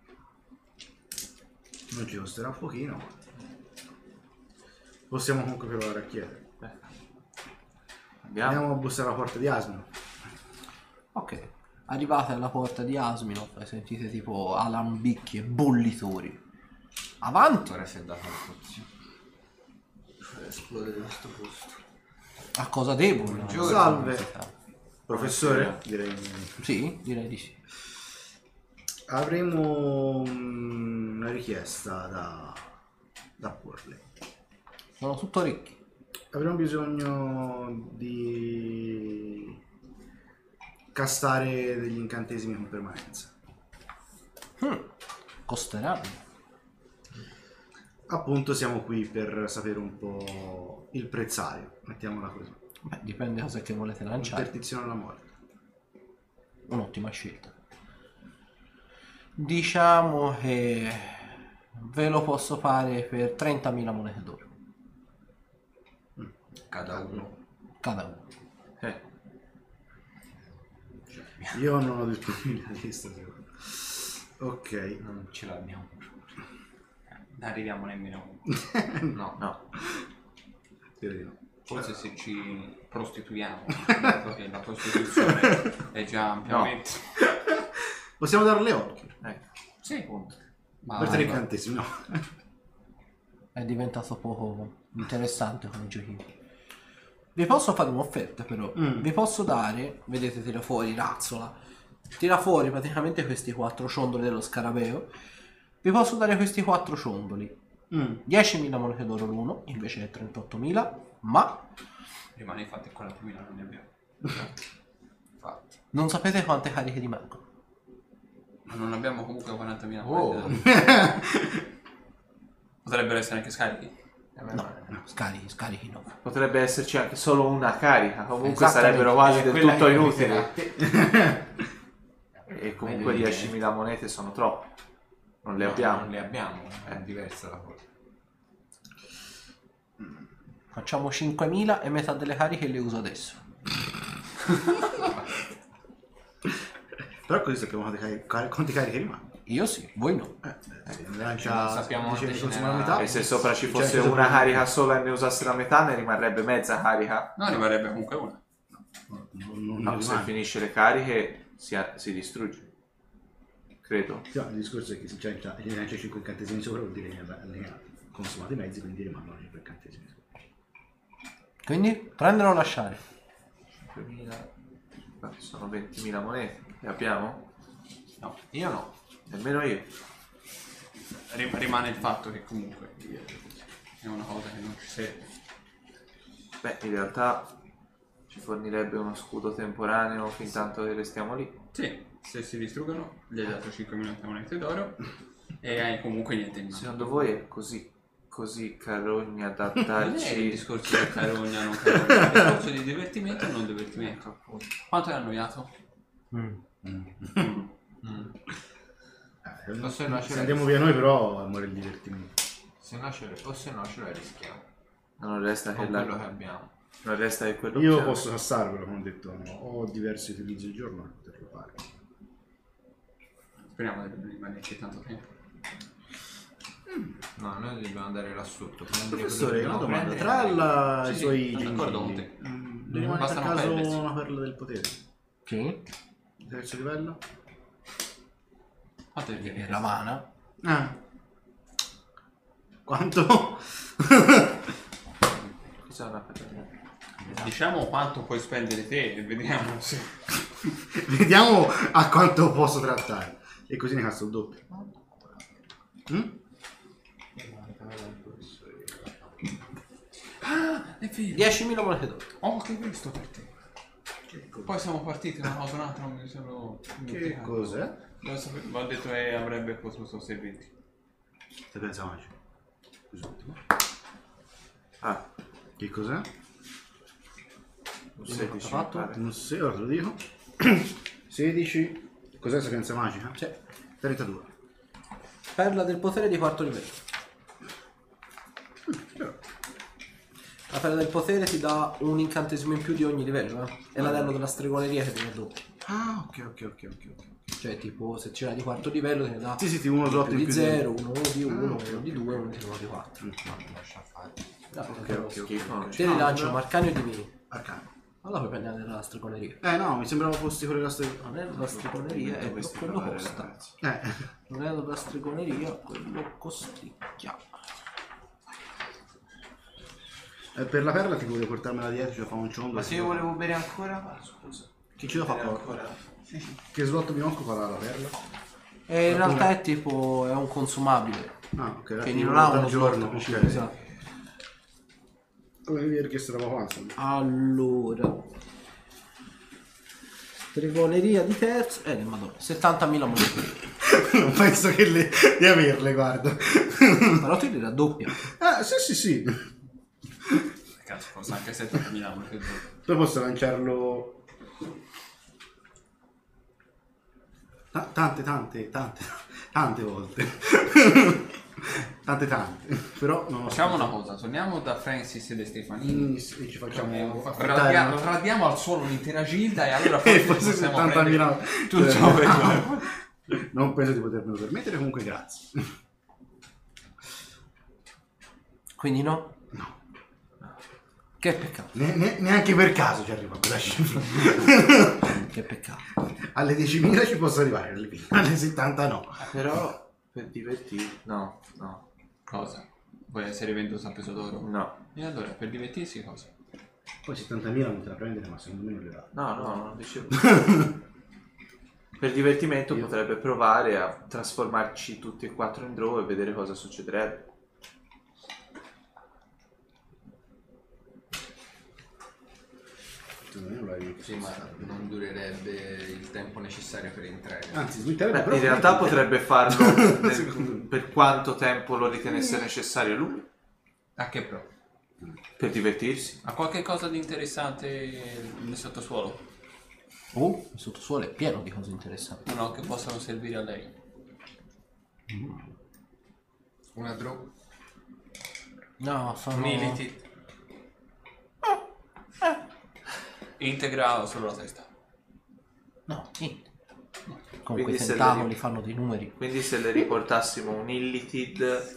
Non ci costerà un pochino, ma possiamo comunque provare a chiedere. Beh. Andiamo. Andiamo a bussare alla porta di Asmino. Ok, arrivate alla porta di Asminov e sentite tipo alambicchi e bollitori. Avanti! Ora si è data la pozione. Per esplodere questo posto. A cosa devo? Buongiorno. Salve. Professore? Direi. Sì, direi di sì. Avremo mm, una richiesta da, da porle. Sono tutto ricchi. Avremo bisogno di castare degli incantesimi con permanenza. Hmm, costeranno. Appunto siamo qui per sapere un po' il prezzario, mettiamola così. Beh, dipende cosa che volete lanciare. Interdizione alla morte. Un'ottima scelta. Diciamo che ve lo posso fare per trentamila monete d'oro. Cada uno. Cada uno. Eh, Io non ho disponibile la lista. secondo. Ok. Non ce l'abbiamo. Non arriviamo nemmeno. No. no. Direi di no. Forse se ci prostituiamo, dato che la prostituzione è già ampiamente... Possiamo darle occhio. Ecco. Sì, appunto. Ma Per tre incantesimi, no. È diventato poco interessante come giochino. Vi posso fare un'offerta però. Mm. Vi posso dare, vedete, tira fuori razzola. Tira fuori praticamente questi quattro ciondoli dello scarabeo. Vi posso dare questi quattro ciondoli. Mm. diecimila monete d'oro l'uno, invece che trentottomila, ma rimane infatti quarantamila non ne abbiamo. Infatti. non sapete quante cariche rimangono. Ma non abbiamo comunque quarantamila Oh. monete. Potrebbero essere anche scarichi. Eh, beh, No, ma- no, scarichi, scarichi no. Potrebbe esserci anche solo una carica, comunque Esattamente. sarebbero quasi Eh, del quella tutto che inutili. avete E comunque Meglio di diecimila monete sono troppe. Non le No, abbiamo. Non le abbiamo, è diversa la cosa. Facciamo cinquemila e metà delle cariche le uso adesso. Però così sappiamo quante cari- cari- quanti cariche rimangono. Io sì, voi no. Eh, eh, sì, ne lancia, Non sappiamo dice quante che ce consuma la n'era. metà. E se sopra ci Cioè, fosse se una sopra- carica sola e ne usasse la metà, ne rimarrebbe mezza carica. No, rimarrebbe comunque una. Non, non No, ne se rimane. finisce le cariche si, si distrugge. Credo. Sì, no, il discorso è che se c'è già ne lancia cinque incantesimi sopra vuol dire che ne ha- ne ha consumati mezzi, quindi rimangono cinque incantesimi sopra. Quindi prendere o lasciare? cinquemila. Sono ventimila monete. Le abbiamo? No, io no. Nemmeno io. Rim- rimane il fatto che comunque è una cosa che non ci serve. Beh, in realtà ci fornirebbe uno scudo temporaneo fin tanto che restiamo lì. Sì, se si distruggono gli hai dato cinquemila monete d'oro e hai comunque niente in mano. Secondo voi è così, così carogna da Non è il darci... discorso di carogna, non carogna, è il discorso di divertimento o non divertimento. Quanto è annoiato? Mm. Eh, O se no ce se l'hai. andiamo via noi però muore il divertimento. Se no ce le- o se no ce la rischiamo. Non resta che Con la... quello che abbiamo. Non resta che quello Io che- posso cassarvelo, come ho detto, no? Ho diversi utilizzi al giorno per poterlo fare. Speriamo di non rimanerci tanto tempo. No, noi dobbiamo andare là sotto. Prendere Professore, quello una che dobbiamo domanda, prendere. tra la- Sì, i sì, suoi sono d'accordo con gengilli, te. mm, le rimanete a Bastano caso perdersi. una perla del potere? Sì, Terzo livello? Quanto è e il la mana. Ah. Quanto? Cos'è una patata? Diciamo quanto puoi spendere te e vediamo se... Vediamo a quanto posso trattare. E così ne cazzo il doppio. Mm? Ah, è vero. diecimila monete d'oro. Oh, che questo per te. Poi siamo partiti una cosa un'altra, non mi sono... Che cos'è? Non sapevo, ma ho detto che avrebbe potuto servirti. Te pensa magico. Quest'ultimo. Ah, Che cos'è? un sedici. fatto? mi pare. Non so, ora te lo dico. sedici. Cos'è sapienza magica? Sì. trentadue. Perla del potere di quarto livello. La perla del potere ti dà un incantesimo in più di ogni livello, eh? È l'anello della stregoneria che te ne doppia. Ah, ok, ok, ok, ok. ok. Cioè, tipo, se ce l'hai di quarto livello te ne dà Sì, sì, ti uno slot più in di più zero, uno di uno, Ah, uno di due, uno di uno di quattro. Lascia fare. No, Ok, ok, ok. Schifo. ok. Te li lancio Marcani o Divini. Arcano. Allora puoi prendere l'anello della stregoneria. Eh no, mi sembrava fossi quello della stessa. L'anello della stregoneria è Dovresti quello provare, costa. ragazzi. Eh. L'anello della stregoneria, quello costicchia. Eh, per la perla ti volevo portarmela dietro, cioè fa un ciondo. Ma se io volevo bere ancora, scusa. Chi ce la fa ancora? Che slot mi occupa la, la perla? E in realtà è tipo, è un consumabile. Ah, ok. Quindi io non ha al uno giorno, slot ok. preciso. Esatto. Come avevi richiesto da qua, insomma. Allora, stregoneria di terzo, eh, madonna, settantamila monete. Non penso che le, di averle, guarda. Però tu li raddoppia. Ah, sì, sì, sì. Cazzo, forse anche settantamila. Poi posso lanciarlo... Ta- tante, tante, tante, tante volte. Tante, tante. Però non ho... Facciamo una cosa, torniamo da Francis e da Stefanini. Mm, sì, ci facciamo... Radiamo, affrettare- radiamo al suolo l'intera gilda e allora E forse forse possiamo settantamila... prendere tutto per... Non penso di potermelo permettere, comunque grazie. Quindi no? No. Che peccato, Ne- ne- neanche per caso ci arriva quella cifra. che peccato. Alle diecimila ci posso arrivare, alle alle settanta no. Però per divertirsi, no, no, Cosa? Vuoi essere venduto a peso d'oro? no, E allora, per divertirsi cosa? Poi settantamila non te la prendere, ma secondo me non le va. no, no, non dicevo. Per divertimento Io- potrebbe provare a trasformarci tutti e quattro in draw e vedere cosa succederebbe. Secondo me non l'avevi Sì, ma non durerebbe il tempo necessario per entrare. Anzi, smetterebbe Beh, però... in realtà potrebbe farlo nel- Secondo me. per quanto tempo lo ritenesse necessario lui, A che pro? per divertirsi. Ha qualche cosa di interessante nel sottosuolo? Oh, il sottosuolo è pieno di cose interessanti. No, che possano servire a lei? Una draw. No, sono... Mility. Integra o solo la testa? No, niente. Con Quindi quei se tentacoli le- fanno dei numeri. Quindi se le riportassimo un Illithid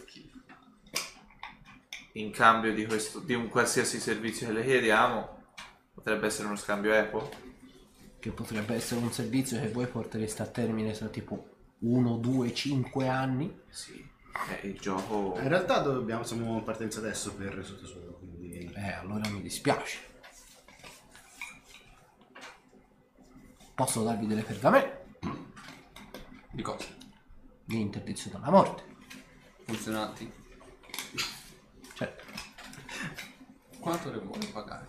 in cambio di, questo, di un qualsiasi servizio che le chiediamo, potrebbe essere uno scambio equo? Che potrebbe essere un servizio che voi portereste a termine tra tipo uno, due, cinque anni. Sì. Eh, il gioco... In realtà dobbiamo, siamo in partenza adesso per sottosuolo, quindi... Eh, allora mi dispiace. Posso darvi delle pergamene Di cosa? di interdizione alla morte. Funzionanti? Certo. Quanto le vuoi pagare?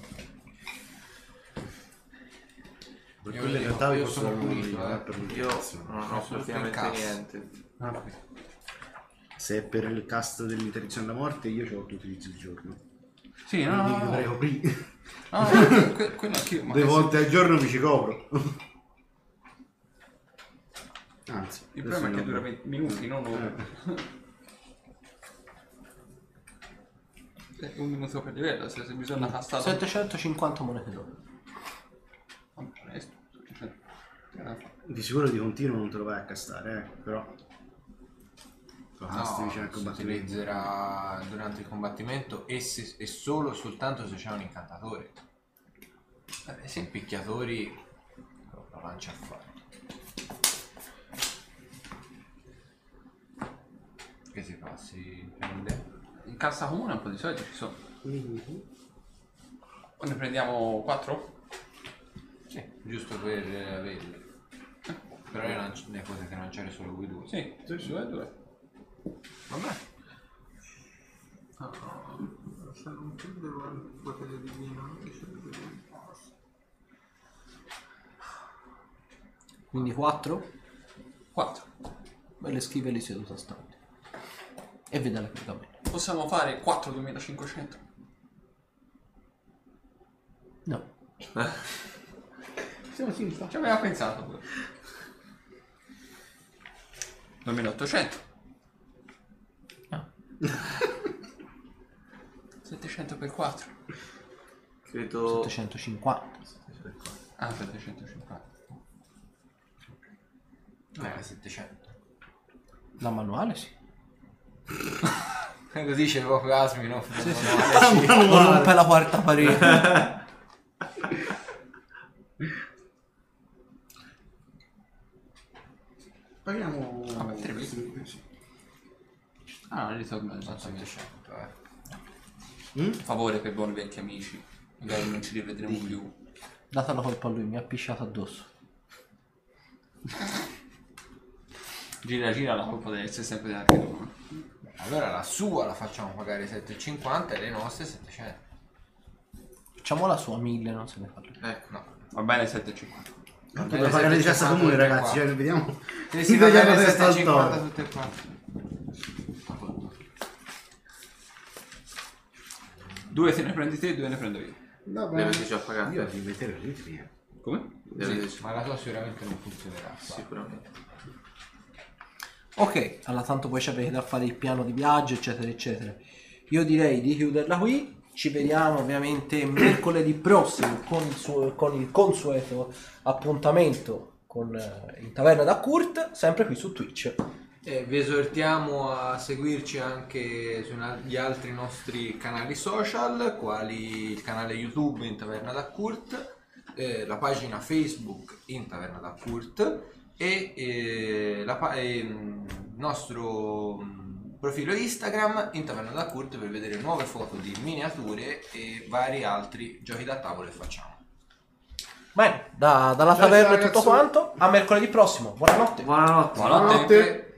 Per Io quelle in dico, realtà vi io posso sono dare un pulito, numero, eh. eh, per Io l'interazione. non ho Sono solo praticamente per cassa. niente. Se è per il cast dell'interdizione della morte, io ce l'ho tu utilizzi il giorno. Sì, no, Quindi no, no, dovrei no. coprire. No, no, que- quello anch'io. ma Due che volte al giorno mi ci copro. Anzi, se- Il problema è che adesso dura non- venti minuti, non ore. Eh. Eh, Un minuto per livello, se, se bisogna castare... settecentocinquanta monete d'oro. Vabbè, onesto. Eh, Di sicuro di continuo non te lo vai a castare, eh, però... Lo casti No, vicino al si combattimento. utilizzerà durante il combattimento e, se- e solo e soltanto se c'è un incantatore. eh, I sì. picchiatori lo lo lancia a fare. Che si fa? Si prende? In cassa comune un po' di soldi ci sono. O ne prendiamo quattro? Sì, giusto per averli. Però ne, lanci- ne potete lanciare solo voi due. Sì, due e due. Vabbè. Se non prendevo il potere divino, Quindi quattro. quattro. Belle schive lì seduta stante. E vede la pergamena. Possiamo fare quattro duemilacinquecento? No. siamo simpa. Ci aveva pensato pure. duemilaottocento. No. settecento per quattro. Credo... settecentocinquanta. Ah, settecentocinquanta. Eh, settecento. La manuale sì. Così c'è proprio Asmi, no? Non rompe la quarta parete. Paghiamo... Vabbè, tre mesi. sì, sì. Ah, non ritorno Non esattamente. settecento, eh. Favore per buoni vecchi amici. Magari non ci rivedremo più. Data la colpa a lui, mi ha pisciato addosso. Gira gira la colpa deve essere sempre della Chirona. Allora la sua la facciamo pagare sette e cinquanta e le nostre settecento. Facciamo la sua mille, non se ne fa. Ecco. No. Va bene sette e cinquanta. Tanto da pagare di cassa comune, ragazzi. Cioè, vediamo. E si vediamo se sta sette e al cinquanta toro. tutte e quattro. Due te ne prendi te e due ne prendo io. Va Le bene. avete già pagato? Io devo mettere le prima. Come? Le avete già- Ma la tua sicuramente non funzionerà. Sicuramente. Ok, alla tanto poi ci avete da fare il piano di viaggio, eccetera, eccetera. Io direi di chiuderla qui. Ci vediamo ovviamente mercoledì prossimo con il, suo, con il consueto appuntamento con, eh, in Taverna da Kurt, sempre qui su Twitch. E vi esortiamo a seguirci anche sugli altri nostri canali social, quali il canale YouTube in Taverna da Kurt, eh, la pagina Facebook in Taverna da Kurt e eh, la pa- eh, il nostro mm, profilo Instagram in Taverna da Kurt per vedere nuove foto di miniature e vari altri giochi da tavolo che facciamo. Bene, da- dalla Ciao, taverna è ragazzi. tutto quanto. A mercoledì prossimo. Buonanotte. Buonanotte. Buonanotte. Buonanotte.